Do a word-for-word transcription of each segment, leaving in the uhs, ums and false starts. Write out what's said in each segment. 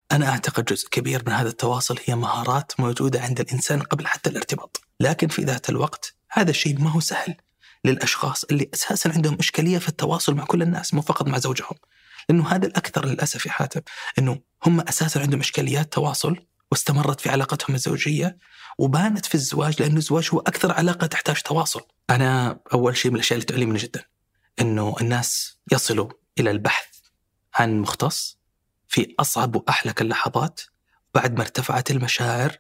أنا أعتقد جزء كبير من هذا التواصل هي مهارات موجودة عند الإنسان قبل حتى الارتباط، لكن في ذات الوقت هذا الشيء ما هو سهل للأشخاص اللي أساساً عندهم إشكالية في التواصل مع كل الناس مو فقط مع زوجهم. لأنه هذا الأكثر للأسف يا حاتم، أنه هم أساساً عندهم إشكاليات تواصل واستمرت في علاقتهم الزوجية وبانت في الزواج، لأنه الزواج هو أكثر علاقة تحتاج تواصل. أنا أول شيء من الأشياء اللي تؤلمني جدا أنه الناس يصلوا إلى البحث عن مختص في أصعب وأحلك اللحظات بعد ما ارتفعت المشاعر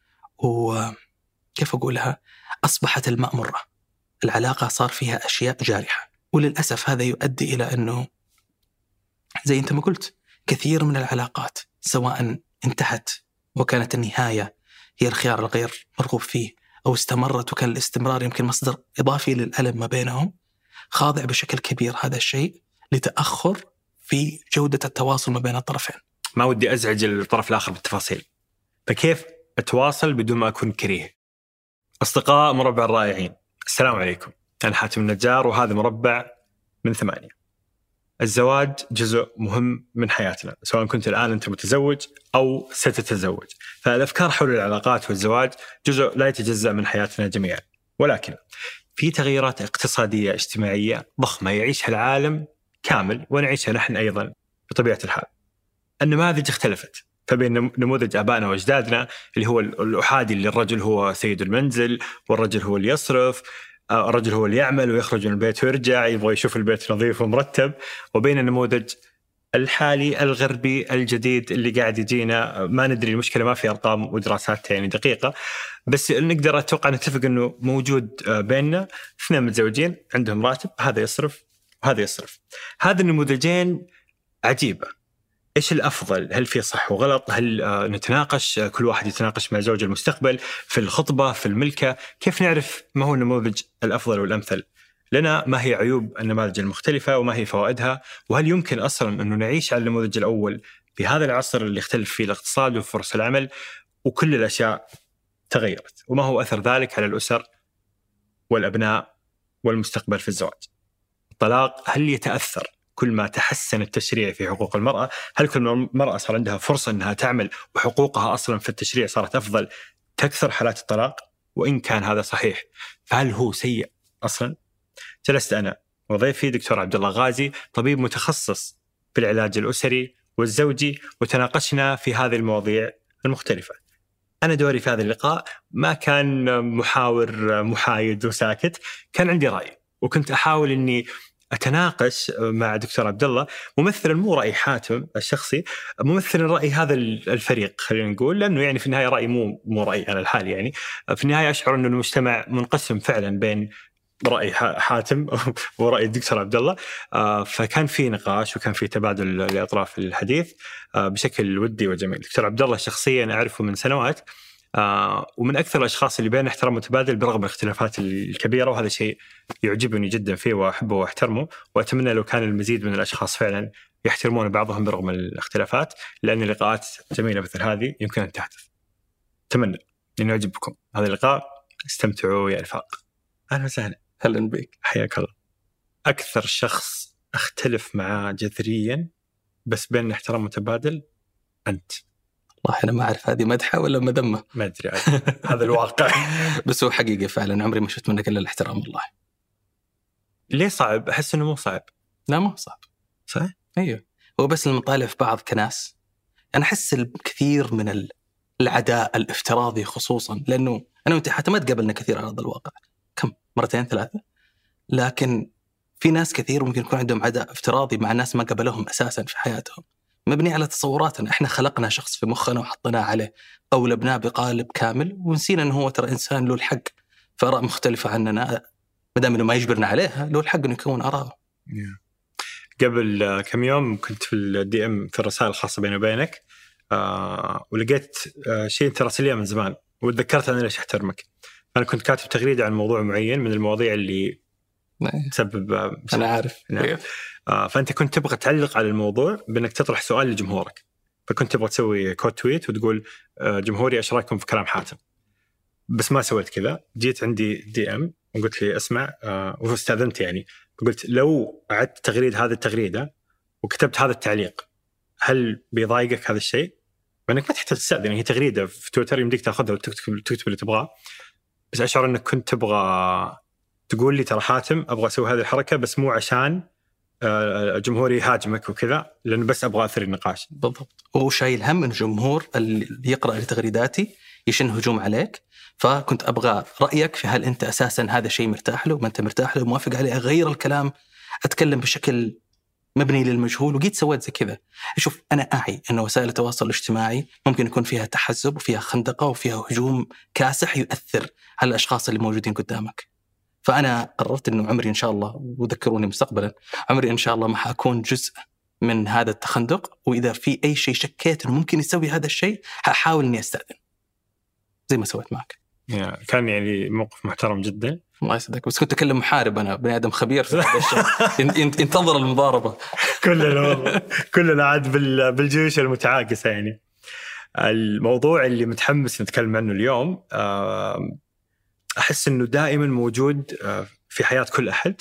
وكيف أقولها أصبحت الماء مرة، العلاقة صار فيها أشياء جارحة. وللأسف هذا يؤدي إلى أنه زي أنت ما قلت كثير من العلاقات سواء انتهت وكانت النهاية هي الخيار الغير مرغوب فيه أو استمرت وكان الاستمرار يمكن مصدر إضافي للألم ما بينهم، خاضع بشكل كبير هذا الشيء لتأخر في جودة التواصل ما بين الطرفين. ما ودي أزعج الطرف الآخر بالتفاصيل، فكيف أتواصل بدون ما أكون كريه؟ أصدقاء مربع الرائعين، السلام عليكم، أنا حاتم النجار وهذا مربع من ثمانية. الزواج جزء مهم من حياتنا، سواء كنت الآن أنت متزوج أو ستتزوج، فالأفكار حول العلاقات والزواج جزء لا يتجزأ من حياتنا جميعا. ولكن في تغييرات اقتصادية اجتماعية ضخمة يعيشها العالم كامل ونعيشها نحن أيضا بطبيعة الحال. النماذج اختلفت، فبين نموذج آبائنا وأجدادنا اللي هو الأحادي اللي الرجل هو سيد المنزل والرجل هو اللي يصرف، الرجل هو اللي يعمل ويخرج من البيت ويرجع يبغى يشوف البيت نظيف ومرتب، وبين النموذج الحالي الغربي الجديد اللي قاعد يجينا ما ندري، المشكلة ما في أرقام ودراسات يعني دقيقة، بس نقدر أتوقع نتفق أنه موجود بيننا اثنين متزوجين عندهم راتب، هذا يصرف وهذا يصرف. هذا النموذجين عجيبة، إيش الأفضل؟ هل في صح وغلط؟ هل نتناقش كل واحد يتناقش مع زوج المستقبل في الخطبة في الملكة؟ كيف نعرف ما هو النموذج الأفضل والأمثل لنا؟ ما هي عيوب النماذج المختلفة وما هي فوائدها؟ وهل يمكن أصلا أنه نعيش على النموذج الأول في هذا العصر اللي يختلف فيه الاقتصاد وفرص العمل وكل الأشياء تغيرت؟ وما هو أثر ذلك على الأسر والأبناء والمستقبل في الزواج؟ الطلاق هل يتأثر كل ما تحسن التشريع في حقوق المرأة؟ هل كل ما المرأة صار عندها فرصة أنها تعمل وحقوقها أصلا في التشريع صارت أفضل تكثر حالات الطلاق؟ وإن كان هذا صحيح فهل هو سيء أصلا؟ جلست أنا وضيفي دكتور عبد الله غازي طبيب متخصص في العلاج الأسري والزوجي وتناقشنا في هذه المواضيع المختلفة. أنا دوري في هذا اللقاء ما كان محاور محايد وساكت، كان عندي رأي وكنت أحاول أني أتناقش مع دكتور عبد الله ممثلا مو رأي حاتم الشخصي، ممثلا رأي هذا الفريق خلينا نقول، لأنه يعني في النهاية رأي مو مو رأي أنا الحالي. يعني في النهاية أشعر أنه المجتمع منقسم فعلا بين رأي حاتم ورأي الدكتور عبد الله، فكان في نقاش وكان في تبادل لأطراف الحديث بشكل ودي وجميل. دكتور عبد الله شخصيا أعرفه من سنوات، آه ومن أكثر الأشخاص اللي بين احترام متبادل برغم الاختلافات الكبيرة، وهذا شيء يعجبني جدا فيه وأحبه وأحترمه، وأتمنى لو كان المزيد من الأشخاص فعلا يحترمون بعضهم برغم الاختلافات، لأن اللقاءات جميلة مثل هذه يمكن أن تحدث. أتمنى أن يعجبكم هذا اللقاء، استمتعوا يا رفاق. أهلا وسهلا. أهلا بك. حياك الله. أكثر شخص أختلف معاه جذريا بس بين احترام متبادل أنت. والله أنا ما أعرف هذه مدحة ولا مذمة، ما أدري هذا الواقع. بس هو حقيقة فعلا عمري ما شفت منك إلا الاحترام. والله ليه صعب؟ أحس إنه مو صعب. لا ما هو صعب. صحيح؟ أيوه، هو بس لما طالع في بعض كناس أنا أحس الكثير من العداء الافتراضي، خصوصا لأنه أنا وأنت حتى ما تقابلنا كثير على هذا الواقع، كم مرتين ثلاثة، لكن في ناس كثير ممكن يكون عندهم عداء افتراضي مع ناس ما قبلهم أساسا في حياتهم، مبني على تصوراتنا. احنا خلقنا شخص في مخنا وحطيناه عليه قولبناه بقالب كامل ونسينا انه هو ترى انسان له الحق في آراء مختلفة عننا، ما دام انه ما يجبرنا عليها له الحق انه يكون آراءه. قبل كم يوم كنت في الدي ام في الرسائل الخاصة بيني وبينك، آه ولقيت آه شيء انت راسليه من زمان وتذكرت انا ليش احترمك. انا كنت كاتب تغريدة عن موضوع معين من المواضيع اللي تسبب آه انا عارف. نعم. آه فأنت كنت تبغى تعلق على الموضوع بأنك تطرح سؤال لجمهورك، فكنت تبغى تسوي كود تويت وتقول آه جمهوري إيش رأيكم في كلام حاتم، بس ما سويت كذا. جيت عندي دي ام وقلت لي اسمع، آه واستأذنت يعني، قلت لو عدت تغريد هذه التغريدة وكتبت هذا التعليق هل بيضايقك هذا الشيء؟ وانك ما تحتاج تستأذن، يعني هي تغريده في تويتر يمديك تاخذها وتكتب تكتب اللي تبغاه. بس اشعر انك كنت تبغى تقول لي ترى حاتم ابغى اسوي هذه الحركه بس مو عشان الجمهور يهاجمك وكذا، لانه بس ابغى اثير النقاش. بالضبط. هو شايل هم من الجمهور اللي يقرأ لتغريداتي يشن هجوم عليك، فكنت ابغى رايك في هل انت اساسا هذا شيء مرتاح له، ما انت مرتاح له، موافق عليه، اغير الكلام، اتكلم بشكل مبني للمجهول. وقيت سويت زي كذا. شوف، انا اعي ان وسائل التواصل الاجتماعي ممكن يكون فيها تحزب وفيها خندقه وفيها هجوم كاسح يؤثر على الاشخاص اللي موجودين قدامك. فانا قررت انه عمري ان شاء الله، وذكروني مستقبلا، عمري ان شاء الله ما حكون جزء من هذا التخندق، واذا في اي شيء شكيت انه ممكن يسوي هذا الشيء حاحاول اني استأذن زي ما سويت معك. كان يعني موقف محترم جدا. الله يسعدك. بس كنت أكلم محارب، أنا بني آدم خبير في هذا الشيء. انتظر المضاربة. كلنا كلنا عاد بالجيوش المتعاقسة. يعني الموضوع اللي متحمس نتكلم عنه اليوم أحس إنه دائما موجود في حياة كل أحد،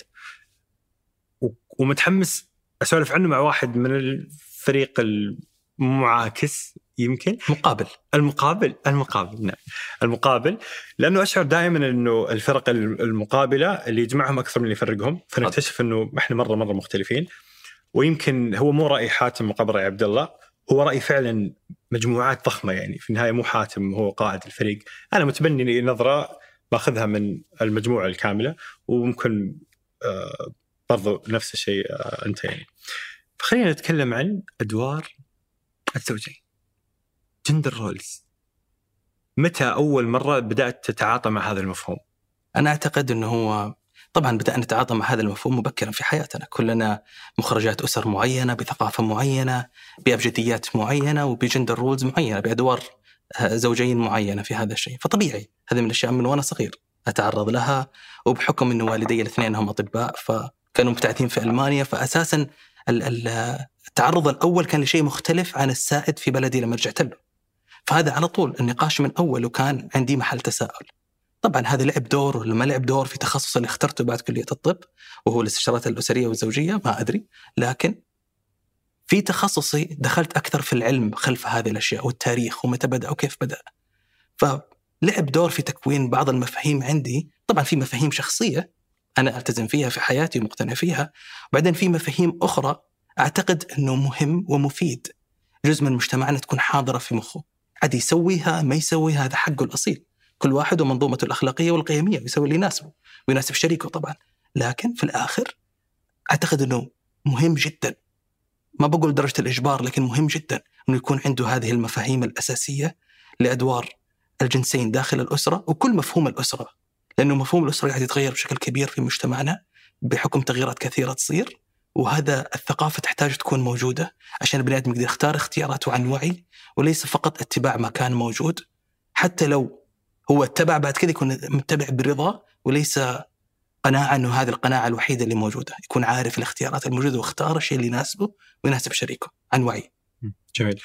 ومتحمس أسولف عنه مع واحد من الفريق المعاكس، يمكن مقابل المقابل المقابل نعم المقابل، لأنه أشعر دائما أنه الفرق المقابلة اللي يجمعهم أكثر من اللي يفرقهم، فنكتشف أنه إحنا مرة مرة مختلفين. ويمكن هو مو رأي حاتم مقابل رأي عبد الله، هو رأي فعلا مجموعات ضخمة. يعني في النهاية مو حاتم هو قائد الفريق، أنا متبني نظرة باخذها من المجموعة الكاملة، وممكن آه برضو نفس الشيء آه أنت. يعني فخلينا نتكلم عن أدوار الزوجين، جندر رولز. متى أول مرة بدأت تتعاطى مع هذا المفهوم؟ أنا أعتقد أنه هو طبعا بدأنا نتعاطى مع هذا المفهوم مبكرا في حياتنا. كلنا مخرجات أسر معينة، بثقافة معينة، بأبجديات معينة، وبجندر رولز معينة، بأدوار زوجين معينة في هذا الشيء. فطبيعي هذه من الأشياء من وأنا صغير أتعرض لها، وبحكم أنه والدي الاثنين هم أطباء فكانوا مبتعثين في ألمانيا، فأساسا التعرض الأول كان لشيء مختلف عن السائد في بلدي لما رجعت له. فهذا على طول النقاش من أول، وكان عندي محل تساؤل. طبعا هذا لعب دور ولا ما لعب دور في تخصص اللي اخترته بعد كلية الطب، وهو الاستشارات الأسرية والزوجية، ما أدري. لكن في تخصصي دخلت أكثر في العلم خلف هذه الأشياء والتاريخ ومتى بدأ وكيف بدأ. فلعب دور في تكوين بعض المفاهيم عندي. طبعا في مفاهيم شخصية أنا ألتزم فيها في حياتي ومقتنع فيها، وبعدين في مفاهيم أخرى أعتقد أنه مهم ومفيد جزء من مجتمعنا تكون حاضرة في مخه. عادي يسويها ما يسويها، هذا حقه الأصيل. كل واحد ومنظومته الأخلاقية والقيمية، يسوي اللي يناسبه ويناسب شريكه طبعا. لكن في الآخر أعتقد أنه مهم جدا، ما بقول درجة الإجبار، لكن مهم جدا أنه يكون عنده هذه المفاهيم الأساسية لأدوار الجنسين داخل الأسرة وكل مفهوم الأسرة. لأنه مفهوم الأسرة قاعد يتغير بشكل كبير في مجتمعنا بحكم تغييرات كثيرة تصير، وهذا الثقافة تحتاج تكون موجودة عشان البني آدم يقدر يختار اختياراته عن وعي، وليس فقط اتباع ما كان موجود. حتى لو هو اتبع بعد كذا يكون متبع برضا، وليس قناعة أنه هذه القناعة الوحيدة اللي موجودة. يكون عارف الاختيارات الموجودة واختار الشيء اللي يناسبه ويناسب شريكه عن وعي. جميل.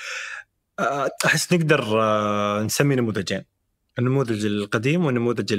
أحس نقدر نسمي نموذجين، النموذج القديم والنموذج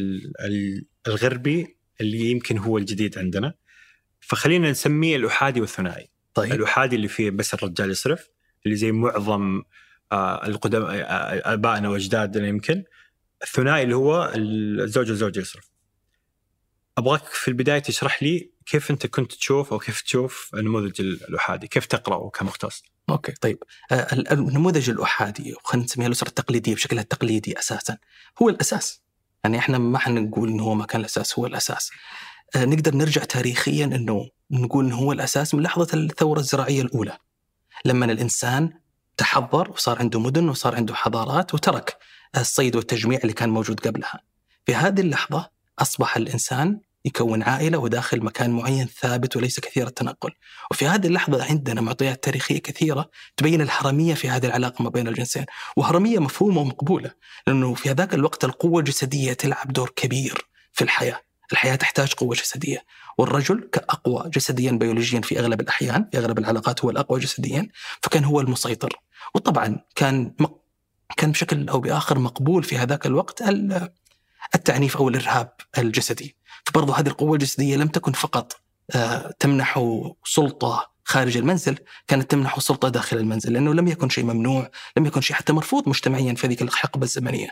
الغربي اللي يمكن هو الجديد عندنا. فخلينا نسميه الأحادي والثنائي. طيب. الأحادي اللي فيه بس الرجال يصرف، اللي زي معظم القدم آبائنا وأجدادنا يمكن. الثنائي اللي هو الزوج والزوجة يصرف. أبغاك في البداية تشرح لي كيف أنت كنت تشوف أو كيف تشوف النموذج الأحادي، كيف تقرأه كمختص. أوكي طيب. النموذج الأحادي، وخلينا نسميها الأسرة التقليدية بشكلها التقليدي أساسا، هو الأساس. يعني إحنا ما حنقول إنه هو ما كان الأساس، هو الأساس. نقدر نرجع تاريخيا إنه نقول إنه هو الأساس من لحظة الثورة الزراعية الأولى، لما الإنسان تحضر وصار عنده مدن وصار عنده حضارات وترك الصيد والتجميع اللي كان موجود قبلها. في هذه اللحظة أصبح الإنسان يكون عائلة وداخل مكان معين ثابت وليس كثير التنقل. وفي هذه اللحظة عندنا معطيات تاريخية كثيرة تبين الهرمية في هذه العلاقة ما بين الجنسين، وهرمية مفهومة ومقبولة، لأنه في هذاك الوقت القوة الجسدية تلعب دور كبير في الحياة. الحياة تحتاج قوة جسدية، والرجل كأقوى جسديا بيولوجيا في أغلب الأحيان في أغلب العلاقات هو الأقوى جسديا، فكان هو المسيطر. وطبعا كان مق... كان بشكل أو بآخر مقبول في هذاك الوقت التعنيف أو الإرهاب الجسدي. فبرضو هذه القوة الجسدية لم تكن فقط تمنح سلطة خارج المنزل كانت تمنحه سلطة داخل المنزل، لأنه لم يكن شيء ممنوع، لم يكن شيء حتى مرفوض مجتمعيا في هذه الحقبة الزمنية.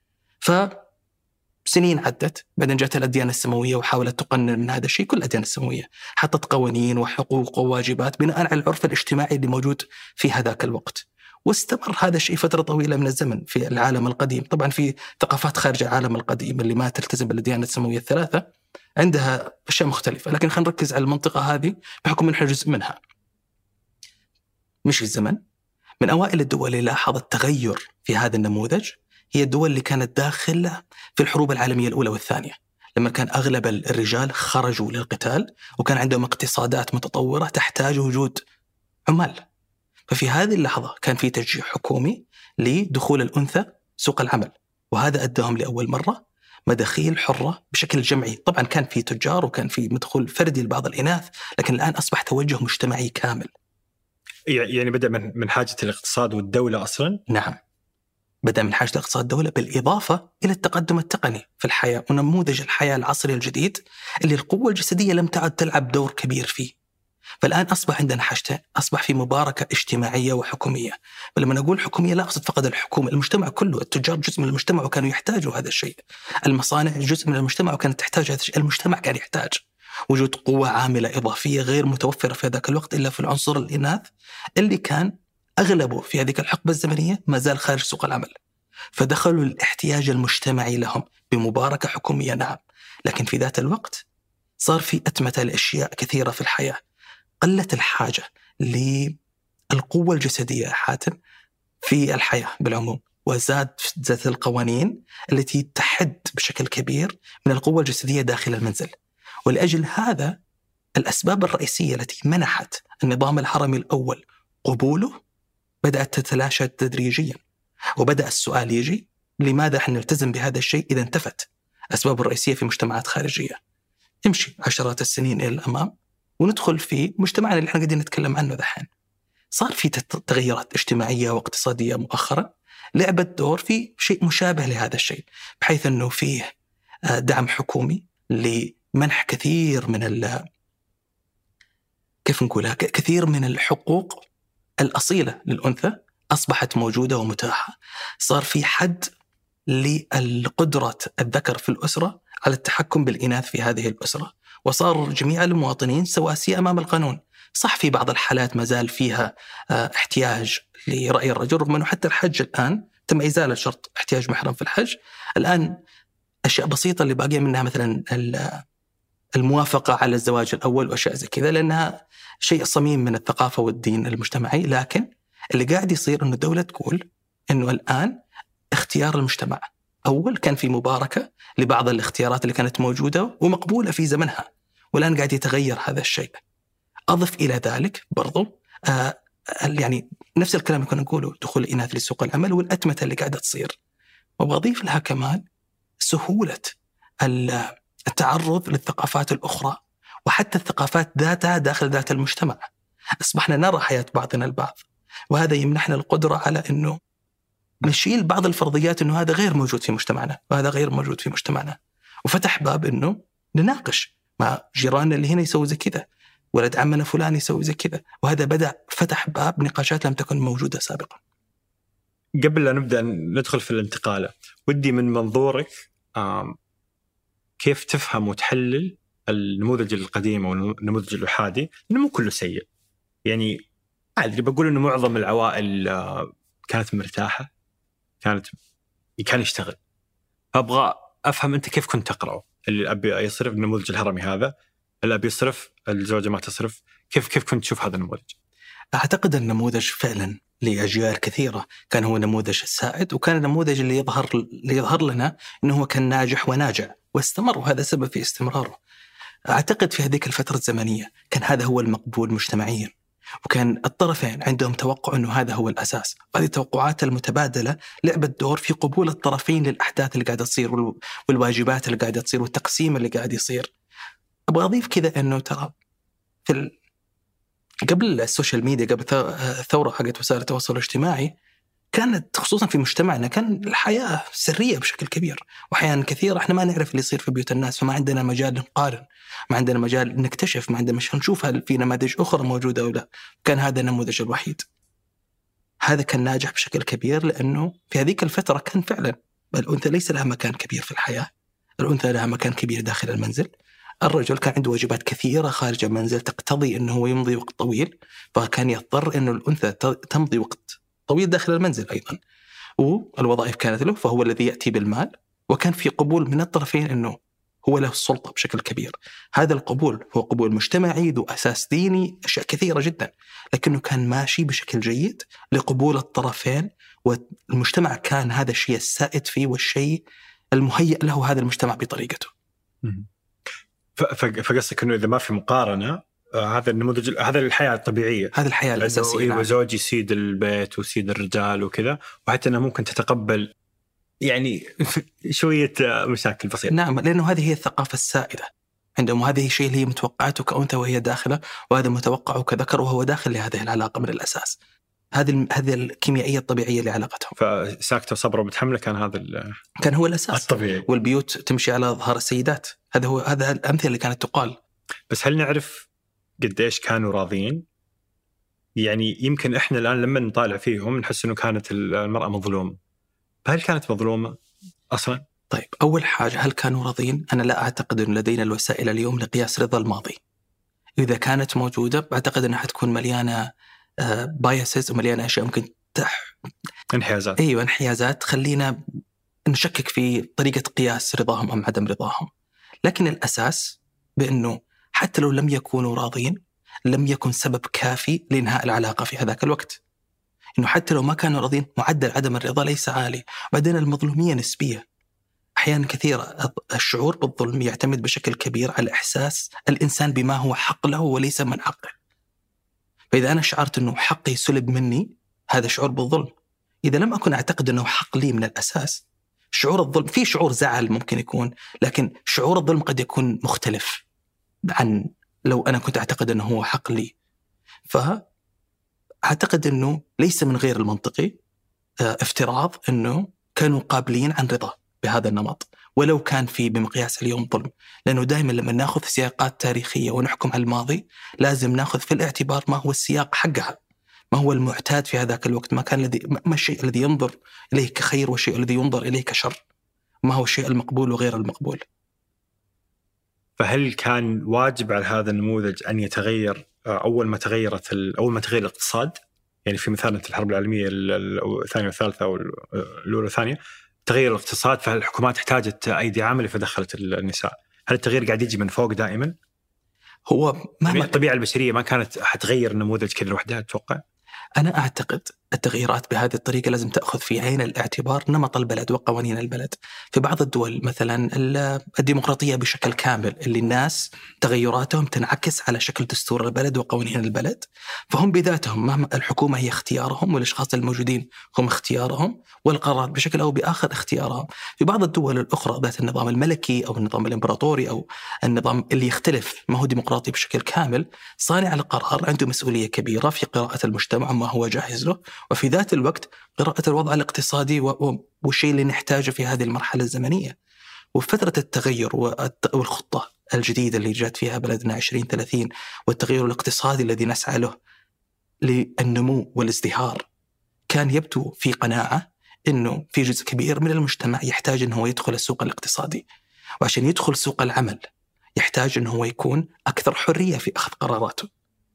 فسنين عدت، بعدين جاءت الأديان السماوية وحاولت تقنن من هذا الشيء. كل الأديان السماوية حطت قوانين وحقوق وواجبات بناء على العرف الاجتماعي اللي موجود في هذاك الوقت، واستمر هذا الشيء فترة طويلة من الزمن في العالم القديم. طبعا في ثقافات خارج العالم القديم اللي ما تلتزم بالديانة السماوية الثلاثة عندها أشياء مختلفة، لكن خلينا نركز على المنطقة هذه بحكم أنها جزء منها. مش الزمن من أوائل الدول اللي لاحظت تغير في هذا النموذج هي الدول اللي كانت داخلة في الحروب العالمية الأولى والثانية، لما كان أغلب الرجال خرجوا للقتال وكان عندهم اقتصادات متطورة تحتاج وجود عمال. ففي هذه اللحظة كان في تشجيع حكومي لدخول الأنثى سوق العمل، وهذا أداهم لأول مرة مداخيل حرة بشكل جمعي. طبعا كان في تجار وكان في مدخول فردي لبعض الإناث، لكن الآن أصبح توجه مجتمعي كامل. يعني بدأ من من حاجة الاقتصاد والدولة أصلا. نعم، بدأ من حاجة الاقتصاد الدولة بالإضافة إلى التقدم التقني في الحياة ونموذج الحياة العصري الجديد اللي القوة الجسدية لم تعد تلعب دور كبير فيه. فالآن أصبح عندنا حاجتين، أصبح في مباركة اجتماعية وحكومية. فلما نقول حكومية لا أقصد فقط الحكومة، المجتمع كله، التجار جزء من المجتمع وكانوا يحتاجوا هذا الشيء، المصانع جزء من المجتمع وكانت تحتاج هذا الشيء، المجتمع كان يحتاج وجود قوة عاملة إضافية غير متوفرة في ذاك الوقت إلا في العنصر الإناث اللي كان أغلبه في هذه الحقبة الزمنية ما زال خارج سوق العمل. فدخلوا الاحتياج المجتمعي لهم بمباركة حكومية، نعم، لكن في ذات الوقت صار في أتمتة لأشياء كثيرة في الحياة. قلت الحاجة للقوة الجسدية حاتم في الحياة بالعموم، وزاد ذات القوانين التي تحد بشكل كبير من القوة الجسدية داخل المنزل. ولأجل هذا الأسباب الرئيسية التي منحت النظام الهرمي الأول قبوله بدأت تتلاشى تدريجيا، وبدأ السؤال يجي لماذا احنا نلتزم بهذا الشيء إذا انتفت أسباب الرئيسية في مجتمعات خارجية. تمشي عشرات السنين إلى الأمام وندخل في مجتمعنا اللي احنا قاعدين نتكلم عنه دحين. صار في تغيرات اجتماعية واقتصادية مؤخرا لعبت دور في شيء مشابه لهذا الشيء، بحيث أنه فيه دعم حكومي لمنح كثير من ال كيف نقولها كثير من الحقوق الأصيلة للأنثى أصبحت موجودة ومتاحة. صار في حد للقدرة الذكر في الأسرة على التحكم بالإناث في هذه الأسرة، وصار جميع المواطنين سواسية أمام القانون. صح في بعض الحالات ما زال فيها احتياج لرأي الرجل، رغم أنه حتى الحج الآن تم إزالة شرط احتياج محرم في الحج. الآن أشياء بسيطة اللي باقية منها مثلا الموافقة على الزواج الأول وأشياء زي كذا، لأنها شيء صميم من الثقافة والدين المجتمعي. لكن اللي قاعد يصير أنه الدولة تقول أنه الآن اختيار المجتمع. أول كان في مباركة لبعض الاختيارات اللي كانت موجودة ومقبولة في زمنها، والآن قاعد يتغير هذا الشيء. أضف إلى ذلك برضو آه يعني نفس الكلام اللي كنا نقوله، دخول الإناث لسوق العمل والأتمتة اللي قاعدة تصير. وبضيف لها كمان سهولة التعرض للثقافات الأخرى وحتى الثقافات ذاتها داخل ذات المجتمع. أصبحنا نرى حياة بعضنا البعض، وهذا يمنحنا القدرة على أنه نشيل بعض الفرضيات أنه هذا غير موجود في مجتمعنا وهذا غير موجود في مجتمعنا، وفتح باب أنه نناقش مع جيراننا اللي هنا يسوي زي كذا، ولد عمنا فلان يسوي زي كذا، وهذا بدأ فتح باب نقاشات لم تكن موجودة سابقا. قبل لا نبدأ ندخل في الانتقالة، ودي من منظورك كيف تفهم وتحلل النموذج القديم والنموذج الأحادي؟ إنه مو كله سيء، يعني عادي بقول إنه معظم العوائل كانت مرتاحة، كانت كان يشتغل. أبغى أفهم أنت كيف كنت تقرأه، اللي أبي يصرف النموذج الهرمي هذا، اللي أبي يصرف الزوجة ما تصرف، كيف كيف كنت تشوف هذا النموذج؟ أعتقد النموذج فعلا لأجيال كثيرة كان هو نموذج السائد، وكان النموذج اللي يظهر اللي يظهر لنا إنه هو كان ناجح وناجع واستمر، وهذا سبب في استمراره. أعتقد في هذيك الفترة الزمنية كان هذا هو المقبول مجتمعيا، وكان الطرفين عندهم توقع أنه هذا هو الأساس. هذه التوقعات المتبادلة لعبت دور في قبول الطرفين للأحداث اللي قاعدة تصير والواجبات اللي قاعدة تصير والتقسيم اللي قاعد يصير. أبغى أضيف كذا أنه ترى في ال... قبل السوشيال ميديا، قبل الثورة حقت وسائل التواصل الاجتماعي، كانت خصوصا في مجتمعنا كان الحياة سرية بشكل كبير، وأحيانا كثيرة إحنا ما نعرف اللي يصير في بيوت الناس، فما عندنا مجال نقارن، ما عندنا مجال نكتشف، ما عندنا مش نشوف هل في نماذج أخرى موجودة أو لا. كان هذا النموذج الوحيد. هذا كان ناجح بشكل كبير لأنه في هذيك الفترة كان فعلا الأنثى ليس لها مكان كبير في الحياة، الأنثى لها مكان كبير داخل المنزل. الرجل كان عنده واجبات كثيرة خارج المنزل تقتضي أنه هو يمضي وقت طويل، فكان يضطر أنه الأنثى تمضي وقت طويل داخل المنزل أيضا، والوظائف كانت له، فهو الذي يأتي بالمال. وكان في قبول من الطرفين أنه هو له السلطة بشكل كبير. هذا القبول هو قبول مجتمعي ذو أساس ديني، أشياء كثيرة جدا، لكنه كان ماشي بشكل جيد لقبول الطرفين، والمجتمع كان هذا الشيء السائد فيه والشيء المهيئ له هذا المجتمع بطريقته. فقصدك أنه إذا ما في مقارنة، هذا النموذج، هذا الحياة الطبيعية، هذا الحياة الأساسية. إيه، وزوج يسيد البيت ويسيد الرجال وكذا، وحتى أنه ممكن تتقبل يعني شوية مشاكل بسيطة. نعم، لأنه هذه هي الثقافة السائدة عندهم، وهذه الشيء اللي هي متوقعته كأنثى وهي داخلة، وهذا متوقعه كذكر وهو داخل لهذه العلاقة من الأساس. هذه هذه الكيميائية الطبيعية لعلاقتهم. فساكتة وصبرة وبتحمله كان هذا كان هو الأساس الطبيعي. والبيوت تمشي على ظهر السيدات. هذا هو هذا الأمثلة اللي كانت تقال. بس هل نعرف قديش كانوا راضين؟ يعني يمكن إحنا الآن لما نطالع فيهم نحس إنه كانت المرأة مظلومة. هل كانت مظلومة أصلا؟ طيب، أول حاجة، هل كانوا راضين؟ أنا لا أعتقد أن لدينا الوسائل اليوم لقياس رضا الماضي. إذا كانت موجودة أعتقد أنها حتكون مليانة بايسز ومليانة أشياء ممكن تح... انحيازات. أيوة، انحيازات خلينا نشكك في طريقة قياس رضاهم أم عدم رضاهم. لكن الأساس بأنه حتى لو لم يكونوا راضين لم يكن سبب كافي لإنهاء العلاقة في هذاك الوقت. إنه حتى لو ما كانوا راضين معدل عدم الرضا ليس عالي. بعدين المظلومية نسبية. أحيانا كثيرة الشعور بالظلم يعتمد بشكل كبير على إحساس الإنسان بما هو حق له وليس من حقه. فإذا أنا شعرت أنه حقي سلب مني، هذا شعور بالظلم. إذا لم أكن أعتقد أنه حق لي من الأساس، شعور الظلم، في شعور زعل ممكن يكون، لكن شعور الظلم قد يكون مختلف عن لو أنا كنت أعتقد أنه هو حق لي. فأعتقد أنه ليس من غير المنطقي افتراض أنه كانوا قابلين عن رضا بهذا النمط، ولو كان في بمقياس اليوم ظلم. لأنه دائما لما نأخذ سياقات تاريخية ونحكم على الماضي لازم نأخذ في الاعتبار ما هو السياق حقها، ما هو المعتاد في هذاك الوقت، ما كان الذي ما الشيء الذي ينظر إليه كخير والشيء الذي ينظر إليه كشر، ما هو الشيء المقبول وغير المقبول. فهل كان واجب على هذا النموذج أن يتغير أول ما تغيرت أول ما تغير الاقتصاد؟ يعني في مثالة الحرب العالمية الثانية والثالثة أو الأولى والثانية تغير الاقتصاد، فالحكومات احتاجت أيدي عاملة فدخلت النساء. هل التغيير قاعد يجي من فوق دائما؟ هو ما الطبيعة البشرية ما كانت حتغير النموذج كذا لوحدها أتوقع. أنا أعتقد التغييرات بهذه الطريقة لازم تأخذ في عين الاعتبار نمط البلد وقوانين البلد. في بعض الدول مثلا الديمقراطية بشكل كامل اللي الناس تغيراتهم تنعكس على شكل دستور البلد وقوانين البلد، فهم بذاتهم مهما الحكومة هي اختيارهم والأشخاص الموجودين هم اختيارهم والقرارات بشكل أو بآخر اختيارهم. في بعض الدول الأخرى ذات النظام الملكي أو النظام الإمبراطوري أو النظام اللي يختلف ما هو ديمقراطي بشكل كامل، صانع القرار عنده مسؤولية كبيرة في قراءة المجتمع وما هو جاهز له، وفي ذات الوقت قراءة الوضع الاقتصادي والشيء اللي نحتاجه في هذه المرحلة الزمنية. وفترة التغير والخطة الجديدة اللي جاءت فيها بلدنا عشرين ثلاثين والتغير الاقتصادي الذي نسعى له للنمو والازدهار، كان يبدو في قناعة أنه في جزء كبير من المجتمع يحتاج أنه يدخل السوق الاقتصادي، وعشان يدخل سوق العمل يحتاج أنه يكون أكثر حرية في أخذ قراراته،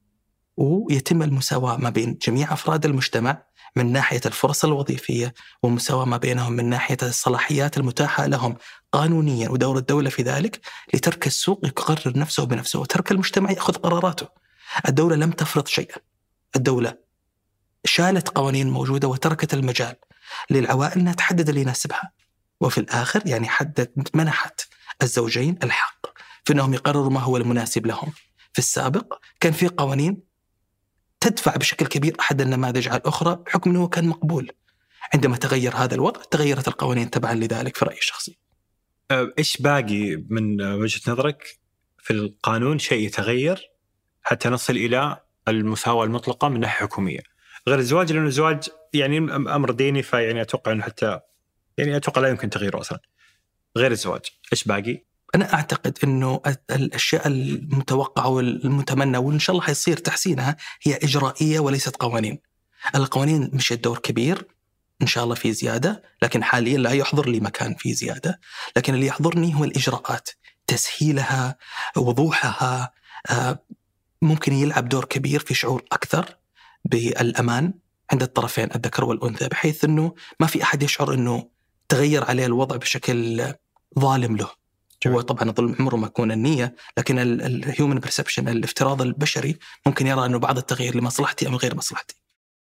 ويتم المساواة ما بين جميع أفراد المجتمع من ناحية الفرص الوظيفية، ومساواة ما بينهم من ناحية الصلاحيات المتاحة لهم قانونيا، ودور الدولة في ذلك لترك السوق يقرر نفسه بنفسه وترك المجتمع يأخذ قراراته. الدولة لم تفرض شيئا، الدولة شالت قوانين موجودة وتركت المجال للعوائل أنها تحدد اللي يناسبها، وفي الآخر يعني حددت منحت الزوجين الحق في أنهم يقرروا ما هو المناسب لهم. في السابق كان في قوانين تدفع بشكل كبير أحد النماذج على الأخرى بحكم أنه كان مقبول. عندما تغير هذا الوضع تغيرت القوانين تبعا لذلك في رأيي الشخصي. إيش باقي من وجهة نظرك في القانون شيء يتغير حتى نصل إلى المساواة المطلقة من ناحية حكومية؟ غير الزواج، لأنه الزواج يعني أمر ديني، فيعني أتوقع أنه حتى يعني أتوقع لا يمكن تغييره أصلا. غير الزواج إيش باقي؟ أنا أعتقد أنه الأشياء المتوقعة والمتمنى وإن شاء الله حيصير تحسينها هي إجرائية وليست قوانين. القوانين مش الدور كبير إن شاء الله في زيادة، لكن حاليا لا يحضر لي مكان في زيادة، لكن اللي يحضرني هو الإجراءات، تسهيلها، وضوحها، ممكن يلعب دور كبير في شعور أكثر بالأمان عند الطرفين الذكر والأنثى، بحيث أنه ما في أحد يشعر أنه تغير عليه الوضع بشكل ظالم له. جميل. هو طبعا الظلم عمره ما يكون النية، لكن الهيومن برسبشن، الافتراض البشري، ممكن يرى أنه بعض التغيير لمصلحتي أو غير مصلحتي.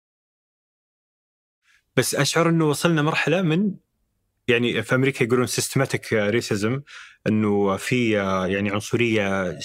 بس أشعر أنه وصلنا مرحلة من يعني في أمريكا يقولون systematic racism، أنه في يعني عنصرية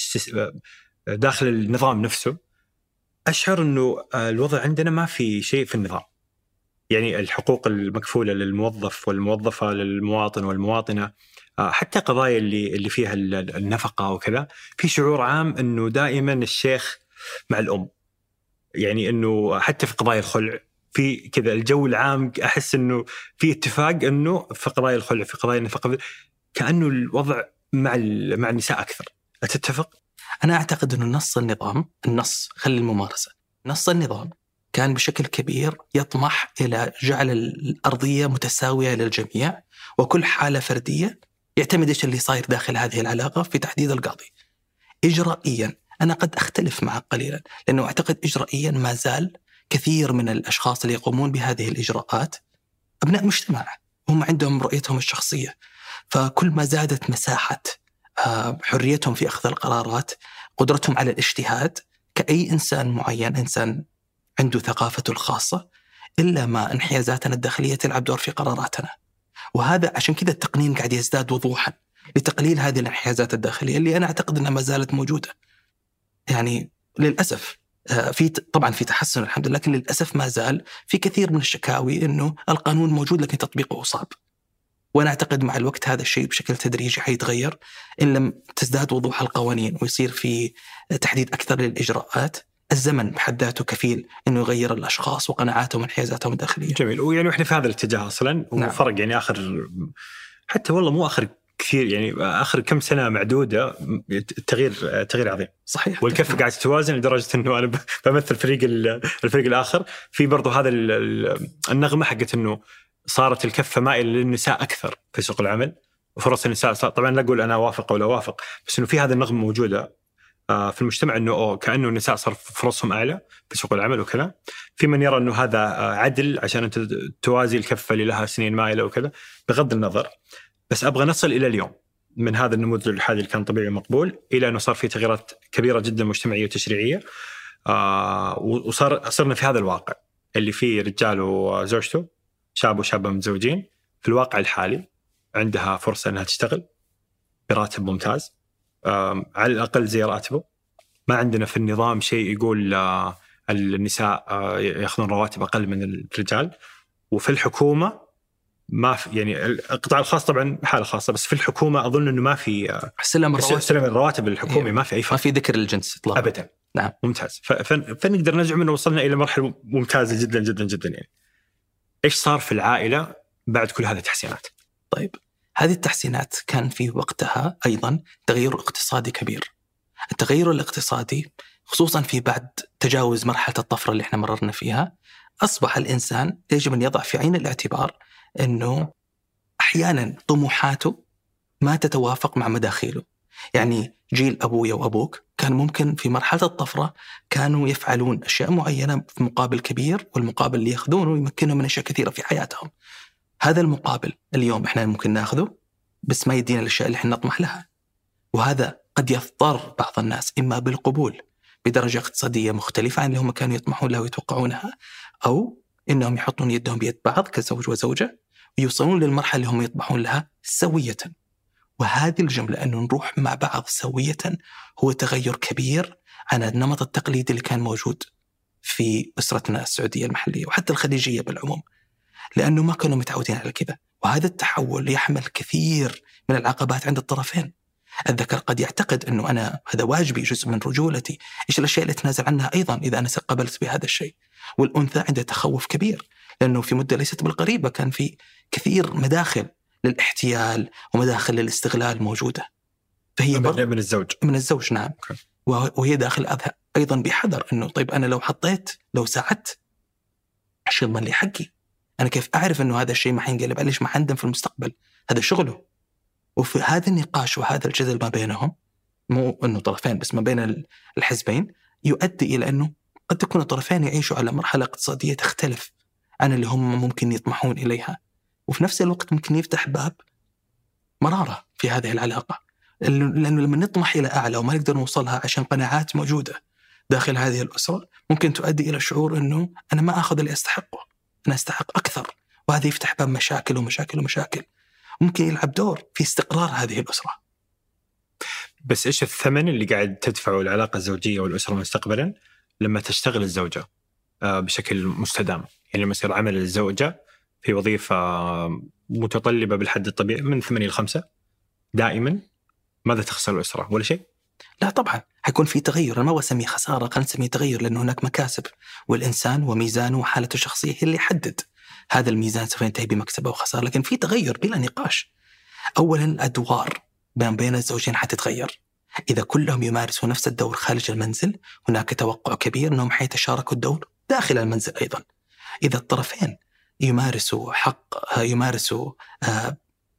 داخل النظام نفسه. أشعر أنه الوضع عندنا ما في شيء في النظام، يعني الحقوق المكفولة للموظف والموظفة، للمواطن والمواطنة، حتى قضايا اللي اللي فيها النفقة وكذا، في شعور عام أنه دائما الشيخ مع الأم، يعني أنه حتى في قضايا الخلع في كذا الجو العام أحس أنه في اتفاق أنه في قضايا الخلع في قضايا النفقة كأنه الوضع مع مع النساء أكثر. أتتفق؟ أنا أعتقد أنه نص النظام، النص خلي الممارسة، نص النظام كان بشكل كبير يطمح إلى جعل الأرضية متساوية للجميع، وكل حالة فردية يعتمد إيش اللي صاير داخل هذه العلاقة في تحديد القاضي. إجرائيا أنا قد أختلف معك قليلا، لأنه أعتقد إجرائيا ما زال كثير من الأشخاص اللي يقومون بهذه الإجراءات أبناء مجتمع، هم عندهم رؤيتهم الشخصية، فكل ما زادت مساحة حريتهم في أخذ القرارات، قدرتهم على الاجتهاد كأي إنسان معين، إنسان عنده ثقافته الخاصة، إلا ما انحيازاتنا الداخلية تلعب دور في قراراتنا. وهذا عشان كذا التقنين قاعد يزداد وضوحا لتقليل هذه الانحيازات الداخلية اللي أنا أعتقد أنها ما زالت موجودة. يعني للأسف في طبعا في تحسن الحمد لله، لكن للأسف ما زال في كثير من الشكاوي أنه القانون موجود لكن تطبيقه صعب. وأنا أعتقد مع الوقت هذا الشيء بشكل تدريجي حيتغير إن لم تزداد وضوح القوانين ويصير في تحديد أكثر للإجراءات. الزمن بحد ذاته كفيل إنه يغير الأشخاص وقناعاتهم وانحيازاتهم الداخلية. جميل. ويعني إحنا في هذا الاتجاه أصلاً، وفرق نعم. يعني آخر حتى والله مو آخر كثير، يعني آخر كم سنة معدودة التغيير تغيير عظيم. صحيح. والكفة قاعدة تتوازن لدرجة إنه أنا بمثل فريق الفريق الآخر في برضو هذا النغمة حقت إنه صارت الكفة مائلة للنساء أكثر في سوق العمل، وفرص النساء طبعاً لا أقول أنا وافق أو لا وافق، بس إنه في هذا النغمة موجودة في المجتمع إنه أوه كأنه النساء صار فرصهم أعلى في سوق العمل وكذا. في من يرى إنه هذا عدل عشان أنت توازي الكفة اللي لها سنين مائلة وكذا، بغض النظر. بس أبغى نصل إلى اليوم من هذا النموذج الحالي اللي كان طبيعي ومقبول إلى أنه صار في تغييرات كبيرة جدا مجتمعية وتشريعية، آه وصار صرنا في هذا الواقع اللي فيه رجال وزوجته، شاب وشابة متزوجين في الواقع الحالي، عندها فرصة أنها تشتغل براتب ممتاز، آه على الأقل زي راتبه. ما عندنا في النظام شيء يقول آه النساء آه يأخذون رواتب أقل من الرجال. وفي الحكومة ما في، يعني القطاع الخاص طبعا حالة خاصة، بس في الحكومة أظن إنه ما في سلم الرواتب, سلم الرواتب الحكومي. ما في أي فرق، ما في ذكر الجنس إطلاقا أبدا. نعم. ممتاز. فنقدر نزعم إنه وصلنا إلى مرحلة ممتازة جدا جدا جدا. يعني إيش صار في العائلة بعد كل هذه التحسينات؟ طيب هذه التحسينات كان في وقتها أيضا تغير اقتصادي كبير. التغير الاقتصادي خصوصا في بعد تجاوز مرحلة الطفرة اللي احنا مررنا فيها، أصبح الإنسان يجب أن يضع في عين الاعتبار أنه أحيانا طموحاته ما تتوافق مع مداخيله. يعني جيل أبويا وأبوك كان ممكن في مرحلة الطفرة كانوا يفعلون أشياء معينة في مقابل كبير، والمقابل اللي يأخذونه يمكنهم من أشياء كثيرة في حياتهم. هذا المقابل اليوم إحنا ممكن نأخذه بس ما يدينا الأشياء اللي إحنا نطمح لها. وهذا قد يضطر بعض الناس إما بالقبول بدرجة اقتصادية مختلفة عن اللي هم كانوا يطمحون لها ويتوقعونها، أو إنهم يحطون يدهم بيد بعض كزوج وزوجة ويوصلون للمرحلة اللي هم يطمحون لها سوية. وهذه الجملة أنه نروح مع بعض سوية هو تغير كبير عن النمط التقليدي اللي كان موجود في أسرتنا السعودية المحلية وحتى الخليجية بالعموم، لأنه ما كانوا متعودين على كذا. وهذا التحول يحمل كثير من العقبات عند الطرفين. الذكر قد يعتقد أنه أنا هذا واجبي، جزء من رجولتي، إيش الأشياء اللي أتنازل عنها أيضا إذا أنا قبلت بهذا الشيء. والأنثى عندها تخوف كبير، لأنه في مدة ليست بالقريبة كان في كثير مداخل للاحتيال ومداخل للاستغلال موجودة، فهي من, من الزوج من الزوج نعم. okay. وهي داخل أيضا بحذر أنه طيب أنا لو حطيت لو ساعدت إيش يضمن لي حقي؟ أنا كيف أعرف أنه هذا الشيء ما حينقلب عليش ما حندم في المستقبل؟ هذا شغله. وفي هذا النقاش وهذا الجدل ما بينهم، مو أنه طرفين بس، ما بين الحزبين، يؤدي إلى أنه قد تكون الطرفين يعيشوا على مرحلة اقتصادية تختلف عن اللي هم ممكن يطمحون إليها، وفي نفس الوقت ممكن يفتح باب مرارة في هذه العلاقة، لأنه لما نطمح إلى أعلى وما نقدر نوصلها عشان قناعات موجودة داخل هذه الأسرة، ممكن تؤدي إلى شعور أنه أنا ما أخذ اللي أستحقه، أنا أستحق أكثر، وهذا يفتح باب مشاكل ومشاكل ومشاكل، ممكن يلعب دور في استقرار هذه الأسرة. بس إيش الثمن اللي قاعد تدفعه العلاقة الزوجية والأسرة مستقبلا لما تشتغل الزوجة بشكل مستدام؟ يعني لما يصير عمل الزوجة في وظيفة متطلبة بالحد الطبيعي من ثمانية لخمسة دائما، ماذا تخسر الأسرة؟ ولا شيء؟ لا طبعا حيكون في تغير. أنا ما أسميه خسارة، خلينا نسميه تغير، لأنه هناك مكاسب، والإنسان وميزانه وحالته الشخصية هي اللي يحدد هذا الميزان سوف ينتهي بمكسبه وخسارة. لكن في تغير بلا نقاش. أولا الأدوار بين بين الزوجين حتتغير. إذا كلهم يمارسوا نفس الدور خارج المنزل، هناك توقع كبير أنهم حيتشاركوا الدور داخل المنزل أيضا. إذا الطرفين يمارسوا حق يمارسوا آه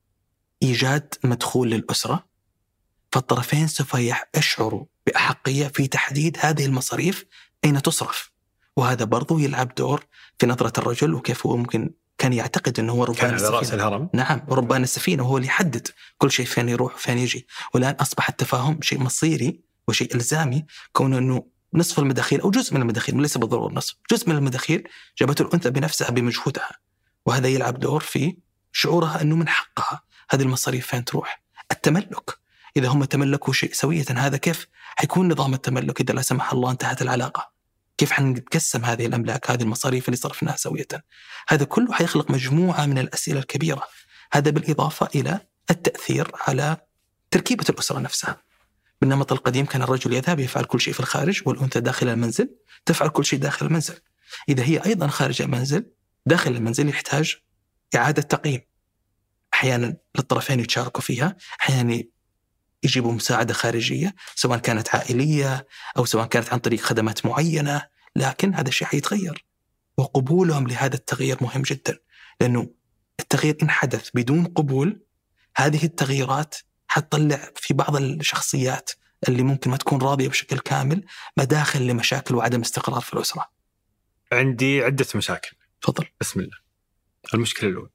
إيجاد مدخول للأسرة، فالطرفين سوف يشعروا بأحقية في تحديد هذه المصاريف أين تصرف، وهذا برضو يلعب دور في نظرة الرجل، وكيف هو ممكن كان يعتقد أنه هو ربان السفينة. رأس الهرم. نعم، ربان السفينة وهو اللي يحدد كل شيء فين يروح وفين يجي. والآن أصبح التفاهم شيء مصيري وشيء إلزامي، كونه أنه نصف المداخيل أو جزء من المداخيل، ليس بالضرورة نصف، جزء من المداخيل جابته الأنثى بنفسها بمجهودها، وهذا يلعب دور في شعورها أنه من حقها هذه المصاريف فين تروح. التملك، إذا هم تملكوا شيء سوية، هذا كيف حيكون نظام التملك إذا لا سمح الله انتهت العلاقة؟ كيف حنقسم هذه الأملاك، هذه المصاريف اللي صرفناها سوية؟ هذا كله حيخلق مجموعة من الأسئلة الكبيرة. هذا بالإضافة إلى التأثير على تركيبة الأسرة نفسها. بالنمط القديم كان الرجل يذهب يفعل كل شيء في الخارج، والأنثى داخل المنزل تفعل كل شيء داخل المنزل. إذا هي أيضا خارج المنزل، داخل المنزل يحتاج إعادة تقييم. أحيانا للطرفين يتشاركوا فيها، أحيانا يجيبوا مساعدة خارجية، سواء كانت عائلية أو سواء كانت عن طريق خدمات معينة، لكن هذا الشيء حيتغير، وقبولهم لهذا التغيير مهم جدا، لأنه التغيير إن حدث بدون قبول، هذه التغييرات حتطلع في بعض الشخصيات اللي ممكن ما تكون راضية بشكل كامل مداخل لمشاكل وعدم استقرار في الأسرة. عندي عدة مشاكل. تفضل. بسم الله. المشكلة الأولى،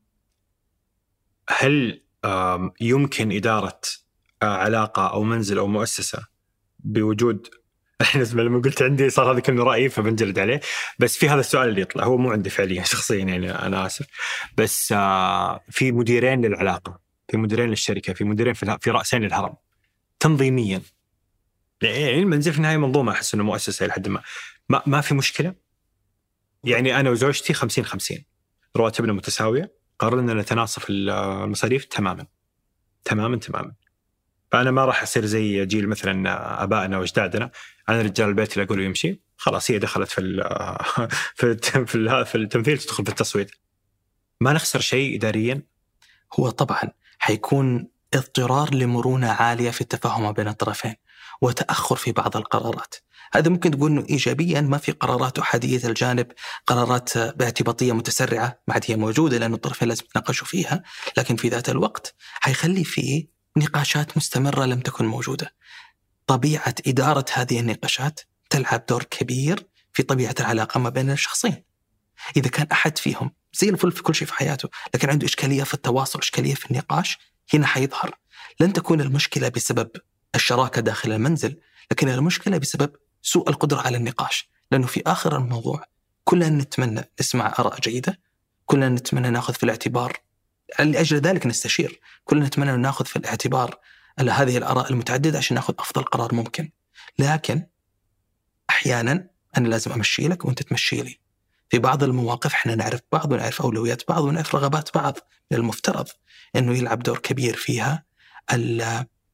هل يمكن إدارة علاقة أو منزل أو مؤسسة بوجود الحين لما قلت عندي صار هذا كله رأيي فبنجلد عليه، بس في هذا السؤال اللي يطلع، هو مو عندي فعليا شخصيا يعني أنا آسف، بس في مديرين للعلاقة، في مديرين للشركة، في مديرين في رأسين للهرم تنظيميا. يعني المنزل في النهاية منظومة، أحس إنه مؤسسة إلى حد ما. ما ما في مشكلة. يعني أنا وزوجتي خمسين خمسين، رواتبنا متساوية، قررنا نتناصف المصاريف تماما تماما تماما. فأنا ما راح أصير زي جيل مثلا أبائنا وأجدادنا، أنا رجال البيت اللي أقوله يمشي، خلاص هي دخلت في في في في التمثيل تدخل في التصويت. ما نخسر شيء إداريا. هو طبعا حيكون اضطرار لمرونة عالية في التفاهم بين الطرفين، وتأخر في بعض القرارات. هذا ممكن تقول إنه إيجابيا، ما في قرارات أحادية الجانب، قرارات باعتباطية متسرعة ما عاد هي موجودة لأن الطرفين لازم يتناقشوا فيها، لكن في ذات الوقت حيخلي فيه نقاشات مستمرة لم تكن موجودة. طبيعة إدارة هذه النقاشات تلعب دور كبير في طبيعة العلاقة ما بين الشخصين. إذا كان أحد فيهم زي الفل في كل شيء في حياته، لكن عنده إشكالية في التواصل، إشكالية في النقاش، هنا حيظهر. لن تكون المشكلة بسبب الشراكة داخل المنزل، لكن المشكلة بسبب سوء القدرة على النقاش. لأنه في آخر الموضوع كلنا نتمنى نسمع آراء جيدة، كلنا نتمنى نأخذ في الاعتبار، لأجل ذلك نستشير، كلنا نتمنى نأخذ في الاعتبار هذه الآراء المتعددة عشان نأخذ أفضل قرار ممكن. لكن أحيانا أنا لازم أمشي لك وأنت تمشي لي. في بعض المواقف احنا نعرف بعض ونعرف أولويات بعض ونعرف رغبات بعض، من المفترض أنه يلعب دور كبير فيها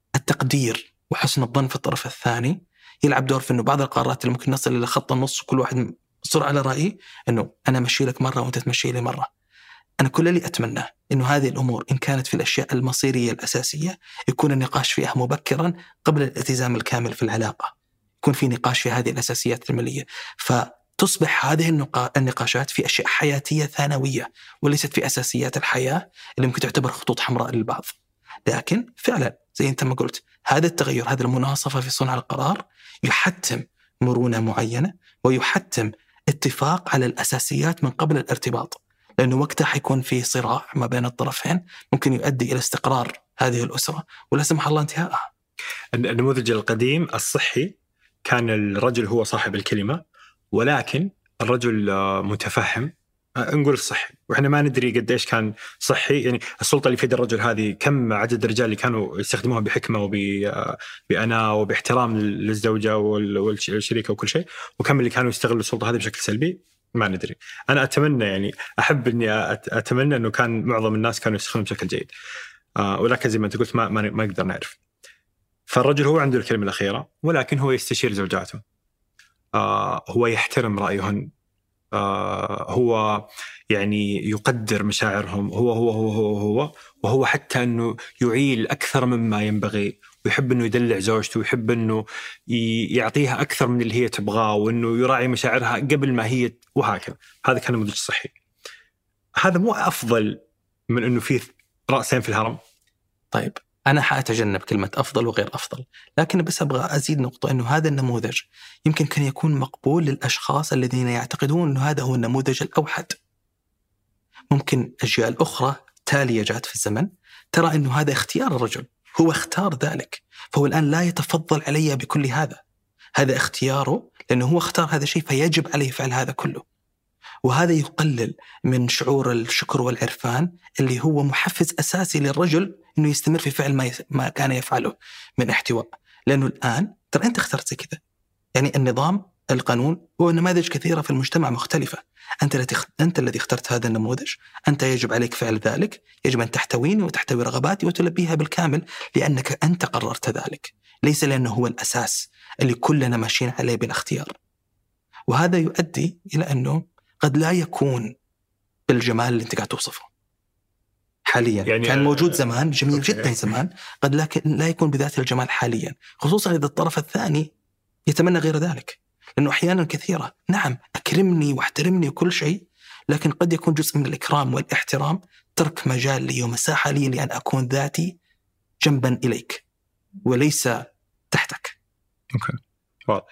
التقدير وحسن الظن في الطرف الثاني يلعب دور في أنه بعض القرارات اللي ممكن نصل إلى خط النص وكل واحد يصر على رأيه، أنه أنا مشي لك مرة وأنت تمشي لي مرة. أنا كل اللي أتمنى أنه هذه الأمور إن كانت في الأشياء المصيرية الأساسية يكون النقاش فيها مبكرا قبل الالتزام الكامل في العلاقة، يكون في نقاش في هذه الأساسيات المالية، فتصبح هذه النقاشات في أشياء حياتية ثانوية وليست في أساسيات الحياة اللي ممكن تعتبر خطوط حمراء للبعض. لكن فعلا زي أنت ما قلت، هذا التغير، هذه المناصفة في صنع القرار يحتم مرونة معينة ويحتم اتفاق على الأساسيات من قبل الارتباط، لأنه وقتها حيكون في صراع ما بين الطرفين ممكن يؤدي إلى استقرار هذه الأسرة ولا سمح الله انتهائها. النموذج القديم الصحي كان الرجل هو صاحب الكلمة، ولكن الرجل متفهم، نقول الصحي، وإحنا ما ندري قد إيش كان صحي. يعني السلطة اللي في يد الرجل هذه كم عدد الرجال اللي كانوا يستخدموها بحكمة وبأناة وباحترام للزوجة والشريكة وكل شيء، وكم اللي كانوا يستغلوا السلطة هذه بشكل سلبي، ما ندري. أنا أتمنى يعني أحب إني أتمنى إنه كان معظم الناس كانوا يستخدمون بشكل جيد، ولكن زي ما أنت قلت ما ما ما نقدر نعرف. فالرجل هو عنده الكلمة الأخيرة، ولكن هو يستشير زوجاته، هو يحترم رأيهن، آه هو يعني يقدر مشاعرهم، هو هو هو هو هو وهو حتى أنه يعيل أكثر مما ينبغي، ويحب أنه يدلع زوجته، ويحب أنه يعطيها أكثر من اللي هي تبغاه، وأنه يراعي مشاعرها قبل ما هي، وهكذا. هذا كان نموذج صحي. هذا مو أفضل من أنه فيه رأسين في الهرم؟ طيب أنا حأتجنب كلمة أفضل وغير أفضل، لكن بس أبغى أزيد نقطة، أنه هذا النموذج يمكن كان يكون مقبول للأشخاص الذين يعتقدون أنه هذا هو النموذج الأوحد. ممكن أجيال أخرى تالية جاءت في الزمن ترى أنه هذا اختيار الرجل، هو اختار ذلك، فهو الآن لا يتفضل علي بكل هذا، هذا اختياره لأنه هو اختار هذا الشيء فيجب عليه فعل هذا كله. وهذا يقلل من شعور الشكر والعرفان اللي هو محفز أساسي للرجل إنه يستمر في فعل ما ما كان يفعله من احتواء، لأنه الآن ترى أنت اخترت زي كذا. يعني النظام، القانون ونماذج كثيرة في المجتمع مختلفة، أنت الذي أنت الذي اخترت هذا النموذج، أنت يجب عليك فعل ذلك، يجب أن تحتويني وتحتوي رغباتي وتلبيها بالكامل، لأنك أنت قررت ذلك، ليس لأنه هو الأساس اللي كلنا ماشيين عليه بالاختيار. وهذا يؤدي إلى أنه قد لا يكون بالجمال اللي أنت قاعد توصفه حاليا، يعني كان موجود زمان جميل أوكي. جدا زمان، قد لا, لا يكون بذات الجمال حاليا، خصوصا إذا الطرف الثاني يتمنى غير ذلك. لأنه أحيانا كثيرة نعم أكرمني واحترمني وكل شيء، لكن قد يكون جزء من الإكرام والاحترام ترك مجال لي ومساحة لي لأن أكون ذاتي جنبا إليك وليس تحتك. أوكي واضح.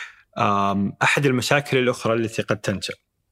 أحد المشاكل الأخرى التي قد تنشأ،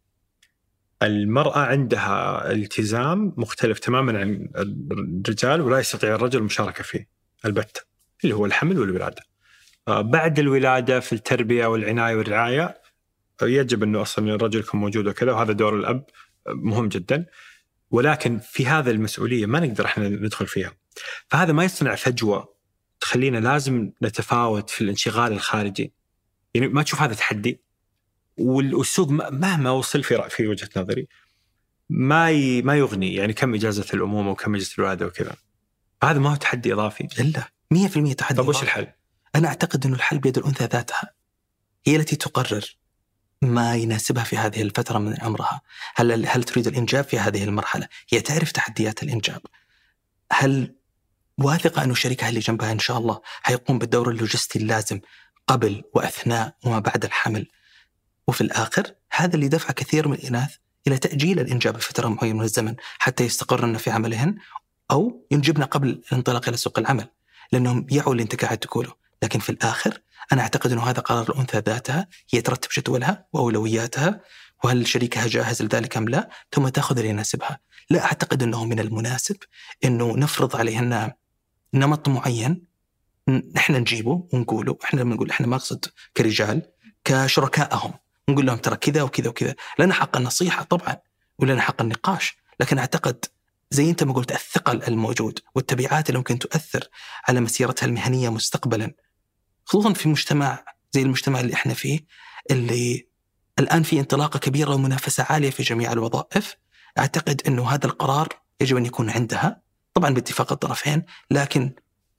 المرأة عندها التزام مختلف تماما عن الرجال ولا يستطيع الرجل المشاركة فيه البتة، اللي هو الحمل والولادة. بعد الولادة في التربية والعناية والرعاية يجب أنه أصلا الرجل يكون موجود وكذا، وهذا دور الأب مهم جدا، ولكن في هذا المسؤولية ما نقدر احنا ندخل فيها. فهذا ما يصنع فجوة تخلينا لازم نتفاوت في الانشغال الخارجي. يعني ما تشوف هذا تحدي، والسوق مهما وصل في في وجهة نظري ما ي... ما يغني، يعني كم إجازة الأمومة وكم إجازة الولادة وكذا، هذا ما هو تحدي إضافي إلا مية في المية تحدي. طب وش الحل؟ أنا أعتقد أن الحل بيد الأنثى ذاتها، هي التي تقرر ما يناسبها في هذه الفترة من عمرها. هل هل تريد الإنجاب في هذه المرحلة؟ هي تعرف تحديات الإنجاب. هل واثقة أن شريكها اللي جنبها إن شاء الله هيقوم بالدور اللوجستي اللازم قبل وأثناء وما بعد الحمل؟ وفي الآخر هذا اللي دفع كثير من الإناث إلى تأجيل الإنجاب بفترة معينة من الزمن حتى يستقرن في عملهن أو ينجبن قبل الانطلاق إلى سوق العمل، لأنهم يعوا اللي أنت قاعد تقوله. لكن في الآخر أنا أعتقد أنه هذا قرار الأنثى ذاتها، هي ترتب جدولها وأولوياتها وهل شريكها جاهز لذلك أم لا، ثم تأخذ اللي يناسبها. لا أعتقد أنه من المناسب أنه نفرض عليهن نمط معين نحن نجيبه ونقوله. إحنا لما نقول إحنا ما نقصد كرجال كشركائهم نقول لهم ترى كذا وكذا وكذا، لنا حق النصيحة طبعا ولنا حق النقاش، لكن أعتقد زي أنت ما قلت الثقل الموجود والتبعات اللي ممكن تؤثر على مسيرتها المهنية مستقبلا، خصوصا في مجتمع زي المجتمع اللي إحنا فيه اللي الآن في انطلاقة كبيرة ومنافسة عالية في جميع الوظائف. أعتقد أنه هذا القرار يجب أن يكون عندها طبعا باتفاق الطرفين، لكن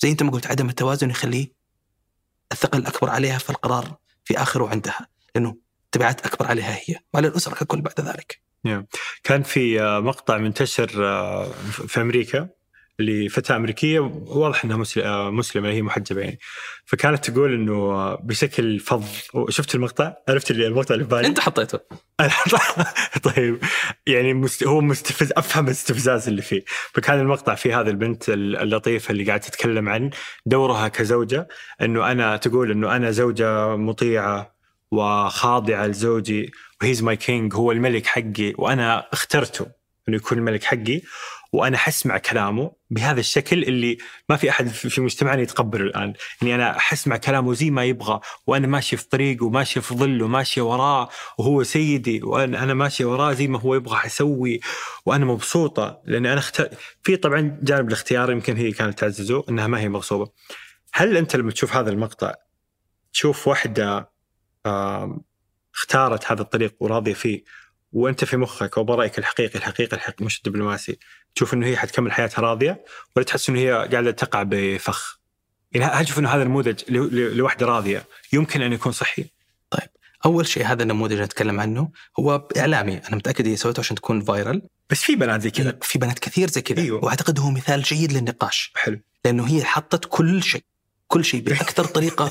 زي أنت ما قلت عدم التوازن يخليه الثقل الأكبر عليها في القرار في آخره عندها، لأنه تبعات أكبر عليها هي وعلى الأسرة ككل بعد ذلك. كان في مقطع منتشر في أمريكا لفتاة أمريكية واضح أنها مسلمة، هي محجبة يعني، فكانت تقول أنه بشكل فظ. شفت المقطع؟ عرفت اللي المقطع اللي بالي؟ أنت حطيته. طيب يعني مست... هو مستفز، أفهم الاستفزاز اللي فيه. فكان المقطع فيه هذه البنت اللطيفة اللي قاعدة تتكلم عن دورها كزوجة، أنه أنا تقول أنه أنا زوجة مطيعة وخاضعة لزوجي وهيز ماي كينج، هو الملك حقي وأنا اخترته أنه يكون الملك حقي، وأنا حسمع كلامه بهذا الشكل اللي ما في أحد في مجتمعنا يتقبله الآن. يعني أنا حسمع كلامه زي ما يبغى، وأنا ماشي في طريق وماشي في ظل وماشي وراه وهو سيدي، وأنا أنا ماشي وراه زي ما هو يبغى حسوي، وأنا مبسوطة لأن أنا اختار. في طبعا جانب الاختيار يمكن هي كانت تعززه أنها ما هي مغصوبة. هل أنت لما تشوف هذا المقطع تشوف واحدة اختارت هذا الطريق وراضية فيه، وأنت في مخك وبرأيك الحقيقي الحقيقي الحقيقي مش الدبلوماسي تشوف إنه هي حتكمل حياتها راضية، ولا تحس إنه هي قاعدة تقع بفخ؟ يعني هل تشوف إنه هذا النموذج لوحدة راضية يمكن أن يكون صحي؟ طيب أول شيء هذا النموذج اللي نتكلم عنه هو إعلامي، أنا متأكد هي سويته عشان تكون فايرل، بس في بنات زي كذا، في بنات كثير زي كذا. أيوة. وأعتقد هو مثال جيد للنقاش. حلو. لأنه هي حطت كل شيء كل شيء بأكثر طريقة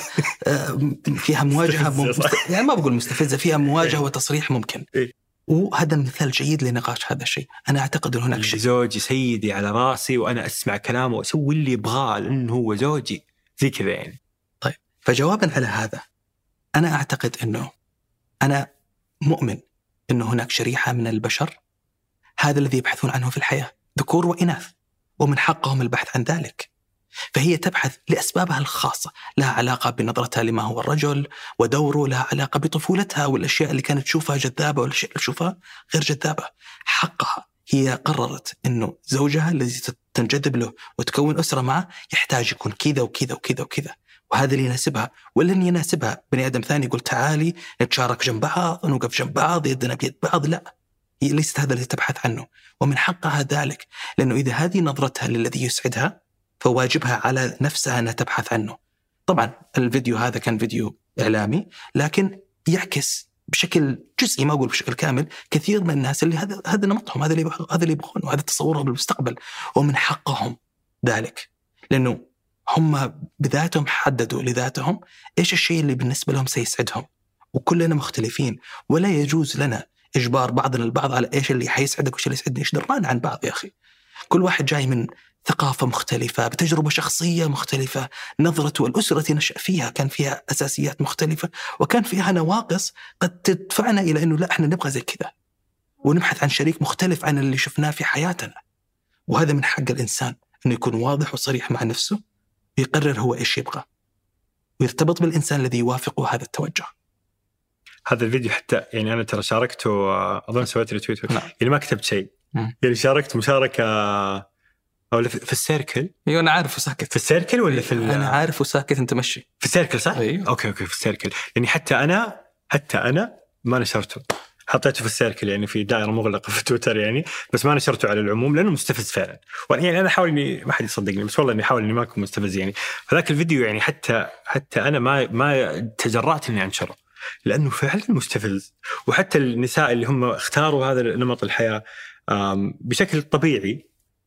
فيها مواجهة مست... يعني ما بقول مستفزة، فيها مواجهة وتصريح ممكن. وهذا مثال جيد لنقاش هذا الشيء. أنا أعتقد أن هناك شيء، زوجي سيدي على راسي وأنا أسمع كلامه وأسوي اللي يبغاه لأنه هو زوجي زي كذا يعني. طيب فجوابا على هذا، أنا أعتقد أنه أنا مؤمن أنه هناك شريحة من البشر هذا الذي يبحثون عنه في الحياة، ذكور وإناث، ومن حقهم البحث عن ذلك. فهي تبحث لأسبابها الخاصة، لها علاقة بنظرتها لما هو الرجل ودوره، لها علاقة بطفولتها والأشياء اللي كانت تشوفها جذابة والأشياء اللي تشوفها غير جذابة. حقها، هي قررت أنه زوجها الذي تنجذب له وتكون أسرة معه يحتاج يكون كذا وكذا وكذا وكذا، وهذا اللي يناسبها. ولن يناسبها بني آدم ثاني يقول تعالي نتشارك جنب بعض ونوقف جنب بعض يدنا بيد بعض. لا، هي ليست هذا اللي تبحث عنه، ومن حقها ذلك، لأنه إذا هذه نظرتها للذي يسعدها فواجبها على نفسها أن تبحث عنه. طبعا الفيديو هذا كان فيديو إعلامي، لكن يعكس بشكل جزئي، ما أقول بشكل كامل، كثير من الناس اللي هذا هذا نمطهم، هذا اللي هذا اللي يبغون، وهذا تصورهم بالمستقبل، ومن حقهم ذلك، لأنه هم بذاتهم حددوا لذاتهم إيش الشيء اللي بالنسبة لهم سيسعدهم، وكلنا مختلفين، ولا يجوز لنا إجبار بعضنا البعض على إيش اللي حيسعدك وإيش اللي يسعدني. إيش دران عن بعض يا أخي؟ كل واحد جاي من ثقافة مختلفة، بتجربة شخصية مختلفة، نظرة والأسرة نشأ فيها كان فيها أساسيات مختلفة، وكان فيها نواقص قد تدفعنا إلى أنه لا إحنا نبغى زي كذا، ونبحث عن شريك مختلف عن اللي شفناه في حياتنا. وهذا من حق الإنسان أنه يكون واضح وصريح مع نفسه، ويقرر هو إيش يبغى، ويرتبط بالإنسان الذي يوافقه هذا التوجه. هذا الفيديو حتى يعني أنا ترى شاركته، أظن سويت ريتويت، نعم. يعني ما كتبت شيء، يعني شاركت مشاركة ولا في السيركل. ايوه انا عارف وساكت. في السيركل ولا في انا عارف وساكت، انت مشي في السيركل صح؟ أيوه. اوكي اوكي في السيركل. يعني حتى انا حتى انا ما نشرته، حطيته في السيركل يعني في دائره مغلقه في تويتر يعني، بس ما نشرته على العموم لانه مستفز فعلا. يعني انا احاول اني ما حد يصدقني، بس والله اني احاول اني ما اكون مستفز يعني. فذاك الفيديو يعني حتى حتى انا ما ما تجرأت اني انشره لانه فعلا مستفز. وحتى النساء اللي هم اختاروا هذا نمط الحياه بشكل طبيعي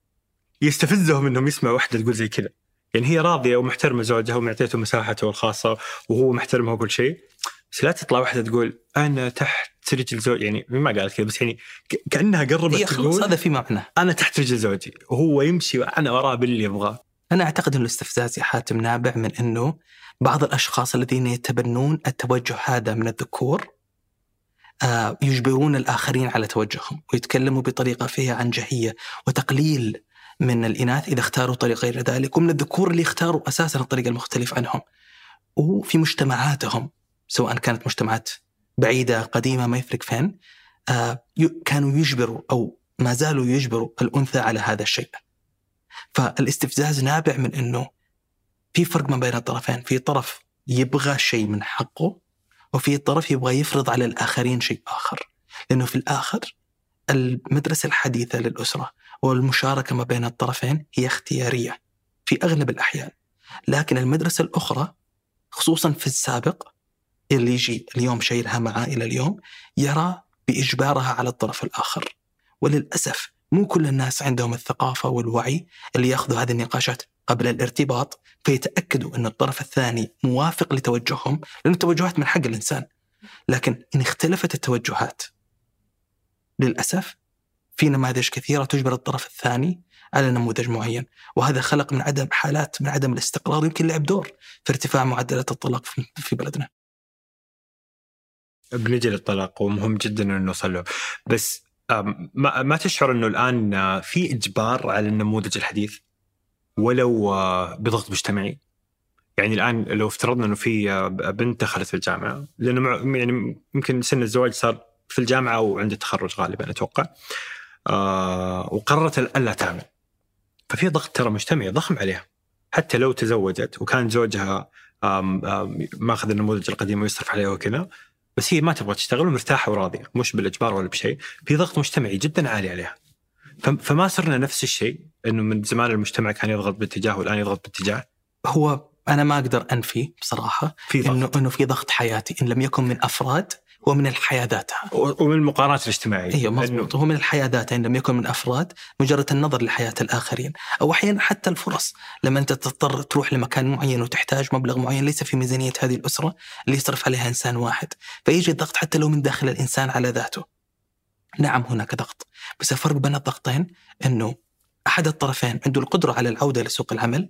يستفزهم انهم يسمعوا واحده تقول زي كذا. يعني هي راضيه ومحترمه زوجها ومعطيته مساحته الخاصه وهو محترمها وكل شيء، بس لا تطلع واحده تقول انا تحت رجل زوجي. يعني ما قالت كذا، بس يعني كانها قربت تقول هذا في معنى انا تحت رجل زوجي وهو يمشي وانا وراه باللي يبغاه. انا اعتقد ان الاستفزاز يا حاتم نابع من انه بعض الاشخاص الذين يتبنون التوجه هذا من الذكور آه يجبرون الاخرين على توجههم، ويتكلموا بطريقه فيها عنجهيه وتقليل من الإناث إذا اختاروا طريق غير ذلك، ومن الذكور اللي اختاروا أساساً الطريق المختلف عنهم. وفي مجتمعاتهم سواء كانت مجتمعات بعيدة قديمة ما يفرق فين، آه كانوا يجبروا أو ما زالوا يجبروا الأنثى على هذا الشيء. فالاستفزاز نابع من أنه في فرق ما بين الطرفين، في طرف يبغى شيء من حقه، وفي طرف يبغى يفرض على الآخرين شيء آخر. لأنه في الآخر المدرسة الحديثة للأسرة والمشاركة ما بين الطرفين هي اختيارية في أغلب الأحيان. لكن المدرسة الأخرى خصوصا في السابق اللي يجي اليوم شايلها معاه إلى اليوم يرى بإجبارها على الطرف الآخر. وللأسف مو كل الناس عندهم الثقافة والوعي اللي يأخذوا هذه النقاشات قبل الارتباط فيتأكدوا أن الطرف الثاني موافق لتوجههم، لأن التوجهات من حق الإنسان. لكن إن اختلفت التوجهات للأسف في نماذج كثيرة تجبر الطرف الثاني على نموذج معين، وهذا خلق من عدم حالات من عدم الاستقرار يمكن لعب دور في ارتفاع معدلات الطلاق في بلدنا. بنجي للطلاق ومهم جدا أن نوصل له، بس ما, ما تشعر أنه الآن في إجبار على النموذج الحديث ولو بضغط مجتمعي؟ يعني الآن لو افترضنا أنه في بنت دخلت في الجامعة، لأنه يعني يمكن سن الزواج صار في الجامعة أو عند التخرج غالبا أتوقع، آه وقررت ألا تعمل، ففي ضغط ترى مجتمعي ضخم عليها. حتى لو تزوجت وكان زوجها ماخذ النموذج القديم ويصرف عليها وكذا، بس هي ما تبغى تشتغل ومرتاحة وراضية، مش بالإجبار ولا بشيء، في ضغط مجتمعي جدا عالي عليها. فما صرنا نفس الشيء، إنه من زمان المجتمع كان يضغط باتجاه والآن يضغط باتجاه. هو أنا ما أقدر أنفي بصراحة في إنه إنه في ضغط حياتي، إن لم يكن من أفراد هو من الحياة ذاتها ومن المقارنات الاجتماعية. أيوة مضبوط، هو من الحياة ذاتها إن لم يكن من أفراد، مجرد النظر لحياة الآخرين، أو أحيانا حتى الفرص. لما أنت تضطر تروح لمكان معين وتحتاج مبلغ معين ليس في ميزانية هذه الأسرة اللي يصرف عليها إنسان واحد، فيجي الضغط حتى لو من داخل الإنسان على ذاته. نعم هناك ضغط، بس الفرق بين الضغطين إنه أحد الطرفين عنده القدرة على العودة لسوق العمل،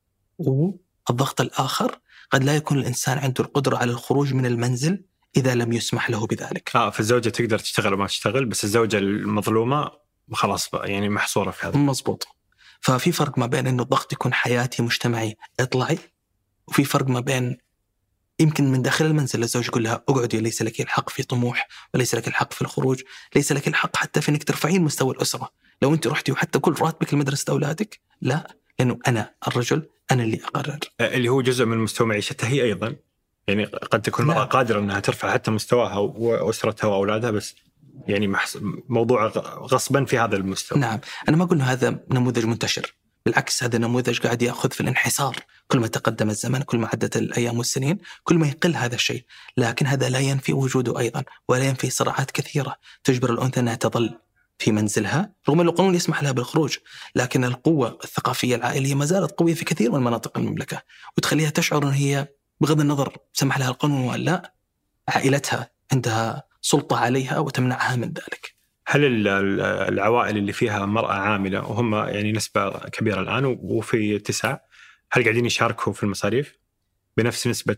والضغط الآخر قد لا يكون الإنسان عنده القدرة على الخروج من المنزل إذا لم يسمح له بذلك. آه فالزوجة تقدر تشتغل وما تشتغل، بس الزوجة المظلومة خلاص بقى يعني محصورة في هذا. مظبوط. ففي فرق ما بين إنه الضغط يكون حياتي مجتمعي اطلعي، وفي فرق ما بين يمكن من داخل المنزل الزوج يقول لها اقعدي، ليس لك الحق في طموح، وليس لك الحق في الخروج، ليس لك الحق حتى في إنك ترفعين مستوى الأسرة. لو أنت رحتي وحتى كل راتبك لمدرسة أولادك، لا، لأنه أنا الرجل أنا اللي أقرر. اللي هو جزء من مستوى معيشتها هي أيضا، يعني قد تكون المرأة قادرة أنها ترفع حتى مستواها وأسرتها وأولادها، بس يعني محس... موضوع غصبا في هذا المستوى. نعم، أنا ما أقول إنه هذا نموذج منتشر، بالعكس هذا نموذج قاعد يأخذ في الانحسار. كل ما تقدم الزمن، كل ما عدت الأيام والسنين، كل ما يقل هذا الشيء. لكن هذا لا ينفي وجوده أيضا، ولا ينفي صراعات كثيرة تجبر الأنثى أنها تظل في منزلها رغم أن القانون يسمح لها بالخروج، لكن القوة الثقافية العائلية ما زالت قوية في كثير من مناطق المملكة، وتخليها تشعر أن هي بغض النظر سمح لها القانون ولا، عائلتها عندها سلطة عليها وتمنعها من ذلك. هل العوائل اللي فيها مرأة عاملة وهم يعني نسبة كبيرة الآن وفي تسعة، هل قاعدين يشاركوا في المصاريف بنفس نسبة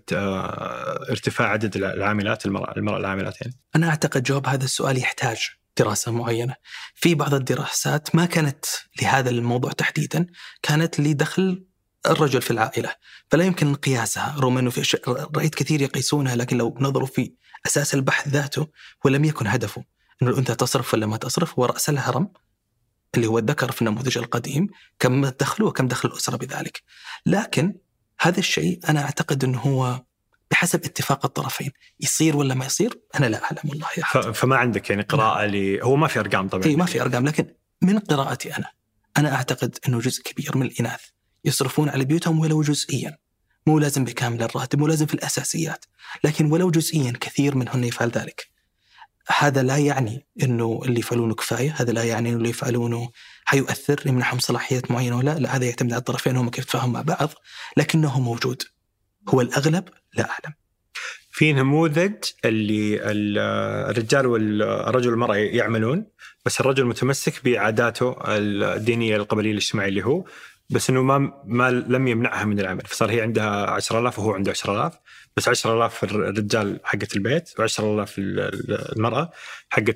ارتفاع عدد العاملات المرأة المرأة العاملات؟ يعني أنا أعتقد جواب هذا السؤال يحتاج دراسة معينة. في بعض الدراسات ما كانت لهذا الموضوع تحديدا، كانت لدخل الرجل في العائلة، فلا يمكن قياسها، رغم أنه في رأيت كثير يقيسونها، لكن لو نظروا في أساس البحث ذاته ولم يكن هدفه أن الأنثى تصرف ولا ما تصرف، هو رأس الهرم اللي هو الذكر في النموذج القديم، كم دخله وكم دخل الأسرة بذلك. لكن هذا الشيء أنا أعتقد أنه هو بحسب اتفاق الطرفين، يصير ولا ما يصير أنا لا أعلم والله. فما عندك يعني قراءة لي، هو ما في أرقام طبعا. إيه ما في أرقام، لكن من قراءتي أنا أنا أعتقد أنه جزء كبير من الإناث يصرفون على بيوتهم ولو جزئيا، مو لازم بكامل الراتب، مو لازم في الأساسيات، لكن ولو جزئيا كثير منهن يفعل ذلك. هذا لا يعني أنه اللي يفعلونه كفاية، هذا لا يعني أنه اللي يفعلونه حيؤثر يمنحهم صلاحيات معينة ولا لا، هذا يعتمد على الطرفين هم كيف تفاهم مع بعض، لكنه موجود. هو الأغلب لا أعلم. في نموذج اللي الرجال والرجل والمرأة يعملون، بس الرجل متمسك بعاداته الدينية القبلية الاجتماعية اللي هو، بس إنه ما ما لم يمنعها من العمل، فصار هي عندها عشرة آلاف وهو عنده عشرة آلاف، بس عشرة آلاف الرجال حقة البيت وعشرة آلاف المرأة حقة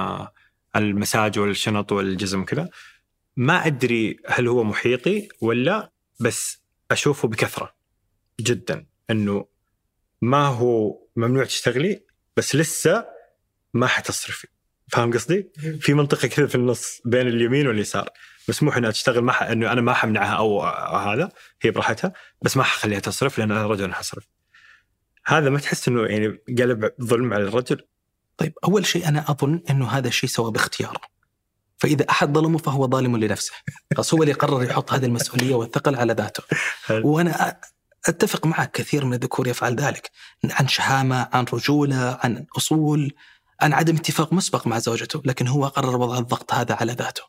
المساج والشنط والجزم كذا. ما أدري هل هو محيطي ولا، بس أشوفه بكثرة جدا إنه ما هو ممنوع تشتغلي بس لسه ما حتصرفي. فاهم قصدي؟ في منطقة كذا في النص بين اليمين واليسار، مسموح انها تشتغل، ما ح... انه انا ما حمنعها او هذا، هي براحتها، بس ما حخليها تصرف لان انا رجل حصرف. هذا ما تحس انه يعني قلب ظلم على الرجل؟ طيب اول شيء انا اظن انه هذا الشيء سوى باختياره، فإذا أحد ظلمه فهو ظالم لنفسه، بس هو اللي قرر يحط هذه المسؤولية والثقل على ذاته. وأنا أتفق معك، كثير من الذكور يفعل ذلك، عن شهامة، عن رجولة، عن أصول، عن عدم اتفاق مسبق مع زوجته، لكن هو قرر وضع الضغط هذا على ذاته،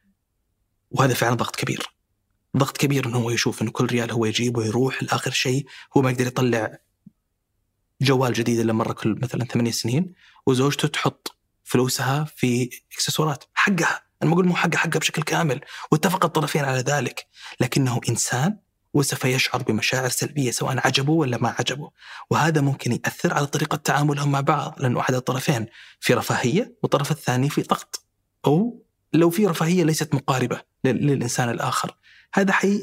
وهذا فعلا ضغط كبير. ضغط كبير أنه هو يشوف أنه كل ريال هو يجيبه ويروح الآخر شيء هو ما يقدر يطلع جوال جديد إلا مرة كل مثلا ثمانية سنين، وزوجته تحط فلوسها في إكسسوارات حقها. أنا ما أقول مو حقها، حقها بشكل كامل، واتفق الطرفين على ذلك، لكنه إنسان وسوف يشعر بمشاعر سلبية سواء عجبه ولا ما عجبه، وهذا ممكن يأثر على طريقة تعاملهم مع بعض، لأنه أحد الطرفين في رفاهية والطرف الثاني في ضغط، أو لو في رفاهية ليست مقاربة للإنسان الآخر، هذا حي...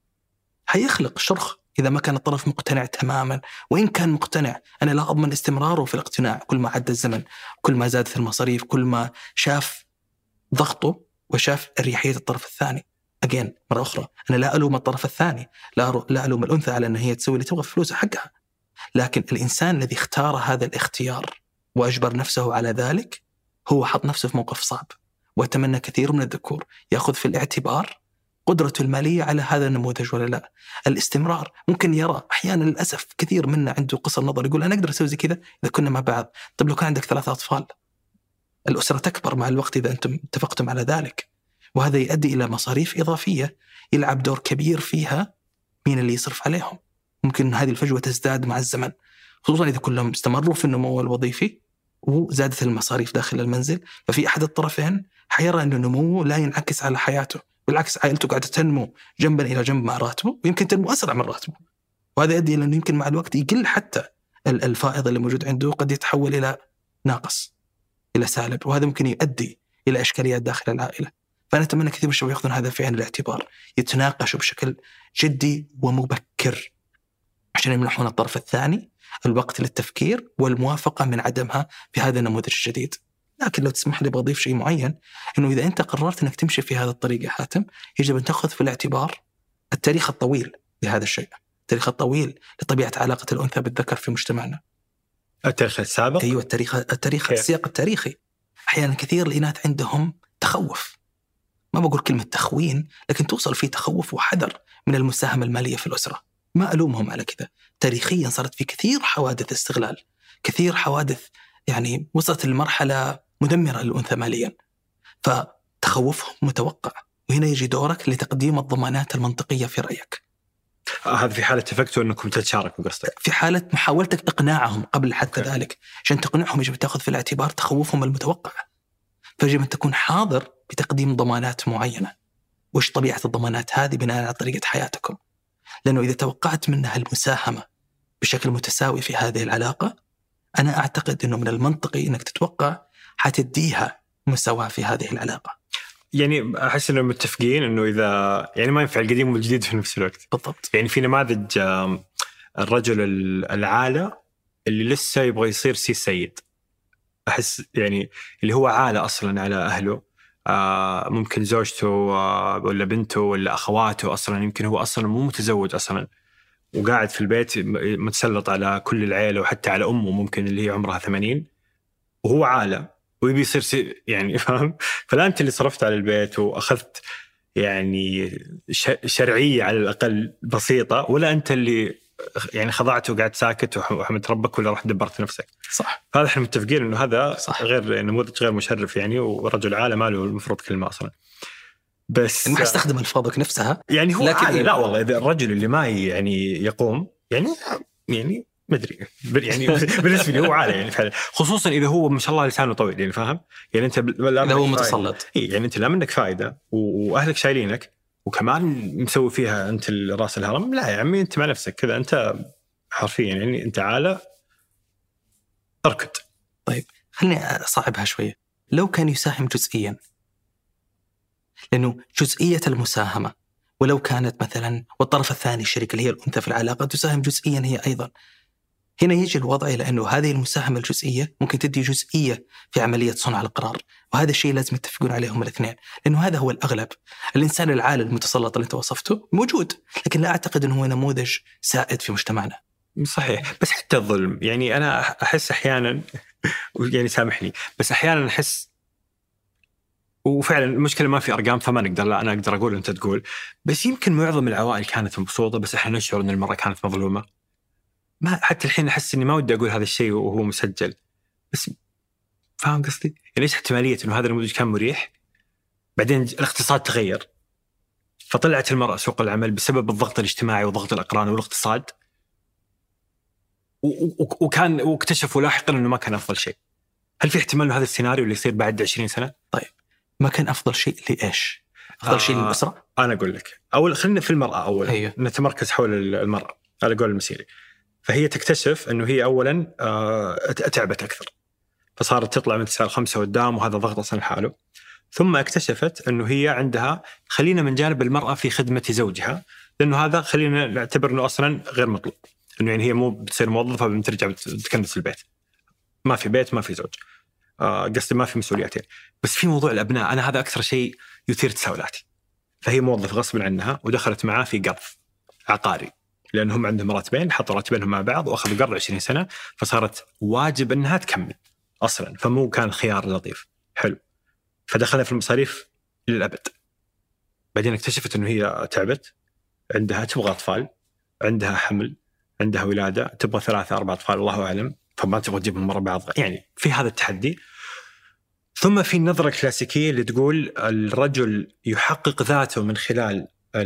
حيخلق شرخ إذا ما كان الطرف مقتنع تماما. وإن كان مقتنع، أنا لا أضمن استمراره في الاقتناع. كل ما عدى الزمن، كل ما زادت المصاريف، كل ما شاف ضغطه وشاف ريحية الطرف الثاني. أجين مرة أخرى، أنا لا ألوم الطرف الثاني، لا لا ألوم الأنثى على أن هي تسوي اللي تبغى فلوسها حقها، لكن الإنسان الذي اختار هذا الاختيار وأجبر نفسه على ذلك هو حط نفسه في موقف صعب. وأتمنى كثير من الذكور يأخذ في الاعتبار قدرته المالية على هذا النموذج ولا لا. الاستمرار ممكن يرى أحيانا، للأسف كثير منا عنده قصر نظر، يقول أنا أقدر أسوي زي كذا إذا كنا مع بعض. طب لو كان عندك ثلاثة أطفال، الأسرة تكبر مع الوقت إذا أنتم اتفقتم على ذلك، وهذا يؤدي إلى مصاريف إضافية يلعب دور كبير فيها مين اللي يصرف عليهم. ممكن هذه الفجوة تزداد مع الزمن، خصوصا إذا كلهم استمروا في النمو الوظيفي وزادت المصاريف داخل المنزل، ففي أحد الطرفين حيرى أن النمو لا ينعكس على حياته، بالعكس عائلته قاعدة تنمو جنبا إلى جنب مع راتبه، ويمكن تنمو أسرع من راتبه، وهذا يؤدي إلى أنه يمكن مع الوقت يقل حتى الفائض اللي موجود عنده، قد يتحول إلى ناقص، إلى سالب، وهذا ممكن يؤدي إلى إشكاليات داخل العائلة. فأنا أتمنى كثير من الشباب يأخذون هذا في عين الاعتبار، يتناقشوا بشكل جدي ومبكر عشان يمنحون الطرف الثاني الوقت للتفكير والموافقة من عدمها في هذا النموذج الجديد. لكن لو تسمح لي بضيف شيء معين، إنه إذا أنت قررت أنك تمشي في هذا الطريق يا حاتم، يجب أن تأخذ في الاعتبار التاريخ الطويل لهذا الشيء، التاريخ الطويل لطبيعة علاقة الأنثى بالذكر في مجتمعنا. التاريخ السابق؟ أيوة، التاريخ التاريخ السياق التاريخي. أحيانا كثير الإناث عندهم تخوف، ما بقول كلمة تخوين، لكن توصل فيه تخوف وحذر من المساهمة المالية في الأسرة. ما ألومهم على كذا، تاريخيا صارت في كثير حوادث استغلال، كثير حوادث يعني وصلت لمرحلة مدمرة للأنثى ماليا، فتخوفهم متوقع. وهنا يجي دورك لتقديم الضمانات المنطقية في رأيك. هذا في حالة اتفقتوا أنكم تتشاركوا قصدك؟ في حالة محاولتك إقناعهم قبل حتى ذلك. عشان تقنعهم يجب تأخذ في الاعتبار تخوفهم المتوقع، فيجب أن تكون حاضر بتقديم ضمانات معينة. وش طبيعة الضمانات هذه بناء على طريقة حياتكم؟ لأنه إذا توقعت منها المساهمة بشكل متساوي في هذه العلاقة، أنا أعتقد أنه من المنطقي أنك تتوقع حتديها مساواة في هذه العلاقة. يعني أحس أنه متفقين أنه إذا يعني ما ينفع القديم والجديد في نفس الوقت. بالضبط. يعني في نماذج الرجل العالة اللي لسه يبغى يصير سي سيد، أحس يعني اللي هو عالة أصلا على أهله، ممكن زوجته ولا بنته ولا أخواته أصلا، يمكن هو أصلا مو متزوج أصلا وقاعد في البيت متسلط على كل العائلة وحتى على أمه ممكن اللي هي عمرها ثمانين، وهو عالة ويبي يصير سي يعني فاهم. فلا أنت اللي صرفت على البيت وأخذت يعني شرعية على الأقل بسيطة، ولا أنت اللي يعني خضعت وقعدت ساكت وحمدت ربك ولا رحت دبرت نفسك. صح. هذا احنا متفقين إنه هذا صح. غير نموذج غير مشرف يعني، ورجل عالة ما له المفروض كلمة أصلا. بس ما استخدم الفاظك نفسها يعني هو لكن لا والله إذا الرجل اللي ما يعني يقوم يعني يعني ما أدري يعني بالنسبة لي هو عالي يعني فعلا، خصوصا إذا هو ما شاء الله لسانه طويل يعني فاهم. يعني أنت إذا هو متسلط يعني أنت لا منك فائدة وأهلك شايلينك وكمان مسوي فيها أنت راس الهرم، لا يا عمي أنت مع نفسك كذا، أنت حرفيا يعني أنت عالة أركض. طيب خلني أصعبها شوية. لو كان يساهم جزئيا، لأنه جزئية المساهمة ولو كانت مثلا والطرف الثاني الشريك اللي هي الأنثى في العلاقة تساهم جزئيا هي أيضا، هنا يجي الوضع إلى أنه هذه المساهمة الجزئية ممكن تدي جزئية في عملية صنع القرار، وهذا الشيء لازم يتفقون عليهم الاثنين، لأنه هذا هو الأغلب. الإنسان العالي المتسلط اللي أنت وصفته موجود، لكن لا أعتقد أنه هو نموذج سائد في مجتمعنا. صحيح. بس حتى الظلم يعني أنا أحس أحيانا يعني سامحني بس أحيانا أحس وفعلا المشكلة ما في أرقام فما نقدر، لا أنا أقدر أقول أنت تقول، بس يمكن معظم العوائل كانت مبسوطة بس إحنا نشعر أن المرأة كانت مظلومة. ما حتى الحين أحس إني ما ودي أقول هذا الشيء وهو مسجل، بس فاهم قصدي؟ يعني إيش احتمالية إنه هذا النموذج كان مريح بعدين الاقتصاد تغير فطلعت المرأة سوق العمل بسبب الضغط الاجتماعي وضغط الأقران والاقتصاد، وكان واكتشفوا لاحقا أنه ما كان أفضل شيء. هل في احتمال أن هذا السيناريو اللي يصير بعد عشرين سنة؟ طيب ما كان أفضل شيء لإيش؟ أفضل آه شيء للأسرة؟ أنا أقول لك أول خلينا في المرأة أول أيوه. نتمركز حول المرأة على قول المسيري. فهي تكتشف أنه هي أولا آه تعبت أكثر فصارت تطلع من تسعة خمسة قدام وهذا ضغط أصلا لحاله. ثم اكتشفت أنه هي عندها خلينا من جانب المرأة في خدمة زوجها، لأنه هذا خلينا نعتبر أنه أصلا غير مطلوب، أنه يعني هي مو بتصير موظفة بترجع تكنس البيت، ما في بيت ما في زوج، آه قصدي ما في مسؤولياتين. بس في موضوع الأبناء أنا هذا أكثر شيء يثير تساؤلاتي. فهي موظفة غصب عنها ودخلت معاه في قرض عقاري لأنهم عندهم راتبين، حطوا راتبينهم مع بعض وأخذوا قرض عشرين سنة، فصارت واجب أنها تكمل أصلا، فمو كان خيار لطيف حلو. فدخلنا في المصاريف للأبد. بعدين اكتشفت أنه هي تعبت، عندها تبغى أطفال، عندها حمل، عندها ولادة، تبغى ثلاثة أربعة أطفال والله أعلم، فما تبغى تجيبهم مرة بعض، يعني في هذا التحدي. ثم في النظرة الكلاسيكية اللي تقول الرجل يحقق ذاته من خلال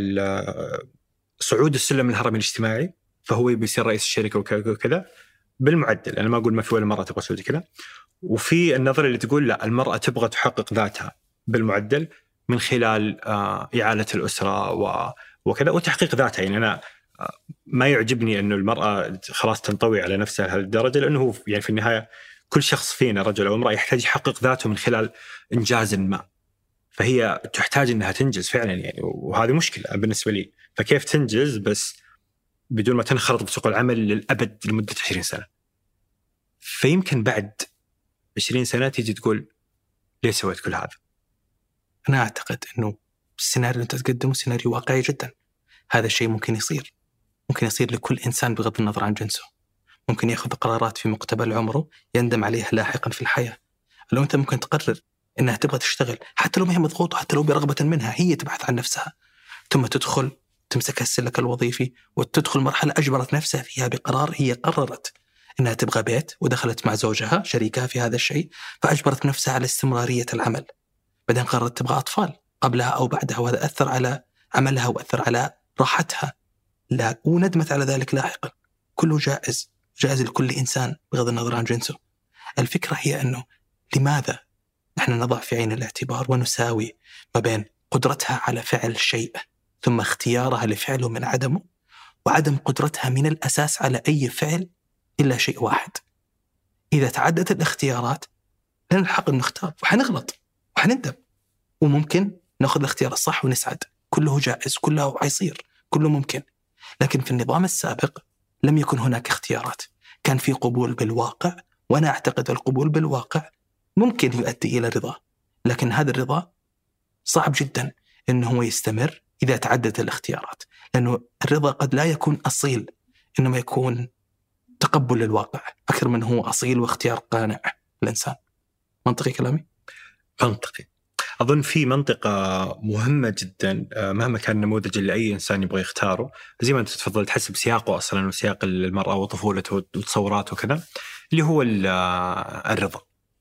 صعود السلم الهرمي الاجتماعي، فهو يبي يصير رئيس الشركة وكذا بالمعدل. أنا ما أقول ما في ولا مرة تبغى تسوي كذا. وفي النظرة اللي تقول لا، المرأة تبغى تحقق ذاتها بالمعدل من خلال إعالة الأسرة وكذا وتحقيق ذاتها. يعني أنا ما يعجبني أنه المرأة خلاص تنطوي على نفسها لهذه الدرجة، لأنه هو يعني في النهاية كل شخص فينا رجل أو امرأة يحتاج يحقق ذاته من خلال إنجاز ما، فهي تحتاج أنها تنجز فعلا يعني، وهذه مشكلة بالنسبة لي. فكيف تنجز بس بدون ما تنخرط بسوق العمل للأبد لمدة عشرين سنة؟ فيمكن بعد عشرين سنة تيجي تقول ليش سويت كل هذا؟ أنا أعتقد أنه السيناريو اللي أنت تقدمه سيناريو واقعي جدا. هذا الشيء ممكن يصير، ممكن يصير لكل إنسان بغض النظر عن جنسه. ممكن يأخذ قرارات في مقتبل عمره يندم عليها لاحقا في الحياة. لو أنت ممكن تقرر أنها تبغى تشتغل حتى لو ما هي مضغوطة، حتى لو برغبة منها، هي تبحث عن نفسها، ثم تدخل تمسك السلك الوظيفي وتدخل مرحلة أجبرت نفسها فيها بقرار. هي قررت أنها تبغى بيت ودخلت مع زوجها شريكها في هذا الشيء، فأجبرت نفسها على استمرارية العمل. بعدين قررت تبغى أطفال قبلها أو بعدها، وهذا أثر على عملها وأثر على راحتها، لا وندمت على ذلك لاحقا. كله جائز، جائز لكل إنسان بغض النظر عن جنسه. الفكرة هي أنه لماذا نحن نضع في عين الاعتبار ونساوي ما بين قدرتها على فعل شيء ثم اختيارها لفعله من عدمه، وعدم قدرتها من الأساس على أي فعل إلا شيء واحد. إذا تعدت الاختيارات لن نلحق نختار وحنغلط وحنندم، وممكن نأخذ الاختيار الصح ونسعد. كله جائز، كله حيصير، كله ممكن. لكن في النظام السابق لم يكن هناك اختيارات، كان في قبول بالواقع، وأنا أعتقد القبول بالواقع ممكن يؤدي إلى رضا، لكن هذا الرضا صعب جدا إنه هو يستمر إذا تعددت الاختيارات، لأنه الرضا قد لا يكون أصيل، إنما يكون تقبل للواقع أكثر من هو أصيل واختيار قانع الإنسان. منطقي كلامي؟ منطقي. أظن في منطقة مهمة جدا مهما كان النموذج اللي أي إنسان يبغى يختاره، زي ما أنت تفضل تحسب سياقه أصلا وسياق المرأة وطفولته وتصوراته وكذا، اللي هو الرضا.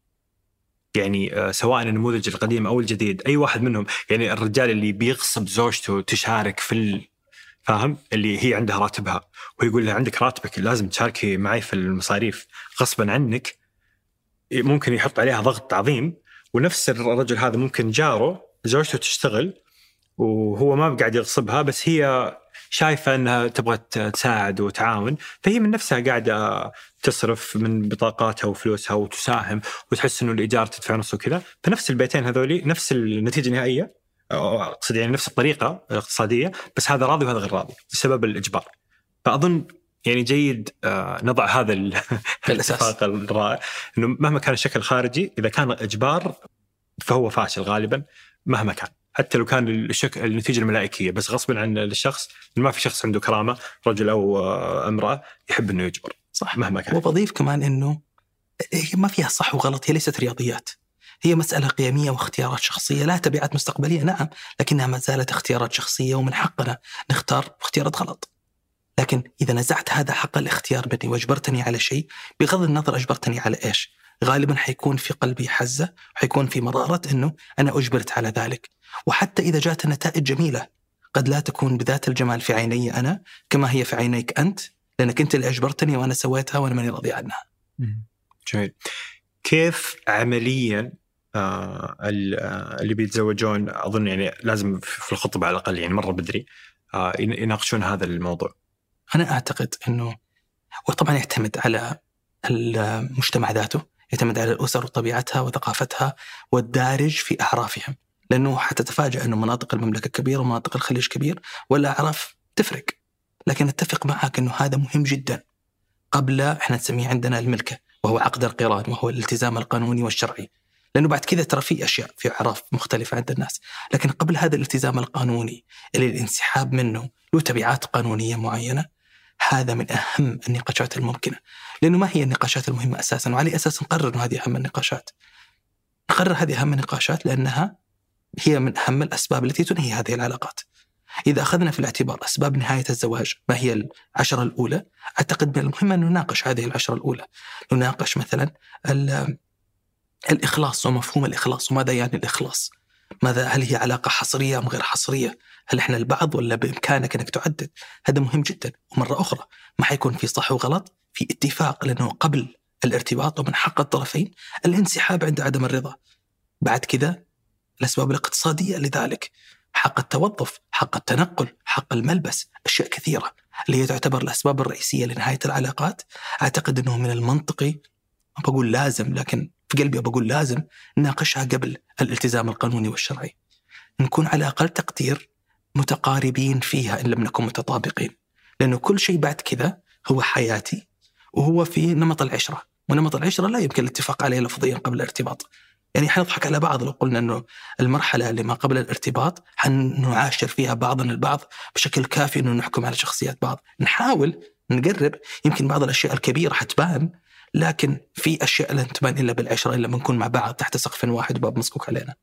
يعني سواء النموذج القديم أو الجديد، أي واحد منهم، يعني الرجال اللي بيغصب زوجته تشارك في ال... فاهم، اللي هي عندها راتبها ويقول لها عندك راتبك لازم تشاركي معي في المصاريف غصبا عنك، ممكن يحط عليها ضغط عظيم. ونفس الرجل هذا ممكن جاره زوجته تشتغل وهو ما قاعد يغصبها، بس هي شايفة أنها تبغى تساعد وتعاون، فهي من نفسها قاعدة تصرف من بطاقاتها وفلوسها وتساهم وتحس أنه الإيجار تدفع نصه كذا. فنفس البيتين هذولي نفس النتيجة النهائية، أقصد يعني نفس الطريقة الاقتصادية، بس هذا راضي وهذا غير راضي بسبب الإجبار. فأظن يعني جيد نضع هذا الاتفاق الرائع، أنه مهما كان الشكل الخارجي إذا كان إجبار فهو فاشل غالبا مهما كان، حتى لو كان الشكل النتيجة الملائكية، بس غصبا عن الشخص، ما في شخص عنده كرامة رجل أو امرأة يحب أنه يجبر، صح، مهما كان. وبضيف كمان أنه هي ما فيها صح وغلط، هي ليست رياضيات، هي مسألة قيمية واختيارات شخصية، لا تبعات مستقبلية نعم، لكنها ما زالت اختيارات شخصية، ومن حقنا نختار اختيارات غلط. لكن إذا نزعت هذا حق الاختيار مني واجبرتني على شيء، بغض النظر أجبرتني على إيش، غالبا حيكون في قلبي حزة، وحيكون في مرارة أنه أنا أجبرت على ذلك. وحتى إذا جاءت النتائج جميلة قد لا تكون بذات الجمال في عيني أنا كما هي في عينيك أنت، لأنك أنت اللي أجبرتني وأنا سويتها وأنا ماني راضي عنها. جميل. كيف عمليا آه اللي بيتزوجون، أظن يعني لازم في الخطبة على الأقل يعني مرة بدري آه يناقشون هذا الموضوع؟ أنا أعتقد أنه، وطبعا يعتمد على المجتمع ذاته، يعتمد على الأسر وطبيعتها وثقافتها والدارج في أعرافهم، لأنه حتتفاجأ أنه مناطق المملكة كبيرة ومناطق الخليج كبير والأعراف تفرق. لكن أتفق معك أنه هذا مهم جدا. قبل إحنا نسميه عندنا الملكة، وهو عقد القران، وهو الالتزام القانوني والشرعي، لأنه بعد كذا ترى في أشياء في أعراف مختلفة عند الناس. لكن قبل هذا الالتزام القانوني اللي الانسحاب منه له تبعات قانونية معينة، هذا من أهم النقاشات الممكنة. لأنه ما هي النقاشات المهمة أساساً، وعلى أساس نقرر أن هذه أهم النقاشات؟ نقرر هذه أهم النقاشات لأنها هي من أهم الأسباب التي تنهي هذه العلاقات. إذا أخذنا في الاعتبار أسباب نهاية الزواج ما هي العشرة الأولى، أعتقد من المهم أن نناقش هذه العشرة الأولى. نناقش مثلا الإخلاص ومفهوم الإخلاص، وماذا يعني الإخلاص؟ ماذا، هل هي علاقة حصرية أم غير حصرية؟ هل إحنا البعض ولا بإمكانك أنك تعدد؟ هذا مهم جدا. ومرة أخرى ما حيكون في صح وغلط، في اتفاق، لأنه قبل الارتباط ومن حق الطرفين الانسحاب عند عدم الرضا. بعد كذا الأسباب الاقتصادية لذلك، حق التوظف، حق التنقل، حق الملبس، أشياء كثيرة اللي هي تعتبر الأسباب الرئيسية لنهاية العلاقات. أعتقد أنه من المنطقي، بقول لازم، لكن في قلبي بقول لازم نناقشها قبل الالتزام القانوني والشرعي، نكون على أقل تقدير متقاربين فيها إن لم نكن متطابقين. لأنه كل شيء بعد كذا هو حياتي، وهو في نمط العشرة، ونمط العشرة لا يمكن الاتفاق عليه لفظيا قبل الارتباط. يعني حنضحك على بعض لو قلنا أنه المرحلة اللي ما قبل الارتباط حنعاشر فيها بعضنا البعض بشكل كافي أنه نحكم على شخصيات بعض. نحاول نقرب، يمكن بعض الأشياء الكبيرة حتبان، لكن في أشياء لن تبان إلا بالعشرة، إلا بنكون مع بعض تحت سقف واحد وباب مسكوك علينا.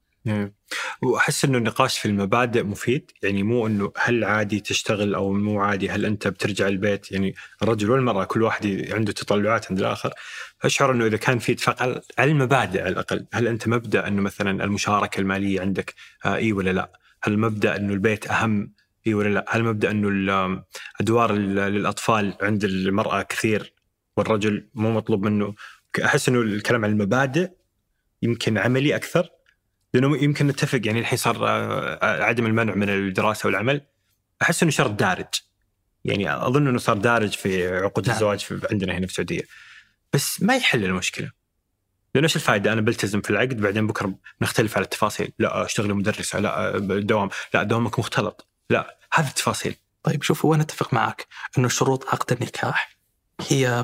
وأحس إنه النقاش في المبادئ مفيد، يعني مو إنه هل عادي تشتغل أو مو عادي، هل أنت بترجع البيت، يعني الرجل والمرأة كل واحد عنده تطلعات عند الآخر. أشعر إنه إذا كان في اتفاق على المبادئ على الأقل، هل أنت مبدأ إنه مثلا المشاركة المالية عندك آه إيه ولا لا؟ هل مبدأ إنه البيت أهم إيه ولا لا؟ هل مبدأ إنه الأدوار للأطفال عند المرأة كثير والرجل مو مطلوب منه؟ أحس إنه الكلام عن المبادئ يمكن عملي أكثر، لأنه يمكن نتفق. يعني الحين صار عدم المنع من الدراسة والعمل، أحس إنه شرط دارج، يعني أظن إنه صار دارج في عقود نعم. الزواج في عندنا هنا في السعودية، بس ما يحل المشكلة. لأنه إيش الفائدة أنا بلتزم في العقد بعدين بكرة نختلف على التفاصيل؟ لا أشتغل مدرسة، لا الدوام، لا دوامك مختلط، لا هذه التفاصيل. طيب شوف، وأنا أتفق معك إنه شروط عقد النكاح هي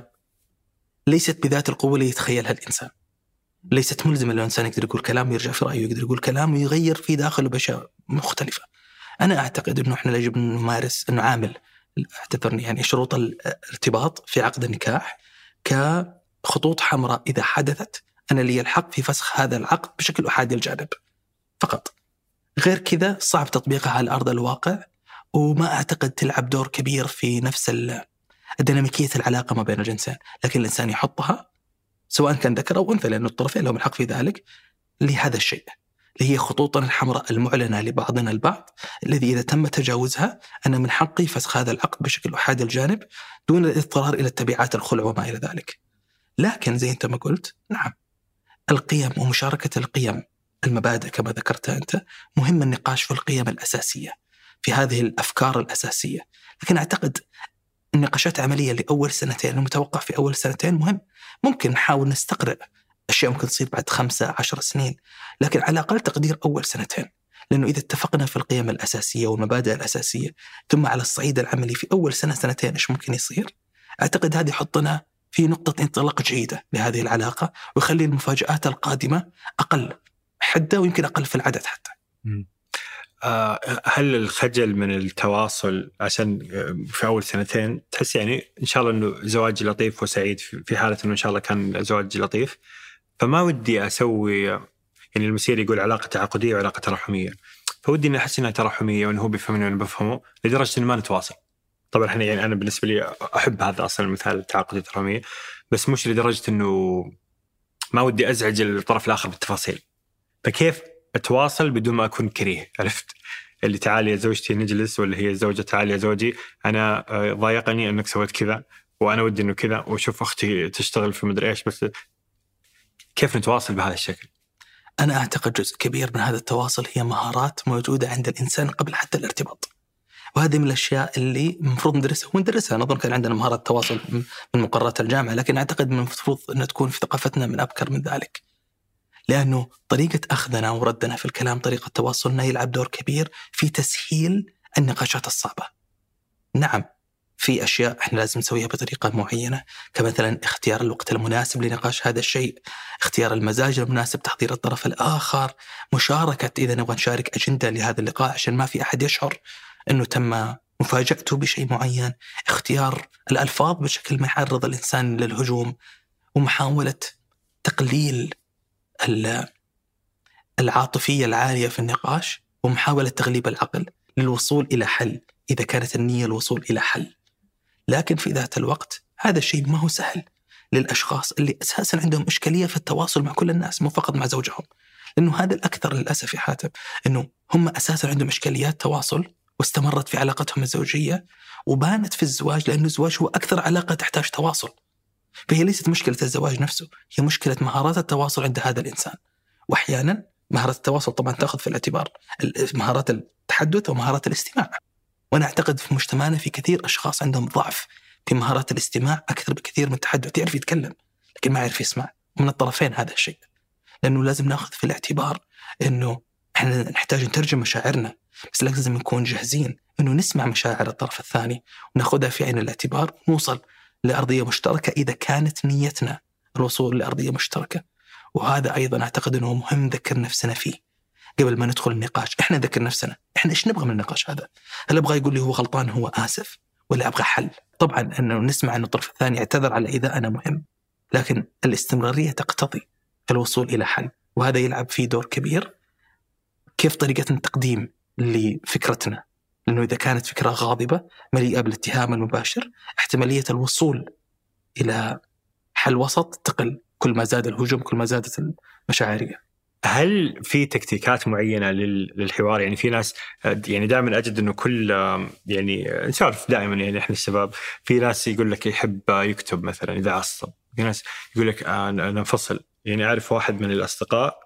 ليست بذات القوة اللي يتخيلها الإنسان، ليست ملزمة. الإنسان يقدر يقول كلام ويرجع في رأيه، يقدر يقول كلام ويغير في داخله بأشياء مختلفة. أنا أعتقد إنه إحنا يجب أن نمارس إنه عامل اعتذرني يعني شروط الارتباط في عقد النكاح كخطوط حمراء، إذا حدثت أنا لي الحق في فسخ هذا العقد بشكل أحادي الجانب فقط. غير كذا صعب تطبيقها على أرض الواقع، وما أعتقد تلعب دور كبير في نفس الديناميكية العلاقة ما بين الجنسين. لكن الإنسان يحطها سواء كان ذكر أو أنثى، لأن الطرفين لهم الحق في ذلك، لهذا الشيء اللي هي خطوطنا الحمراء المعلنة لبعضنا البعض، الذي إذا تم تجاوزها أنا من حقي فسخ هذا العقد بشكل أحادي الجانب دون الاضطرار إلى التبعات الخلع وما إلى ذلك. لكن زي أنت ما قلت، نعم القيم ومشاركة القيم، المبادئ كما ذكرت أنت، مهم النقاش في القيم الأساسية، في هذه الأفكار الأساسية. لكن أعتقد النقاشات عملية لأول سنتين، المتوقع في أول سنتين مهم. ممكن نحاول نستقرأ أشياء ممكن تصير بعد خمسة عشر سنين، لكن على أقل تقدير أول سنتين. لأنه إذا اتفقنا في القيم الأساسية والمبادئ الأساسية، ثم على الصعيد العملي في أول سنة سنتين إيش ممكن يصير، أعتقد هذه يحطنا في نقطة انطلاق جيدة لهذه العلاقة، ويخلي المفاجآت القادمة أقل حدة ويمكن أقل في العدد حتى. هل الخجل من التواصل عشان في أول سنتين تحس يعني إن شاء الله إنه زواج لطيف وسعيد، في حالة إنه إن شاء الله كان زواج لطيف، فما ودي أسوي يعني المسيري يقول علاقة تعاقدية وعلاقة تراحمية، فودي إني أحس إنها تراحمية وإنه هو بيفهمني وأنا بفهمه لدرجة إنه ما نتواصل. طبعا إحنا يعني أنا بالنسبة لي أحب هذا أصلا المثال التعاقدي التراحمية، بس مش لدرجة إنه ما ودي أزعج الطرف الآخر بالتفاصيل. فكيف أتواصل بدون ما أكون كريه؟ عرفت اللي تعالي يا زوجتي نجلس، ولا هي الزوجة تعالي يا زوجي أنا ضايقني أنك سويت كذا وأنا ودي إنه كذا، وشوف أختي تشتغل في مدري إيش. بس كيف نتواصل بهذا الشكل؟ أنا أعتقد جزء كبير من هذا التواصل هي مهارات موجودة عند الإنسان قبل حتى الارتباط، وهذه من الأشياء اللي المفروض ندرسها وندرسها. نظن كان عندنا مهارات تواصل من مقررات الجامعة، لكن أعتقد من المفروض أن تكون في ثقافتنا من أبكر من ذلك، لأنه طريقة أخذنا وردنا في الكلام، طريقة تواصلنا يلعب دور كبير في تسهيل النقاشات الصعبة. نعم في أشياء إحنا لازم نسويها بطريقة معينة، كمثلا اختيار الوقت المناسب لنقاش هذا الشيء، اختيار المزاج المناسب، تحضير الطرف الآخر، مشاركة إذا نبغى نشارك أجندة لهذا اللقاء عشان ما في أحد يشعر أنه تم مفاجأته بشيء معين، اختيار الألفاظ بشكل ما يعرض الإنسان للهجوم، ومحاولة تقليل العاطفية العالية في النقاش، ومحاولة تغليب العقل للوصول إلى حل إذا كانت النية الوصول إلى حل. لكن في ذات الوقت هذا الشيء ما هو سهل للأشخاص اللي أساساً عندهم إشكالية في التواصل مع كل الناس، مو فقط مع زوجهم، لأنه هذا الأكثر للأسف يا حاتم، أنه هم أساساً عندهم إشكاليات تواصل واستمرت في علاقتهم الزوجية وبانت في الزواج، لأنه الزواج هو أكثر علاقة تحتاج تواصل. فهي ليست مشكلة الزواج نفسه، هي مشكلة مهارات التواصل عند هذا الإنسان. وأحياناً مهارات التواصل طبعاً تأخذ في الاعتبار مهارات التحدث ومهارات الاستماع، وأنا أعتقد في مجتمعنا في كثير أشخاص عندهم ضعف في مهارات الاستماع أكثر بكثير من التحدث. يعرف يتكلم لكن ما يعرف يسمع، ومن الطرفين هذا الشيء، لأنه لازم نأخذ في الاعتبار أنه إحنا نحتاج نترجم مشاعرنا، بس لازم نكون جاهزين أنه نسمع مشاعر الطرف الثاني ونأخذها في عين الاعتبار، ونوصل لأرضية مشتركة إذا كانت نيتنا الوصول لأرضية مشتركة. وهذا أيضا أعتقد أنه مهم نذكر نفسنا فيه قبل ما ندخل النقاش. إحنا نذكر نفسنا إحنا إيش نبغى من النقاش هذا؟ هل أبغى يقول لي هو غلطان هو آسف، ولا أبغى حل؟ طبعا أنه نسمع أن الطرف الثاني يعتذر على إذا أنا مهم، لكن الاستمرارية تقتضي الوصول إلى حل، وهذا يلعب فيه دور كبير كيف طريقة التقديم لفكرتنا، لأنه إذا كانت فكرة غاضبة مليئة بالاتهام المباشر، احتمالية الوصول إلى حل وسط تقل، كل ما زاد الهجوم كل ما زادت المشاعرية. هل في تكتيكات معينة للحوار؟ يعني في ناس يعني دائما أجد أنه كل يعني نسولف دائما، يعني إحنا الشباب في ناس يقول لك يحب يكتب مثلا إذا عصب، في ناس يقول لك أنا انفصل. يعني أعرف واحد من الأصدقاء،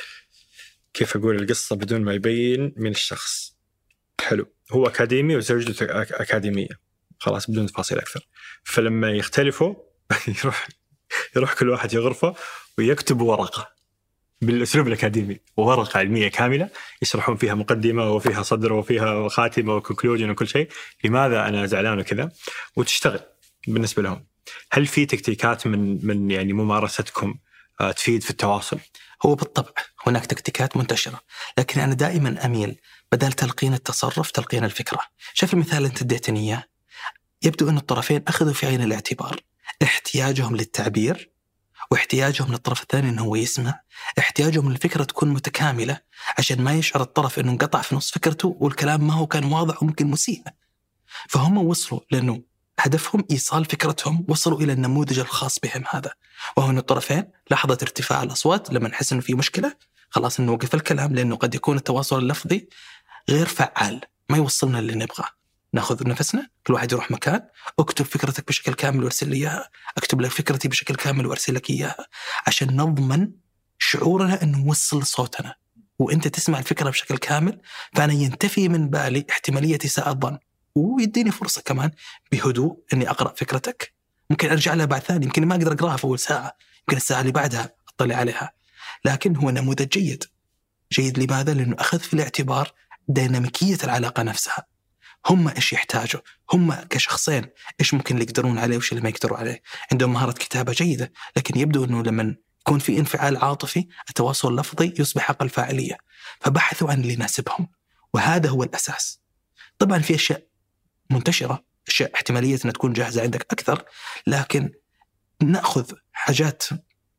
كيف أقول القصة بدون ما يبين من الشخص، حلو، هو أكاديمي وزوجته أكاديمية، خلاص بدون تفاصيل أكثر. فلما يختلفوا يروح يروح كل واحد في غرفة ويكتب ورقة بالأسلوب الأكاديمي، وورقة علمية كاملة يشرحون فيها مقدمة وفيها صدر وفيها خاتمة وكونكلوجن وكل شيء، لماذا أنا زعلان وكذا، وتشتغل بالنسبة لهم. هل في تكتيكات من من يعني ممارستكم تفيد في التواصل؟ هو بالطبع هناك تكتيكات منتشرة، لكن أنا دائما أميل بدل تلقين التصرف تلقين الفكرة. شوف المثال اللي أنت اديتني إياه، يبدو أن الطرفين أخذوا في عين الاعتبار احتياجهم للتعبير، واحتياجهم للطرف الثاني أنه هو يسمع، احتياجهم للفكرة تكون متكاملة عشان ما يشعر الطرف أنه انقطع في نص فكرته والكلام ما هو كان واضح وممكن مسيء. فهم وصلوا لأنه هدفهم إيصال فكرتهم، وصلوا إلى النموذج الخاص بهم هذا، وهو أن الطرفين لحظة ارتفاع الأصوات لما نحس أنه في مشكلة خلاص نوقف الكلام، لأنه قد يكون التواصل اللفظي غير فعال ما يوصلنا اللي نبغاه. ناخذ نفسنا، كل واحد يروح مكان، اكتب فكرتك بشكل كامل وارسل لي إياها، اكتب لك فكرتي بشكل كامل وارسل لك إياها، عشان نضمن شعورنا أنه نوصل صوتنا وإنت تسمع الفكرة بشكل كامل، فأنا ينتفي من بالي احتمالية إساءة الظن، ويديني فرصة كمان بهدوء أني أقرأ فكرتك. ممكن أرجع لها بعد ثاني، يمكن ما أقدر أقرأها في أول ساعة، يمكن الساعة اللي بعدها أطلع عليها، لكن هو نموذج جيد. جيد لماذا؟ لأنه أخذ في الاعتبار ديناميكية العلاقة نفسها، هم إيش يحتاجوا، هم كشخصين إيش ممكن اللي يقدرون عليه وإيش اللي ما يقدروا عليه. عندهم مهارة كتابة جيدة، لكن يبدو أنه لما يكون في انفعال عاطفي التواصل اللفظي يصبح أقل فاعلية، فبحثوا عن اللي يناسبهم، وهذا هو الأساس. طبعا في أشياء منتشرة، أشياء احتمالية أن تكون جاهزة عندك أكثر، لكن نأخذ حاجات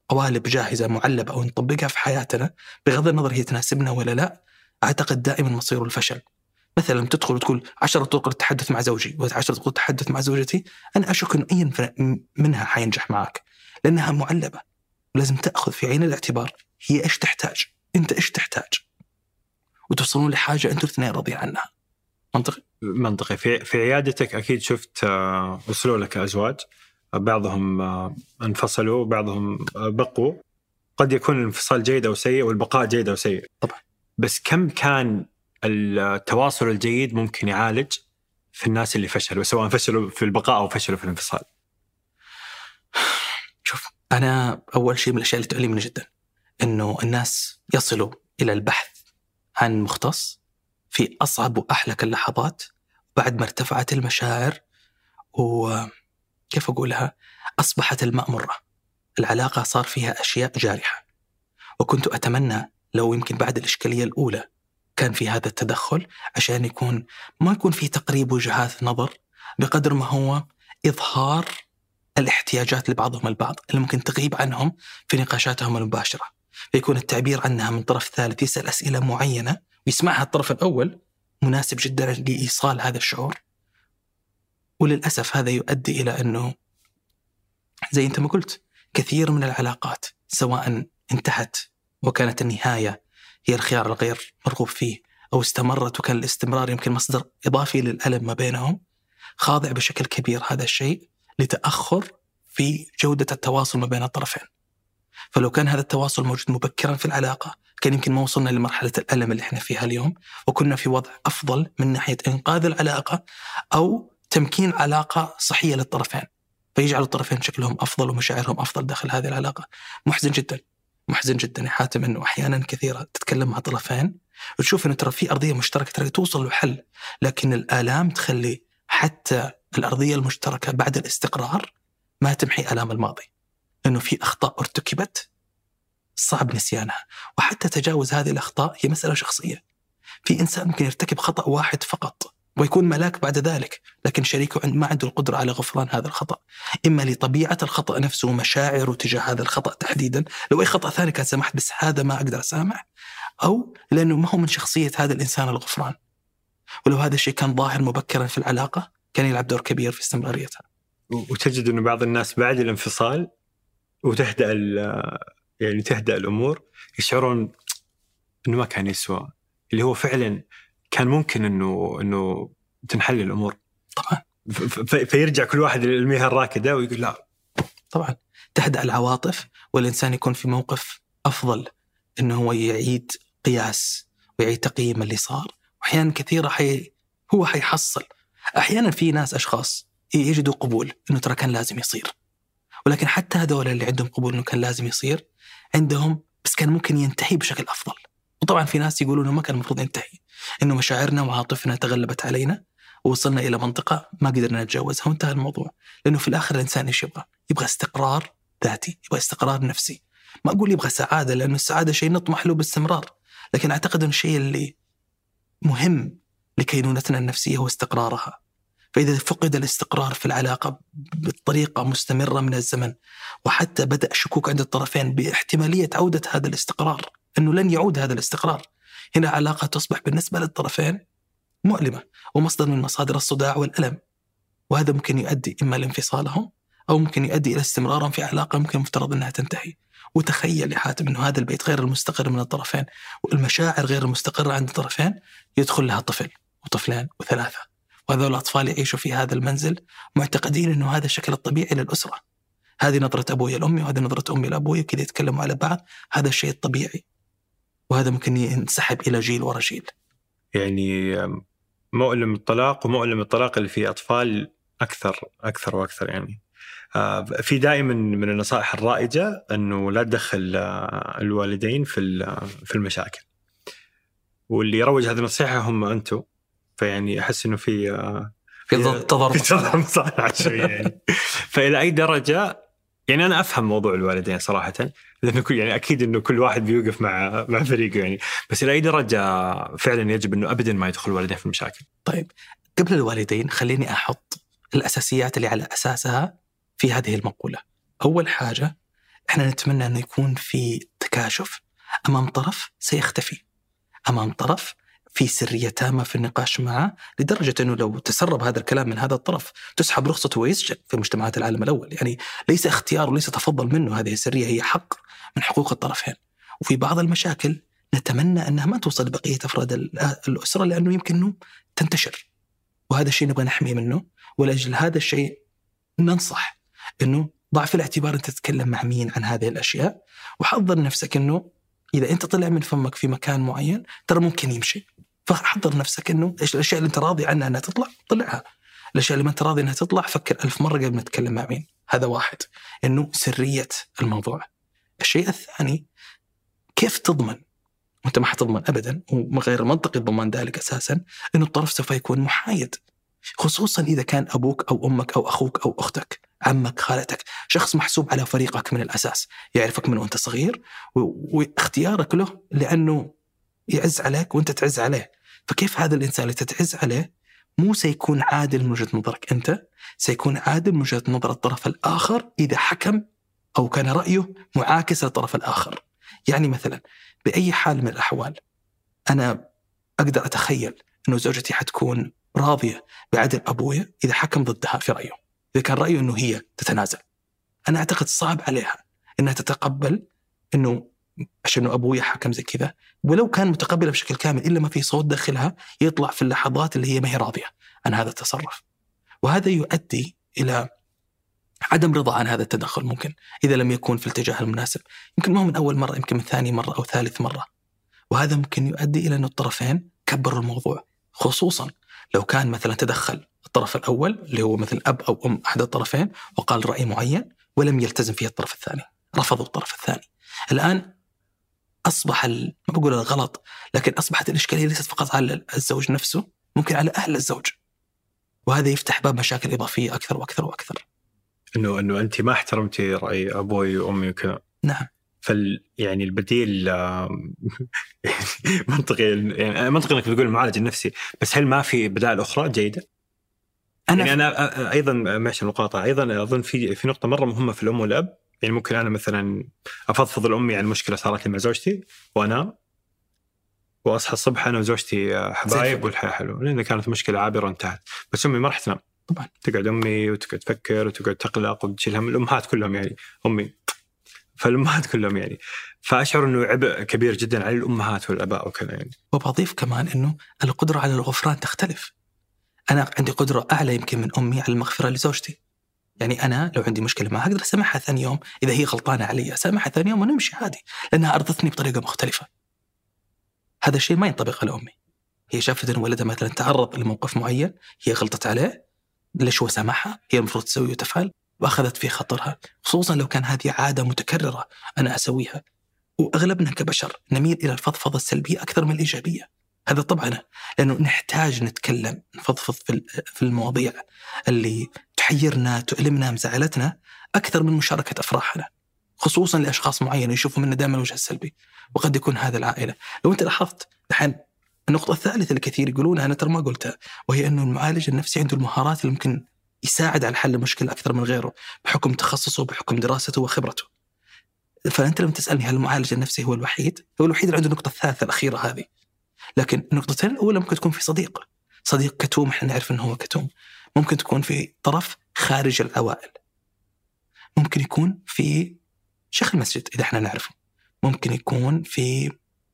قوالب جاهزة معلبة ونطبقها في حياتنا بغض النظر هي تناسبنا ولا لا، أعتقد دائما مصير الفشل. مثلا تدخل وتقول عشرة طرق للتحدث مع زوجي وعشرة طرق للتحدث مع زوجتي، أنا أشك أن أي منها حينجح معك لأنها معلبة. لازم تأخذ في عين الاعتبار هي إيش تحتاج، أنت إيش تحتاج، وتوصلون لحاجة أنتوا الاثنين راضيين عنها. منطقي؟ منطقي. في في عيادتك أكيد شفت وصلوا لك أزواج، بعضهم انفصلوا وبعضهم بقوا. قد يكون الانفصال جيد أو سيء والبقاء جيد أو سيء طبعا، بس كم كان التواصل الجيد ممكن يعالج في الناس اللي فشلوا، سواء فشلوا في البقاء أو فشلوا في الانفصال؟ شوف، أنا أول شيء من الأشياء اللي تؤلمني جدا إنه الناس يصلوا إلى البحث عن مختص في أصعب وأحلك اللحظات بعد ما ارتفعت المشاعر وكيف أقولها أصبحت الماء مرة، العلاقة صار فيها أشياء جارحة. وكنت أتمنى لو يمكن بعد الإشكالية الأولى كان في هذا التدخل عشان يكون ما يكون في تقريب وجهات نظر بقدر ما هو إظهار الاحتياجات لبعضهم البعض اللي ممكن تغيب عنهم في نقاشاتهم المباشرة، فيكون التعبير عنها من طرف ثالث يسأل أسئلة معينة ويسمعها الطرف الأول مناسب جدا لإيصال هذا الشعور. وللأسف هذا يؤدي إلى أنه زي أنت ما قلت كثير من العلاقات سواء انتهت وكانت النهاية هي الخيار الغير مرغوب فيه أو استمرت وكان الاستمرار يمكن مصدر إضافي للألم ما بينهم، خاضع بشكل كبير هذا الشيء لتأخر في جودة التواصل ما بين الطرفين. فلو كان هذا التواصل موجود مبكرا في العلاقة كان يمكن ما وصلنا لمرحلة الألم اللي احنا فيها اليوم، وكنا في وضع أفضل من ناحية إنقاذ العلاقة أو تمكين علاقة صحية للطرفين، فيجعل الطرفين شكلهم أفضل ومشاعرهم أفضل داخل هذه العلاقة. محزن جدا محزن جدا يا حاتم إنه أحيانا كثيرة تتكلم مع طرفين وتشوف إنه ترى في أرضية مشتركة ترى توصل لحل، لكن الآلام تخلي حتى الأرضية المشتركة بعد الاستقرار ما تمحي آلام الماضي، إنه في أخطاء ارتكبت صعب نسيانها، وحتى تجاوز هذه الأخطاء هي مسألة شخصية. في إنسان ممكن يرتكب خطأ واحد فقط ويكون ملاك بعد ذلك، لكن شريكه ما عنده القدرة على غفران هذا الخطأ، إما لطبيعة الخطأ نفسه ومشاعره تجاه هذا الخطأ تحديدا، لو أي خطأ ثاني كان سمحت بس هذا ما أقدر أسامح، أو لأنه ما هو من شخصية هذا الإنسان الغفران. ولو هذا الشيء كان ظاهر مبكرا في العلاقة كان يلعب دور كبير في استمراريتها. وتجد أنه بعض الناس بعد الانفصال وتهدأ يعني تهدأ الأمور يشعرون أنه ما كان يسوى، اللي هو فعلا كان ممكن أنه أنه تنحل الأمور. طبعا فيرجع كل واحد للمياه الراكدة ويقول لا. طبعا تهدأ العواطف والإنسان يكون في موقف أفضل أنه هو يعيد قياس ويعيد تقييم اللي صار. وأحيانا كثيرة حي هو حيحصل، أحيانا في ناس أشخاص يجدوا قبول أنه ترى كان لازم يصير، ولكن حتى هذول اللي عندهم قبول أنه كان لازم يصير عندهم بس كان ممكن ينتهي بشكل أفضل. وطبعا في ناس يقولون أنه ما كان المفروض ينتهي، أنه مشاعرنا وعاطفنا تغلبت علينا ووصلنا إلى منطقة ما قدرنا نتجاوزها وانتهى الموضوع. لأنه في الآخر الإنسان إيش يبغى؟ يبغى استقرار ذاتي، يبغى استقرار نفسي. ما أقول يبغى سعادة لأنه السعادة شيء نطمح له باستمرار، لكن أعتقد أن الشيء اللي مهم لكينونتنا النفسية هو استقرارها. فإذا فقد الاستقرار في العلاقة بطريقة مستمرة من الزمن وحتى بدأ شكوك عند الطرفين باحتمالية عودة هذا الاستقرار، أنه لن يعود هذا الاستقرار، هنا علاقة تصبح بالنسبة للطرفين مؤلمة ومصدر من مصادر الصداع والألم. وهذا ممكن يؤدي إما لانفصالهم أو ممكن يؤدي إلى استمرارهم في علاقة ممكن مفترض أنها تنتهي. وتخيل يا حاتم أنه هذا البيت غير المستقر من الطرفين والمشاعر غير المستقرة عند الطرفين يدخل لها طفل وطفلين وثلاثة، وهذول الأطفال يعيشوا في هذا المنزل معتقدين أنه هذا الشكل الطبيعي للأسرة. هذه نظرة أبوي لأمي وهذه نظرة أمي لأبوي، كذا يتكلموا على بعض، هذا الشيء الطبيعي. وهذا ممكن ينسحب إلى جيل ورا جيل. يعني مؤلم الطلاق ومؤلم الطلاق اللي فيه أطفال أكثر أكثر وأكثر. يعني في دائما من النصائح الرائجة أنه لا تدخل الوالدين في في المشاكل، واللي يروج هذه النصيحة هم أنتم. فيعني أحس إنه في في تضارب مصالح شوية يعني. فإلى أي درجة يعني أنا أفهم موضوع الوالدين صراحة، لأنه كل يعني أكيد إنه كل واحد بيوقف مع مع فريقه يعني، بس إلى أي درجة فعلا يجب إنه أبدا ما يدخل الوالدين في المشاكل؟ طيب قبل الوالدين خليني أحط الأساسيات اللي على أساسها في هذه المقولة. أول حاجة إحنا نتمنى أنه يكون في تكاشف أمام طرف سيختفي، أمام طرف في سرية تامة في النقاش معه، لدرجة أنه لو تسرب هذا الكلام من هذا الطرف تسحب رخصته ويسجن في مجتمعات العالم الأول. يعني ليس اختيار وليس تفضل منه، هذه السرية هي حق من حقوق الطرفين. وفي بعض المشاكل نتمنى أنها ما توصل بقية أفراد الأسرة، لأنه يمكن أنه تنتشر، وهذا الشيء نبغى نحميه منه. ولأجل هذا الشيء ننصح أنه ضع في الاعتبار أنت تتكلم مع مين عن هذه الأشياء، وحضر نفسك أنه إذا أنت طلع من فمك في مكان معين ترى ممكن يمشي، فحضر نفسك أنه إيش الأشياء اللي أنت راضي عنها أنها تطلع طلعها، الأشياء اللي ما أنت راضي أنها تطلع فكر ألف مرة قبل ما تتكلم مع مين. هذا واحد، أنه سرية الموضوع. الشيء الثاني، كيف تضمن وأنت ما حتضمن أبدا، وغير منطقي الضمان ذلك أساسا، أنه الطرف سوف يكون محايد، خصوصا إذا كان أبوك أو أمك أو أخوك أو أختك، عمك، خالتك، شخص محسوب على فريقك من الأساس، يعرفك من وأنت صغير، واختيارك له لأنه يعز عليك وأنت تعز عليه. فكيف هذا الإنسان اللي تتعز عليه مو سيكون عادل من وجهة نظرك أنت، سيكون عادل من وجهة نظر الطرف الآخر إذا حكم أو كان رأيه معاكس للطرف الآخر. يعني مثلا بأي حال من الأحوال أنا أقدر أتخيل أنه زوجتي حتكون راضية بعدل أبويا إذا حكم ضدها في رأيه، إذا كان رأيه أنه هي تتنازل. أنا أعتقد صعب عليها أنها تتقبل أنه عشان أبويا حكم زي كذا، ولو كان متقبلة بشكل كامل إلا ما في صوت داخلها يطلع في اللحظات اللي هي ما هي راضية عن هذا التصرف. وهذا يؤدي إلى عدم رضا عن هذا التدخل، ممكن إذا لم يكون في الاتجاه المناسب، يمكن ما هو من أول مرة، يمكن من ثاني مرة أو ثالث مرة. وهذا ممكن يؤدي إلى أن الطرفين كبروا الموضوع، خصوصا لو كان مثلا تدخل الطرف الأول اللي هو مثل أب أو أم أحد الطرفين وقال رأي معين ولم يلتزم فيه الطرف الثاني، رفضوا الطرف الثاني. الآن أصبح ال... ما بقول الغلط، لكن أصبحت الإشكالية ليست فقط على الزوج نفسه، ممكن على أهل الزوج، وهذا يفتح باب مشاكل إضافية أكثر وأكثر وأكثر. إنه إنه أنت ما احترمتي رأي أبوي وأمي وكذا. نعم. فال يعني البديل منطقي، يعني منطقي إنك تقول المعالج النفسي، بس هل ما في بدائل أخرى جيدة؟ أنا يعني أنا أيضا ماشي المقاطعة، أيضا أظن في في نقطة مرة مهمة في الأم والأب. يعني ممكن أنا مثلا أفضفض الأمي عن مشكلة صارت لي مع زوجتي وأنام، وأصحى الصبح أنا وزوجتي حبايب والحياة حلوة، لأن كانت مشكلة عابرة وانتهت. بس أمي ما راح تنام طبعا، تقعد أمي وتقعد تفكر وتقعد تقلق وتشيل هم. الأمهات كلهم يعني أمي، فالأمهات كلهم يعني، فأشعر أنه عبء كبير جدا على الأمهات والأباء وكذا يعني. وبضيف كمان أنه القدرة على الغفران تختلف. أنا عندي قدرة أعلى يمكن من أمي على المغفرة لزوجتي. يعني أنا لو عندي مشكلة معها أقدر أسامحها ثاني يوم، إذا هي غلطانة علي أسامحها ثاني يوم ونمشي عادي، لأنها أرضتني بطريقة مختلفة. هذا الشيء ما ينطبق على أمي. هي شافت أن ولدها مثلا تعرض لموقف معين، هي غلطت عليه، ليش هو سامحها؟ هي المفروض تسوي وتفعل، وأخذت في خطرها، خصوصا لو كان هذه عادة متكررة أنا أسويها. وأغلبنا كبشر نميل إلى الفضفضة السلبية أكثر من الإيجابية. هذا طبعا لأنه نحتاج نتكلم نفضفض في المواضيع اللي تحيرنا تؤلمنا مزعلتنا أكثر من مشاركة أفراحنا، خصوصا لأشخاص معين يشوفوا منا دائما الوجه السلبي، وقد يكون هذا العائلة. لو أنت لاحظت الحين النقطة الثالثة اللي كثير يقولونها أنا ترى ما قلتها، وهي أنه المعالج النفسي عنده المهارات اللي ممكن يساعد على حل المشكلة أكثر من غيره بحكم تخصصه بحكم دراسته وخبرته. فأنت لما تسألني هل المعالج النفسي هو الوحيد؟ هو الوحيد اللي عنده النقطة الثالثة الأخيرة هذه. لكن النقطتين الأولى ممكن تكون في صديق صديق كتوم، احنا نعرف أنه هو كتوم. ممكن تكون في طرف خارج العوائل، ممكن يكون في شيخ المسجد إذا احنا نعرفه، ممكن يكون في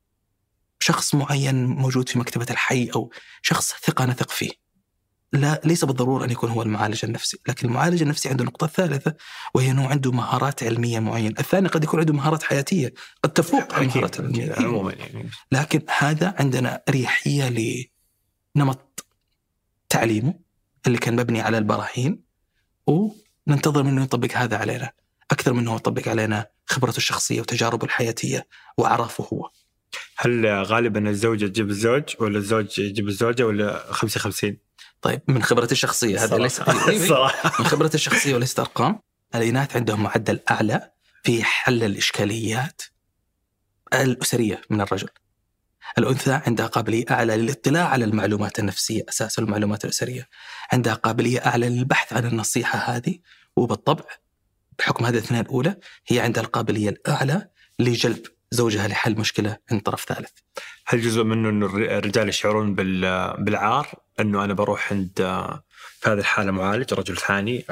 شخص معين موجود في مكتبة الحي أو شخص ثقة نثق فيه. لا، ليس بالضرورة أن يكون هو المعالج النفسي، لكن المعالج النفسي عنده نقطة ثالثة، وهي أنه عنده مهارات علمية معينة. الثاني قد يكون عنده مهارات حياتية قد تفوق المهارات العلمية عموما يعني. لكن هذا عندنا أريحية لنمط تعليمه اللي كان مبني على البراهين، وننتظر منه يطبق هذا علينا أكثر منه يطبق علينا خبرته الشخصية وتجاربه الحياتية وعرفه هو. هل غالبا الزوجة تجيب الزوج ولا الزوج يجيب الزوجة ولا خمسة خمسين؟ طيب من خبرتي الشخصية هذا ليس من خبرتي الشخصية وليست أرقام. الإناث عندهم معدل أعلى في حل الإشكاليات الأسرية من الرجل. الأنثى عندها قابلية أعلى للاطلاع على المعلومات النفسية أساس المعلومات الأسرية، عندها قابلية أعلى للبحث عن النصيحة هذه، وبالطبع بحكم هذه الاثنين الأولى هي عندها القابلية الأعلى لجلب زوجها لحل مشكلة عند طرف ثالث. هل جزء منه أنه الرجال يشعرون بالعار أنه أنا بروح عند في هذه الحالة معالج رجل ثاني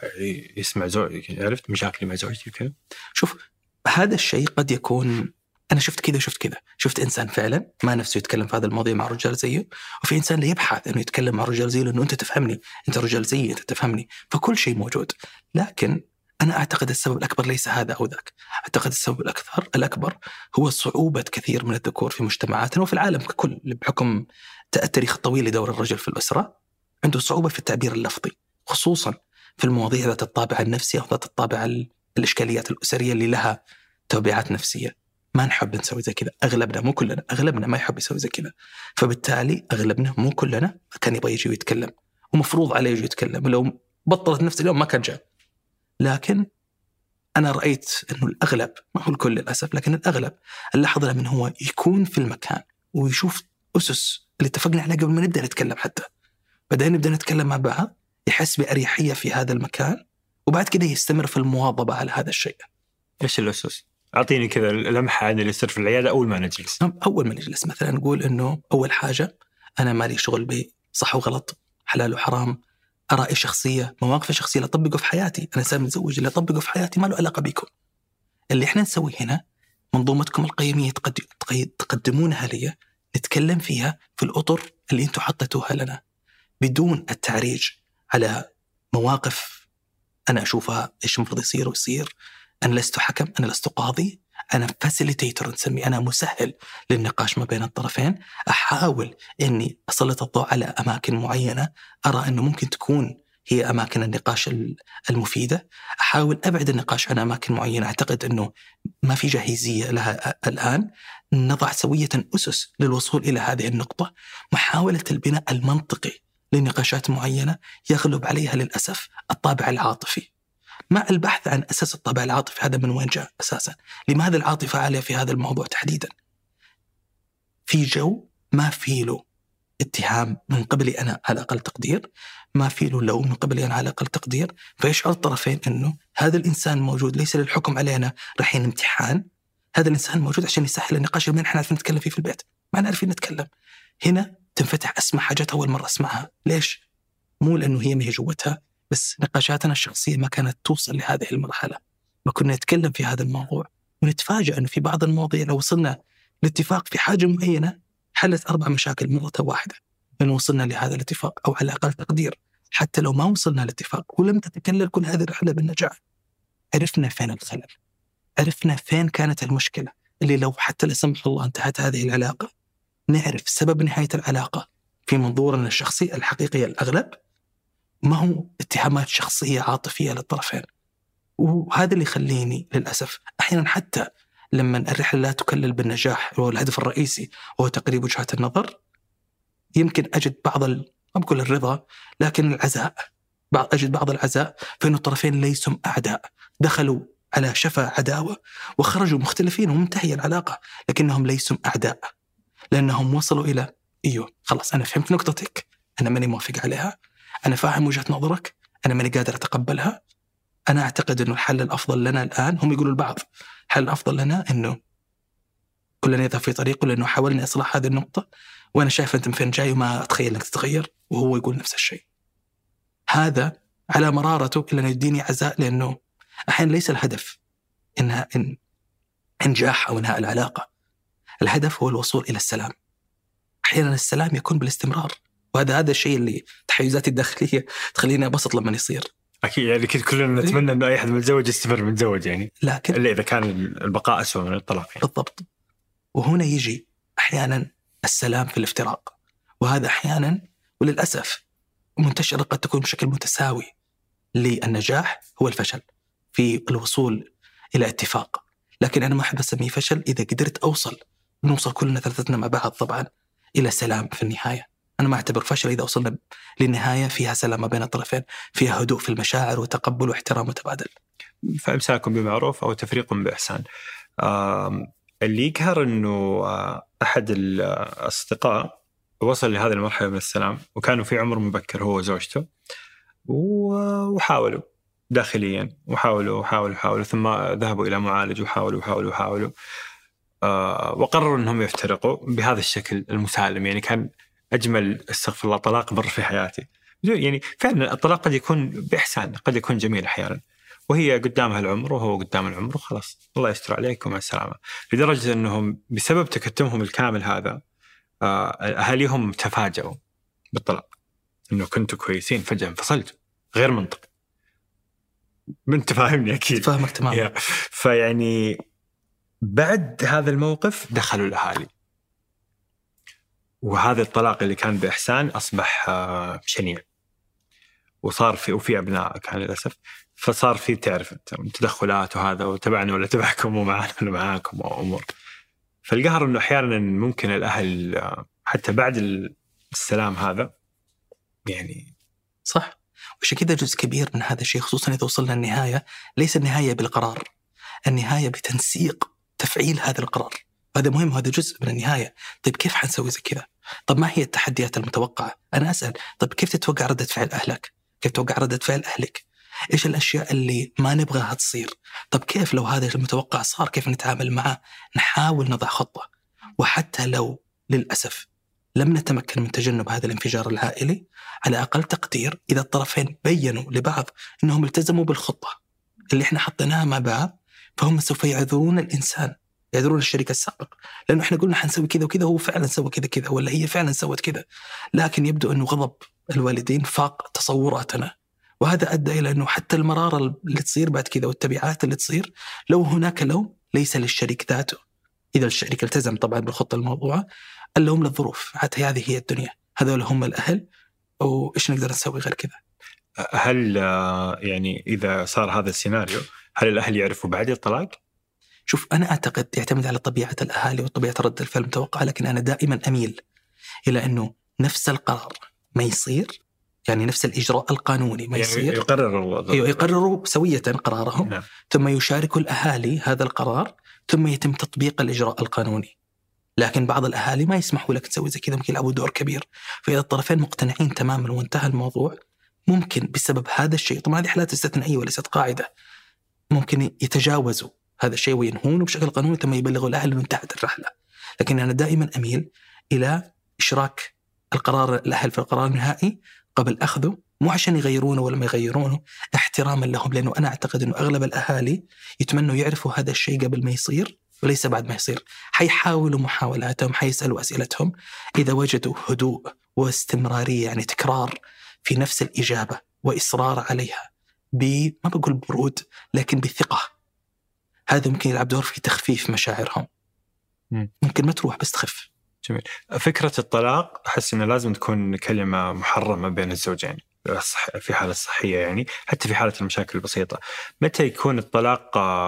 يسمع زوجي، عرفت مشاكلي مع زوجتي كذا؟ شوف، هذا الشيء قد يكون أنا شفت كذا وشفت كذا، شفت إنسان فعلا ما نفسه يتكلم في هذا الموضوع مع رجال زيه، وفي إنسان اللي يبحث إنه يتكلم مع رجال زيه لأنه أنت تفهمني، أنت رجال زيي، أنت تفهمني، فكل شيء موجود. لكن أنا أعتقد السبب الأكبر ليس هذا أو ذاك، أعتقد السبب الأكثر الأكبر هو صعوبة كثير من الذكور في مجتمعاتنا وفي العالم ككل بحكم التاريخ الطويل لدور الرجل في الأسرة، عنده صعوبة في التعبير اللفظي، خصوصا في المواضيع ذات الطابع النفسي أو ذات الطابع الإشكاليات الأسرية اللي لها تبعات نفسية. ما نحب نسوي زي كذا، أغلبنا مو كلنا، أغلبنا ما يحب يسوي زي كذا، فبالتالي أغلبنا مو كلنا كان يبغى يجي ويتكلم، ومفروض عليه يجي يتكلم، ولو بطلت نفس اليوم ما كان جاء. لكن أنا رأيت أنه الأغلب، ما هو الكل للأسف، لكن الأغلب اللحظة من هو يكون في المكان ويشوف أسس اللي اتفقنا عليها قبل ما نبدأ نتكلم، حتى بعدين نبدأ نتكلم مع بعض، يحس بأريحية في هذا المكان، وبعد كده يستمر في المواظبة على هذا الشيء. إيش الأسس؟ أعطيني كذا لمحة عن اللي يصير في العيادة أول ما نجلس. أول ما نجلس مثلا نقول إنه أول حاجة أنا مالي شغل بصح وغلط، حلال وحرام، آرائي شخصية، مواقف شخصية لا أطبقه في حياتي، أنا إنسان متزوج لا أطبقه في حياتي ما له علاقة بكم. اللي إحنا نسويه هنا منظومتكم القيمية تقدمونها لي، نتكلم فيها في الأطر اللي أنتم حطيتوها لنا بدون التعريج على مواقف أنا أشوفها إيش المفروض يصير ويصير. أنا لست حكم، أنا لست قاضي، أنا فاسيليتيتر نسمي، أنا مسهل للنقاش ما بين الطرفين. أحاول أني أسلط الضوء على أماكن معينة أرى أنه ممكن تكون هي أماكن النقاش المفيدة، أحاول أبعد النقاش عن أماكن معينة أعتقد أنه ما في جاهزية لها الآن. نضع سوية أسس للوصول إلى هذه النقطة، محاولة البناء المنطقي لنقاشات معينة يغلب عليها للأسف الطابع العاطفي، مع البحث عن أساس الطابع العاطفي هذا من وين جاء أساسا، لماذا العاطفة عالية في هذا الموضوع تحديدا، في جو ما في له اتهام من قبلي أنا على أقل تقدير، ما في له لوم من قبلي أنا على أقل تقدير، فيشعر الطرفين أنه هذا الإنسان موجود ليس للحكم علينا رايحين امتحان، هذا الإنسان موجود عشان يسهل النقاش اللي احنا عارفين نتكلم فيه في البيت، ما نعرفين نتكلم هنا. تنفتح أسمع حاجات أول مرة أسمعها، ليش؟ مو لأنه هي ما هي جوتها، بس نقاشاتنا الشخصية ما كانت توصل لهذه المرحلة، ما كنا نتكلم في هذا الموضوع، ونتفاجأ أنه في بعض المواضيع لو وصلنا لاتفاق في حاجة معينة حلت أربع مشاكل مرة واحدة، لأنه وصلنا لهذا الاتفاق، أو على أقل تقدير حتى لو ما وصلنا لاتفاق ولم تتكلل كل هذه الرحلة بالنجاح، عرفنا فين الخلل، عرفنا فين كانت المشكلة اللي لو حتى لا سمح الله انتهت هذه العلاقة، نعرف سبب نهاية العلاقة في منظورنا الشخصي الحقيقي الأغلب، ما هو اتهامات شخصية عاطفية للطرفين. وهذا اللي يخليني للأسف أحيانا حتى لما الرحلة لا تكلل بالنجاح وهو الهدف الرئيسي وهو تقريب وجهات النظر، يمكن أجد بعض ال... ما بقول الرضا لكن العزاء، بعض أجد بعض العزاء فإن الطرفين ليسوا أعداء، دخلوا على شفا عداوة وخرجوا مختلفين ومنتهية العلاقة، لكنهم ليسوا أعداء، لأنهم وصلوا إلى إيوه خلاص أنا فهمت نقطتك، أنا ماني موافق عليها، أنا فاهم وجهة نظرك، أنا ماني قادر أتقبلها، أنا أعتقد أنه الحل الأفضل لنا الآن، هم يقولوا البعض الحل الأفضل لنا أنه كلنا يذهب في طريقه، لأنه حاولنا إصلاح هذه النقطة وأنا شايف أنت من فين جاي وما أتخيل أنك تتغير، وهو يقول نفس الشيء. هذا على مرارته إلا أنه يديني عزاء، لأنه أحيانا ليس الهدف إنها إن إنجاح أو إنهاء العلاقة، الهدف هو الوصول إلى السلام. أحيانا السلام يكون بالاستمرار، وهذا هذا الشيء اللي تحيزاتي الداخلية تخليني أبسط لما يصير. أكيد يعني كده كلنا نتمنى إنه أي أحد متزوج يستمر متزوج يعني، لكن إلا إذا كان البقاء أسوأ من الطلاق يعني. بالضبط. وهنا يجي أحيانا السلام في الافتراق، وهذا أحيانا وللأسف منتشر قد تكون بشكل متساوي للنجاح هو الفشل في الوصول إلى اتفاق، لكن أنا ما أحب أسميه فشل إذا قدرت أوصل نوصل كلنا ثلاثتنا مع بعض طبعا إلى سلام في النهاية. أنا ما أعتبر فشل إذا وصلنا للنهاية فيها سلام ما بين الطرفين، فيها هدوء في المشاعر وتقبل واحترام متبادل. فإمساكم بمعروف أو تفريق بإحسان. اللي يقهر أنه أحد الأصدقاء وصل لهذه المرحلة من السلام وكانوا في عمر مبكر هو وزوجته وحاولوا داخليا وحاولوا وحاولوا وحاولوا ثم ذهبوا إلى معالج وحاولوا وحاولوا وحاولوا آه وقرروا أنهم يفترقوا بهذا الشكل المسالم. يعني كان أجمل استغفر الله طلاق مر في حياتي. يعني فعلا الطلاق قد يكون بإحسان، قد يكون جميل أحيانا، وهي قدامها العمر وهو قدام العمر وخلاص الله يستر عليكم مع السلامة. لدرجة أنهم بسبب تكتمهم الكامل هذا آه أهاليهم تفاجأوا بالطلاق، أنه كنتوا كويسين فجأة انفصلتوا، غير منطقي. انت فاهمني اكيد. فاهمك تمام. فيعني بعد هذا الموقف دخلوا الاهالي، وهذا الطلاق اللي كان باحسان اصبح شنيع، وصار في وفي ابناء كان للاسف، فصار في تعرف تدخلات وهذا وتبعنا ولا تبعكم ومعنا ولا معاكم وامور. فالقهر انه احيانا ممكن الاهل حتى بعد السلام هذا يعني صح. وش كذا جزء كبير من هذا الشيء، خصوصا إذا وصلنا النهاية، ليس النهاية بالقرار، النهاية بتنسيق تفعيل هذا القرار. هذا مهم، هذا جزء من النهاية. طيب كيف حنسوي زي كذا؟ طب ما هي التحديات المتوقعة؟ أنا أسأل، طيب كيف تتوقع ردة فعل أهلك؟ كيف تتوقع ردة فعل أهلك؟ إيش الأشياء اللي ما نبغاها تصير؟ طب كيف لو هذا المتوقع صار كيف نتعامل معه؟ نحاول نضع خطة. وحتى لو للأسف لم نتمكن من تجنب هذا الانفجار العائلي، على أقل تقدير إذا الطرفين بيّنوا لبعض أنهم التزموا بالخطة اللي إحنا حطيناها مع بعض، فهم سوف يعذرون الإنسان، يعذرون الشريك السابق، لأنه إحنا قلنا حنسوي كذا وكذا، هو فعلا سوى كذا كذا، ولا هي فعلا سوت كذا، لكن يبدو أنه غضب الوالدين فاق تصوراتنا، وهذا أدى إلى أنه حتى المرارة اللي تصير بعد كذا والتبعات اللي تصير لو هناك لوم ليس للشريك ذاته، إذا الشريك التزم طبعا بالخطة الموضوعة، اللوم للظروف، حتى هذه هي الدنيا، هذول هم الأهل، وإيش نقدر نسوي غير كذا؟ هل يعني إذا صار هذا السيناريو هل الأهل يعرفوا بعد الطلاق؟ شوف أنا أعتقد يعتمد على طبيعة الأهالي وطبيعة رد الفعل المتوقعة، لكن أنا دائما أميل إلى أنه نفس القرار ما يصير، يعني نفس الإجراء القانوني ما يصير، يعني يقرروا يقرروا سوية قرارهم، نعم. ثم يشاركوا الأهالي هذا القرار، ثم يتم تطبيق الإجراء القانوني. لكن بعض الأهالي ما يسمحوا لك تسوي زي كذا، ممكن يلعبوا دور كبير. فإذا الطرفين مقتنعين تماما وانتهى الموضوع، ممكن بسبب هذا الشيء، طبعا هذه حالات استثنائية وليست قاعدة، ممكن يتجاوزوا هذا الشيء وينهونه بشكل قانوني، ثم يبلغوا الأهل أنه انتهت الرحلة. لكن أنا دائما أميل إلى إشراك القرار الأهل في القرار النهائي قبل أخذه، مو عشان يغيرونه ولا ما يغيرونه، احتراما لهم، لأنه أنا أعتقد أنه أغلب الأهالي يتمنوا يعرفوا هذا الشيء قبل ما يصير وليس بعد ما يصير. حيحاولوا محاولاتهم، حيسألوا أسئلتهم، إذا وجدوا هدوء واستمرارية، يعني تكرار في نفس الإجابة وإصرار عليها ب ما بقول برود لكن بثقة، هذا ممكن يلعب دور في تخفيف مشاعرهم. ممكن ما تروح بس تخف. جميل. فكرة الطلاق أحس إنه لازم تكون كلمة محرمة بين الزوجين في حالة صحية، يعني حتى في حالة المشاكل البسيطة. متى يكون الطلاق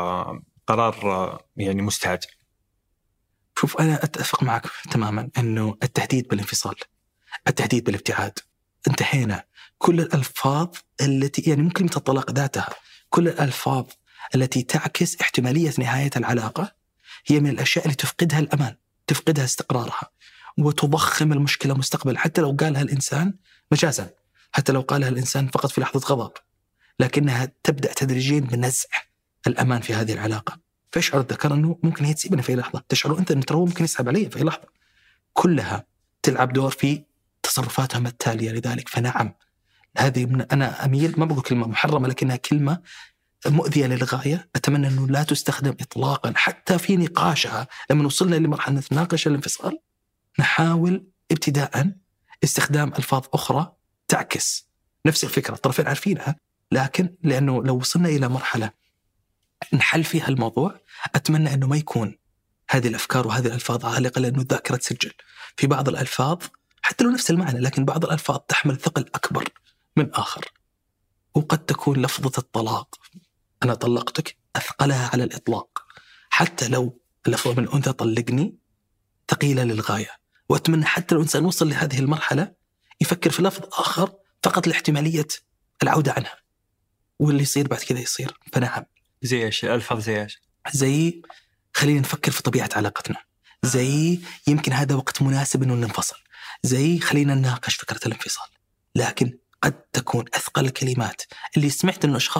قرار يعني مستعجل؟ شوف أنا أتفق معك تماما أنه التهديد بالانفصال، التهديد بالابتعاد، انتهينا. كل الألفاظ التي يعني ممكن كلمة الطلاق ذاتها، كل الألفاظ التي تعكس احتمالية نهاية العلاقة هي من الأشياء اللي تفقدها الأمان، تفقدها استقرارها، وتضخم المشكلة مستقبل. حتى لو قالها الإنسان مجازا، حتى لو قالها الإنسان فقط في لحظة غضب، لكنها تبدأ تدريجيا بنزع الأمان في هذه العلاقة. فيشعر الذكر أنه ممكن هي تسيبنا في أي لحظة، تشعروا أنت أنه ترى ممكن يسحب علي في أي لحظة. كلها تلعب دور في تصرفاتهم التالية. لذلك فنعم، هذه من أنا أميل، ما بقول كلمة محرمة لكنها كلمة مؤذية للغاية، أتمنى أنه لا تستخدم إطلاقا حتى في نقاشها. لما وصلنا لمرحلة نناقش الانفصال، نحاول ابتداء استخدام ألفاظ أخرى تعكس نفس الفكرة، الطرفين عارفينها، لكن لأنه لو وصلنا إلى مرحلة نحل فيها الموضوع، أتمنى أنه ما يكون هذه الأفكار وهذه الألفاظ عالقة، لأنه الذاكرة تسجل في بعض الألفاظ حتى لو نفس المعنى، لكن بعض الألفاظ تحمل ثقل أكبر من آخر. وقد تكون لفظة الطلاق، أنا طلقتك، أثقلها على الإطلاق، حتى لو اللفظة من أنثى طلقني ثقيلة للغاية. وأتمنى حتى لو إنسان وصل لهذه المرحلة يفكر في لفظ آخر فقط لاحتمالية العودة عنها، واللي يصير بعد كذا يصير. فنعم. زي إيش الألفاظ؟ زي إيش؟ زي خلينا نفكر في طبيعة علاقتنا، زي يمكن هذا وقت مناسب إنه ننفصل، زي خلينا نناقش فكرة الانفصال. لكن قد تكون أثقل الكلمات اللي سمعت إنه أشخاص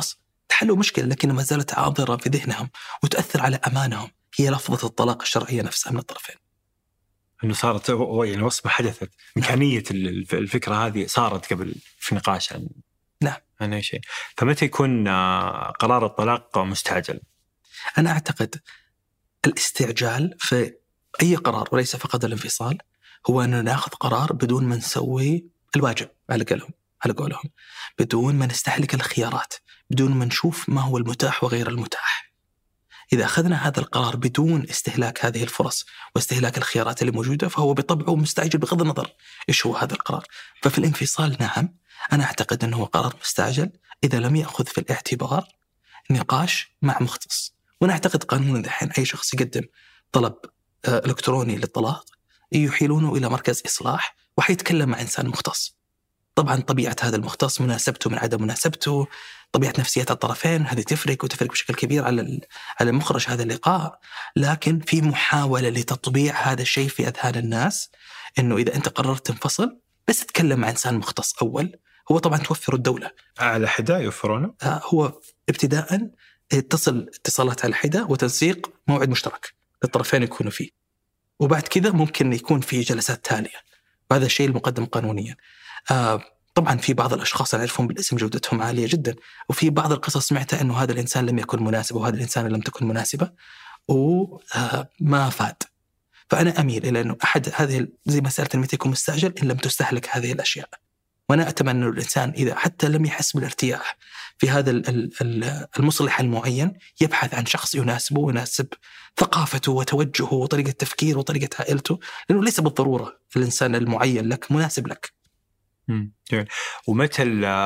تحلوا مشكلة لكن ما زالت عاضرة في ذهنهم وتؤثر على أمانهم، هي لفظة الطلاق الشرعية نفسها من الطرفين. أنه صارت يعني وصمة حدثت، إمكانية الفكرة هذه صارت قبل في نقاش عن نعم عن أي شيء. فمتى يكون قرار الطلاق مستعجل؟ أنا أعتقد الاستعجال في أي قرار وليس فقط الانفصال هو أن نأخذ قرار بدون ما نسوي الواجب على قولهم على قولهم بدون ما نستهلك الخيارات، بدون ما نشوف ما هو المتاح وغير المتاح. إذا أخذنا هذا القرار بدون استهلاك هذه الفرص واستهلاك الخيارات اللي موجودة فهو بطبعه مستعجل بغض النظر إيش هو هذا القرار. ففي الانفصال نعم أنا أعتقد أنه هو قرار مستعجل إذا لم يأخذ في الاعتبار نقاش مع مختص. وأنا أعتقد قانونا دحين أي شخص يقدم طلب إلكتروني للطلاق يحيلونه إلى مركز إصلاح وحيتكلم مع إنسان مختص. طبعا طبيعة هذا المختص، مناسبته من عدم مناسبته، طبيعة نفسية الطرفين، هذه تفرق وتفرق بشكل كبير على على مخرج هذا اللقاء. لكن في محاولة لتطبيع هذا الشيء في أذهان الناس إنه إذا أنت قررت تنفصل بس تتكلم مع إنسان مختص أول. هو طبعا توفر الدولة على حدة يوفرونه، هو ابتداء اتصل اتصالات على حدة وتنسيق موعد مشترك للطرفين يكونوا فيه، وبعد كذا ممكن يكون في جلسات تالية، وهذا الشيء المقدم قانونيا. آه طبعا في بعض الأشخاص نعرفهم بالاسم جودتهم عالية جدا، وفي بعض القصص سمعتها أنه هذا الإنسان لم يكن مناسب وهذا الإنسان لم تكن مناسبة وما فاد. فأنا أميل إلى أنه أحد هذه زي مسألة متى يكون مستعجل إن لم تستهلك هذه الأشياء. وأنا أتمنى أن الإنسان إذا حتى لم يحس بالارتياح في هذا المصلح المعين يبحث عن شخص يناسبه ويناسب ثقافته وتوجهه وطريقة تفكيره وطريقة عائلته، لأنه ليس بالضرورة الإنسان المعين لك مناسب لك. امم ومتى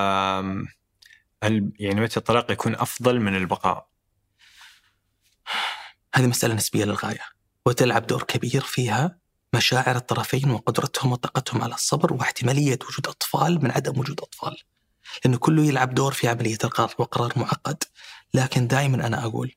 يعني متى الطلاق يكون أفضل من البقاء؟ هذه مسألة نسبية للغاية وتلعب دور كبير فيها مشاعر الطرفين وقدرتهم وطاقتهم على الصبر واحتمالية وجود أطفال من عدم وجود أطفال، لأنه كله يلعب دور في عملية القرار وقرار معقد. لكن دائما أنا أقول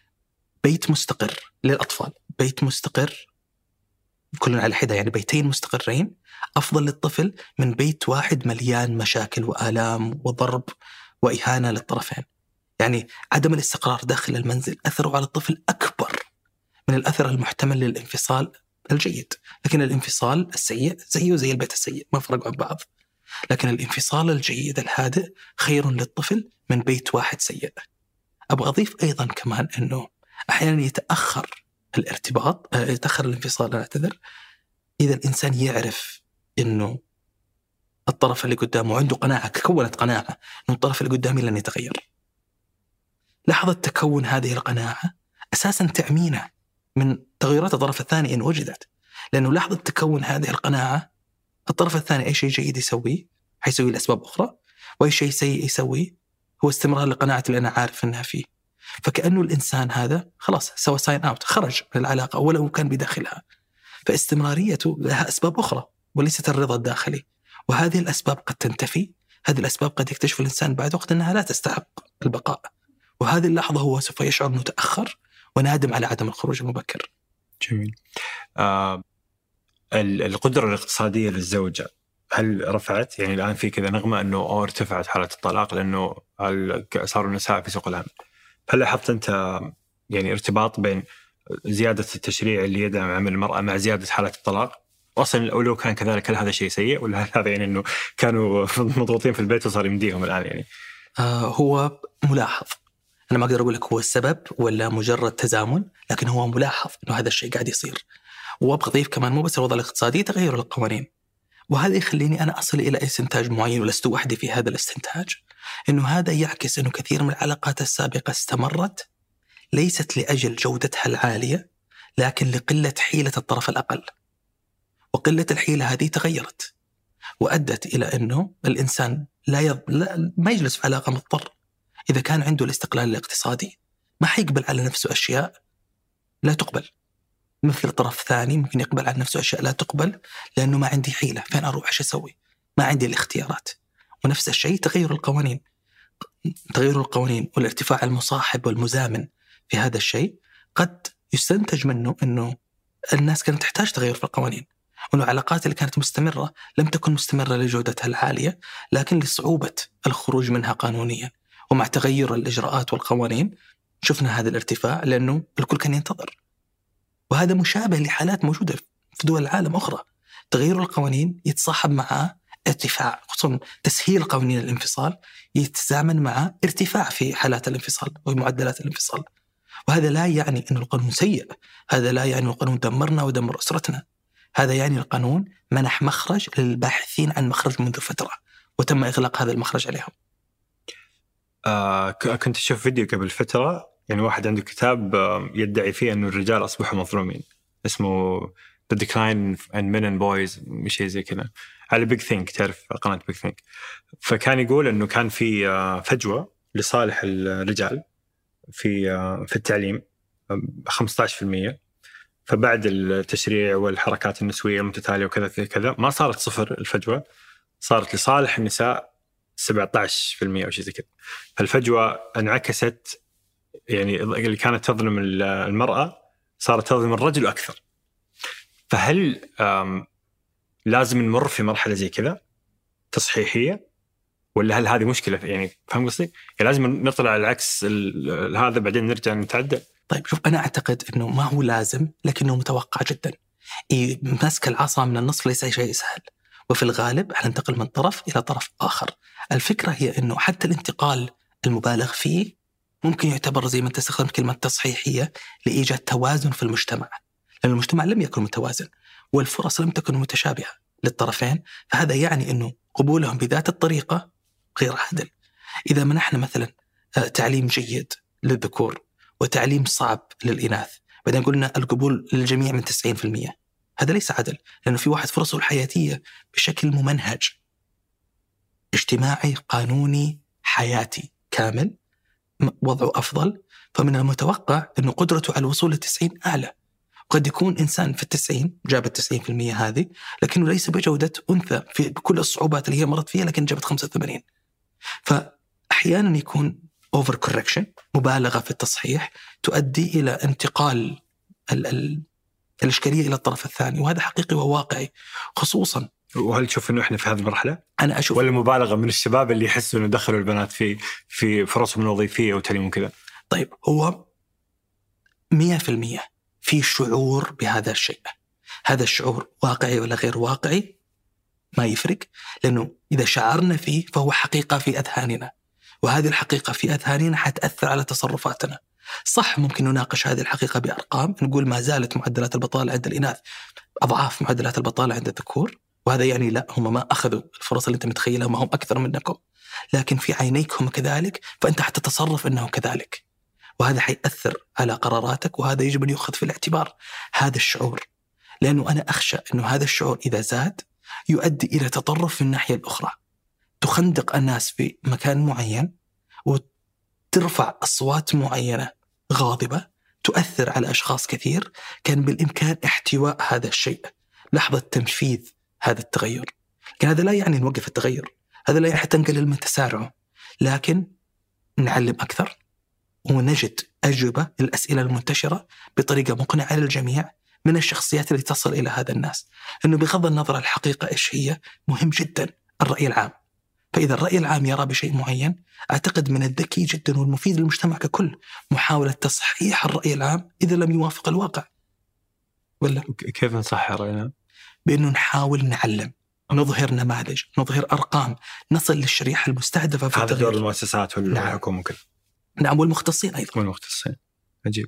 بيت مستقر للأطفال، بيت مستقر كلنا على حدة، يعني بيتين مستقرين أفضل للطفل من بيت واحد مليان مشاكل وآلام وضرب وإهانة للطرفين. يعني عدم الاستقرار داخل المنزل أثره على الطفل أكبر من الأثر المحتمل للانفصال الجيد. لكن الانفصال السيء زيه زي البيت السيء، ما فرقوا عن بعض. لكن الانفصال الجيد الهادئ خير للطفل من بيت واحد سيء. أبغى أضيف أيضا كمان أنه أحيانا يتأخر الارتباط، يتأخر الانفصال أنا أعتذر إذا الإنسان يعرف أنه الطرف اللي قدامه عنده قناعة، كونت قناعة أنه الطرف اللي قدامي لن يتغير. لحظة تكون هذه القناعة أساسا تأمينه من تغيرات الطرف الثاني إن وجدت، لأنه لحظة تكون هذه القناعة الطرف الثاني أي شيء جيد يسويه حيسوي لأسباب أخرى، وأي شيء سيء يسويه هو استمرار لقناعة اللي أنا عارف أنها فيه. فكأنه الإنسان هذا خلاص سوى ساين أوت، خرج من العلاقة ولو كان بداخلها. فاستمراريته لها أسباب أخرى وليست الرضا الداخلي، وهذه الأسباب قد تنتفي. هذه الأسباب قد يكتشف الإنسان بعد وقت أنها لا تستحق البقاء، وهذه اللحظة هو سوف يشعر أنه تأخر ونادم على عدم الخروج المبكر. جميل. آه القدرة الاقتصادية للزوجة هل رفعت؟ يعني الآن في كذا نغمة أنه أو ارتفعت حالة الطلاق لأنه صاروا النساء في سوق العمل. هل لاحظت أنت يعني ارتباط بين زيادة التشريع اللي يدعم عمل المرأة مع زيادة حالة الطلاق؟ أصلا ولو كان كذلك هل هذا شيء سيء ولا هذا يعني أنه كانوا مضغوطين في البيت وصار يمديهم الآن؟ يعني آه هو ملاحظ، أنا ما أقدر أقول لك هو السبب ولا مجرد تزامن، لكن هو ملاحظ أنه هذا الشيء قاعد يصير. وأبغى أضيف كمان مو بس الوضع الاقتصادي، تغير القوانين، وهذا يخليني أنا أصل إلى استنتاج معين ولست وحدي في هذا الاستنتاج، أنه هذا يعكس أنه كثير من العلاقات السابقة استمرت ليست لأجل جودتها العالية لكن لقلة حيلة الطرف الأقل، وقلة الحيلة هذه تغيرت وأدت إلى أنه الإنسان لا, يض... لا ما يجلس في علاقة مضطر. إذا كان عنده الاستقلال الاقتصادي ما حيقبل على نفسه أشياء لا تقبل، مثل طرف ثاني ممكن يقبل على نفسه أشياء لا تقبل لأنه ما عندي حيلة، فين أروح إيش أسوي، ما عندي الاختيارات. ونفس الشيء تغير القوانين، تغير القوانين والارتفاع المصاحب والمزامن في هذا الشيء قد يستنتج منه أنه الناس كانت تحتاج تغير في القوانين، وأنه العلاقات اللي كانت مستمرة لم تكن مستمرة لجودتها العالية لكن لصعوبة الخروج منها قانونيا. ومع تغير الإجراءات والقوانين شفنا هذا الارتفاع لأنه الكل كان ينتظر. وهذا مشابه لحالات موجودة في دول العالم أخرى، تغير القوانين يتصاحب مع ارتفاع، خصوصا تسهيل قوانين الانفصال يتزامن مع ارتفاع في حالات الانفصال ومعدلات الانفصال. وهذا لا يعني أن القانون سيء، هذا لا يعني أن القانون دمرنا ودمر أسرتنا، هذا يعني القانون منح مخرج للباحثين عن مخرج منذ فترة وتم إغلاق هذا المخرج عليهم. آه كنت أشوف فيديو قبل فترة، يعني واحد عنده كتاب يدعي فيه أنه الرجال أصبحوا مظلومين، اسمه The Decline in Men and Boys، مش شيء زي كذا، على Big Think، تعرف قناة Big Think. فكان يقول أنه كان في فجوة لصالح الرجال في في التعليم خمسة عشر بالمئة، فبعد التشريع والحركات النسوية المتتالية وكذا كذا ما صارت صفر الفجوة، صارت لصالح النساء سبعة عشر بالمئة أو شيء زي كذا. فالفجوة انعكست، يعني اللي كانت تظلم المرأة صارت تظلم الرجل أكثر. فهل لازم نمر في مرحلة زي كذا تصحيحية، ولا هل هذه مشكلة؟ يعني فهم قصدي؟ يعني لازم نطلع على العكس هذا بعدين نرجع نتعدل. طيب شوف، أنا أعتقد أنه ما هو لازم لكنه متوقع جدا. إيه، مسك العصا من النص ليس شيء سهل، وفي الغالب هننتقل من طرف إلى طرف آخر. الفكرة هي أنه حتى الانتقال المبالغ فيه ممكن يعتبر زي ما انت استخدمت كلمة تصحيحية لإيجاد توازن في المجتمع، لأن المجتمع لم يكن متوازن والفرص لم تكن متشابهة للطرفين. فهذا يعني أنه قبولهم بذات الطريقة غير عادل. إذا منحنا مثلا تعليم جيد للذكور وتعليم صعب للإناث، بعدين قلنا القبول للجميع من تسعين بالمئة، هذا ليس عدل، لأنه في واحد فرصه الحياتية بشكل ممنهج اجتماعي قانوني حياتي كامل وضعه أفضل، فمن المتوقع أنه قدرته على الوصول للتسعين أعلى. قد يكون إنسان في التسعين جاب التسعين في المئة هذه، لكنه ليس بجودة أنثى في بكل الصعوبات اللي هي مرت فيها لكن جابت خمسة وثمانين. فأحيانا يكون over correction، مبالغة في التصحيح، تؤدي إلى انتقال ال ال الإشكالية إلى الطرف الثاني، وهذا حقيقي وواقعي خصوصا. وهل تشوف إنه إحنا في هذه المرحلة؟ أنا أشوف ولا مبالغة من الشباب اللي يحسوا إنه دخلوا البنات في في فرصهم الوظيفية وتعليم وكذا؟ طيب هو مية في المية في شعور بهذا الشيء، هذا الشعور واقعي ولا غير واقعي ما يفرق، لأنه إذا شعرنا فيه فهو حقيقة في أذهاننا، وهذه الحقيقة في أذهاننا حتأثر على تصرفاتنا. صح، ممكن نناقش هذه الحقيقة بأرقام، نقول ما زالت معدلات البطالة عند الإناث أضعاف معدلات البطالة عند الذكور، وهذا يعني لا، هم ما أخذوا الفرص اللي أنت متخيلها، ما هم أكثر منكم، لكن في عينيك هم كذلك، فأنت حتتصرف أنه كذلك، وهذا حيأثر على قراراتك، وهذا يجب أن يؤخذ في الاعتبار هذا الشعور. لأنه أنا أخشى أنه هذا الشعور إذا زاد يؤدي إلى تطرف في الناحية الأخرى، تخندق الناس في مكان معين وترفع أصوات معينة غاضبة تؤثر على أشخاص كثير كان بالإمكان احتواء هذا الشيء لحظة تنفيذ هذا التغير. لكن هذا لا يعني نوقف التغير، هذا لا يعني حتى نقلل من تسارعه، لكن نعلم أكثر ونجد أجوبة للأسئلة المنتشرة بطريقة مقنعة للجميع من الشخصيات اللي تصل إلى هذا الناس. إنه بغض النظر الحقيقة إيش هي، مهم جدا الرأي العام. فإذا الرأي العام يرى بشيء معين، أعتقد من الذكي جدا والمفيد للمجتمع ككل محاولة تصحيح الرأي العام إذا لم يوافق الواقع. ولا كيف نصحح الرأي العام؟ بأنه نحاول نعلم، نظهر نماذج، نظهر أرقام، نصل للشريحة المستهدفة في هذا التغيير. دور المؤسسات والحكومة وكذا. نعم، والمختصين أيضا. والمختصين. عجيب.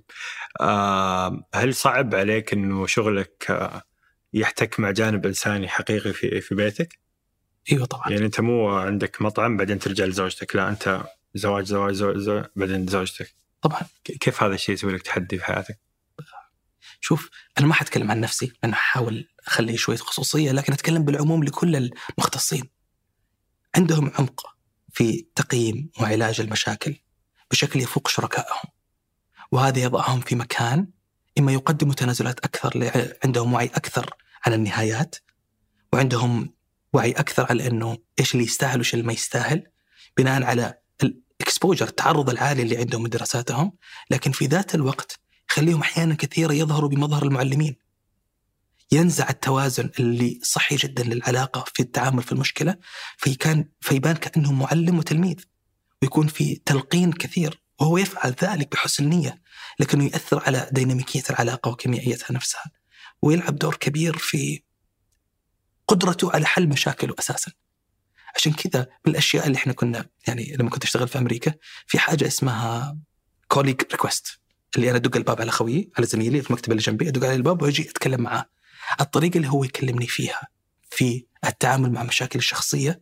آه هل صعب عليك إنه شغلك آه يحتك مع جانب إنساني حقيقي في في بيتك؟ ايوه طبعا. يعني انت مو عندك مطعم بعدين ترجع لزوجتك، لا انت زواج زواج زواج, زواج بعدين زوجتك. طبعا. كيف هذا الشيء يسوي لك تحدي في حياتك؟ شوف، انا ما حتكلم عن نفسي، انا احاول اخلي شويه خصوصيه، لكن اتكلم بالعموم لكل المختصين. عندهم عمق في تقييم وعلاج المشاكل بشكل يفوق شركائهم، وهذا يضعهم في مكان اما يقدموا تنازلات اكثر، عندهم وعي اكثر عن النهايات، وعندهم وعي أكثر على أنه إيش اللي يستاهل وإيش اللي ما يستاهل بناء على الإكسبوجر، التعرض العالي اللي عندهم من دراساتهم. لكن في ذات الوقت يخليهم أحيانا كثيرة يظهروا بمظهر المعلمين، ينزع التوازن اللي صحي جدا للعلاقة في التعامل في المشكلة، فيكان فيبان كأنهم معلم وتلميذ، ويكون في تلقين كثير، وهو يفعل ذلك بحسن نية، لكنه يؤثر على ديناميكية العلاقة وكيميائيتها نفسها، ويلعب دور كبير في قدرته على حل مشاكله أساسا. عشان كذا من الأشياء اللي احنا كنا يعني لما كنت أشتغل في أمريكا في حاجة اسمها colleague request، اللي أنا أدق الباب على خويي على زميلي في المكتب اللي جنبي، أدق على الباب وأجي أتكلم معاه. الطريقة اللي هو يكلمني فيها في التعامل مع مشاكل الشخصية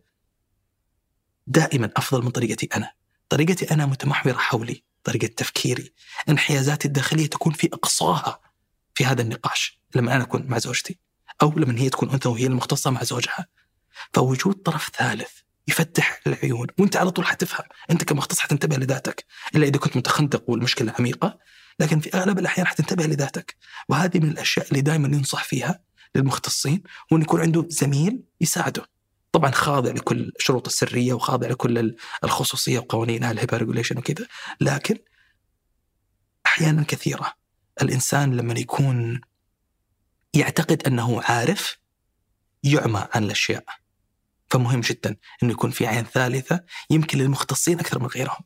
دائما أفضل من طريقتي أنا. طريقتي أنا متمحورة حولي، طريقة تفكيري، انحيازاتي الداخلية تكون في أقصاها في هذا النقاش لما أنا أكون مع زوجتي، أو لما هي تكون أنثى وهي المختصة مع زوجها. فوجود طرف ثالث يفتح العيون، وانت على طول حتفهم، انت كمختص حتنتبه لذاتك الا اذا كنت متخندق والمشكله عميقه، لكن في اغلب الاحيان حتنتبه لذاتك. وهذه من الاشياء اللي دائما ينصح فيها للمختصين، هو ان يكون عنده زميل يساعده، طبعا خاضع لكل شروط السريه وخاضع لكل الخصوصيه وقوانينها الهيبر ريجوليشن وكذا. لكن احيانا كثيره الانسان لما يكون يعتقد انه عارف يعمى عن الاشياء، فمهم جدا انه يكون في عين ثالثه يمكن للمختصين اكثر من غيرهم.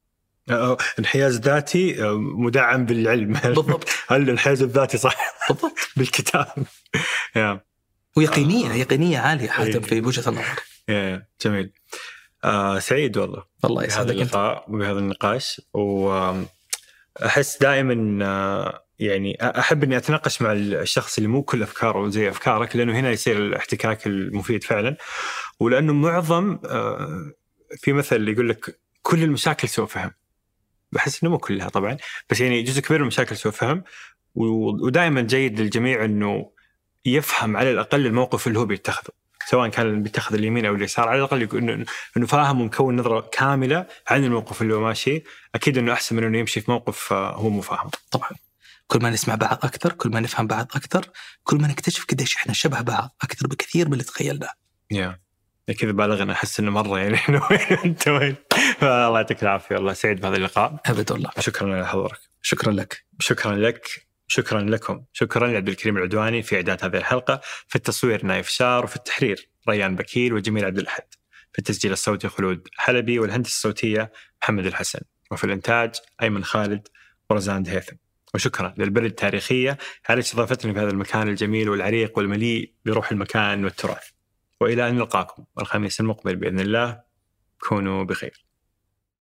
انحياز ذاتي مدعم بالعلم. بالضبط. هل الانحياز الذاتي صح؟ بالضبط. بالكتاب. ويقينية يقينية عالية حتى في وجهة النظر. جميل. آه سعيد والله والله بهذا اللقاء وبهذا النقاش، وأحس دائما يعني أحب أني أتناقش مع الشخص اللي مو كل أفكاره زي أفكارك، لأنه هنا يصير الاحتكاك المفيد فعلا. ولأنه معظم في مثل يقول لك كل المشاكل سوء فهم، بحس أنه مو كلها طبعا، بس يعني جزء كبير من المشاكل سوء فهم. ودائما جيد للجميع أنه يفهم على الأقل الموقف اللي هو بيتخذه، سواء كان بيتخذ اليمين أو اليسار، على الأقل يكون أنه فاهم ومكون نظرة كاملة عن الموقف اللي هو ماشي. أكيد أنه أحسن من أنه يمشي في موقف هو مو فاهم. طبعا كل ما نسمع بعض أكثر، كل ما نفهم بعض أكثر، كل ما نكتشف قديش إحنا شبه بعض أكثر بكثير من اللي تخيلنا. يا كذا بالغنا، أحس إنه مرة يعني إحنا وين أنت وين. الله يعطيك العافية، والله سعيد بهذا اللقاء. أبد والله. شكرا لحضورك. شكرا لك. شكرا لك. شكرا لكم. شكرا لعبد الكريم العدواني في إعداد هذه الحلقة، في التصوير نايف شار، وفي التحرير ريان بكير وجميل عبد الأحد، في التسجيل الصوتي خلود حلبي، والهندسة الصوتية محمد الحسن، وفي الإنتاج أيمن خالد ورزان هيثم. وشكرا للبلد التاريخية على استضافتنا في هذا المكان الجميل والعريق والمليء بروح المكان والتراث. وإلى أن نلقاكم الخميس المقبل بإذن الله، كونوا بخير.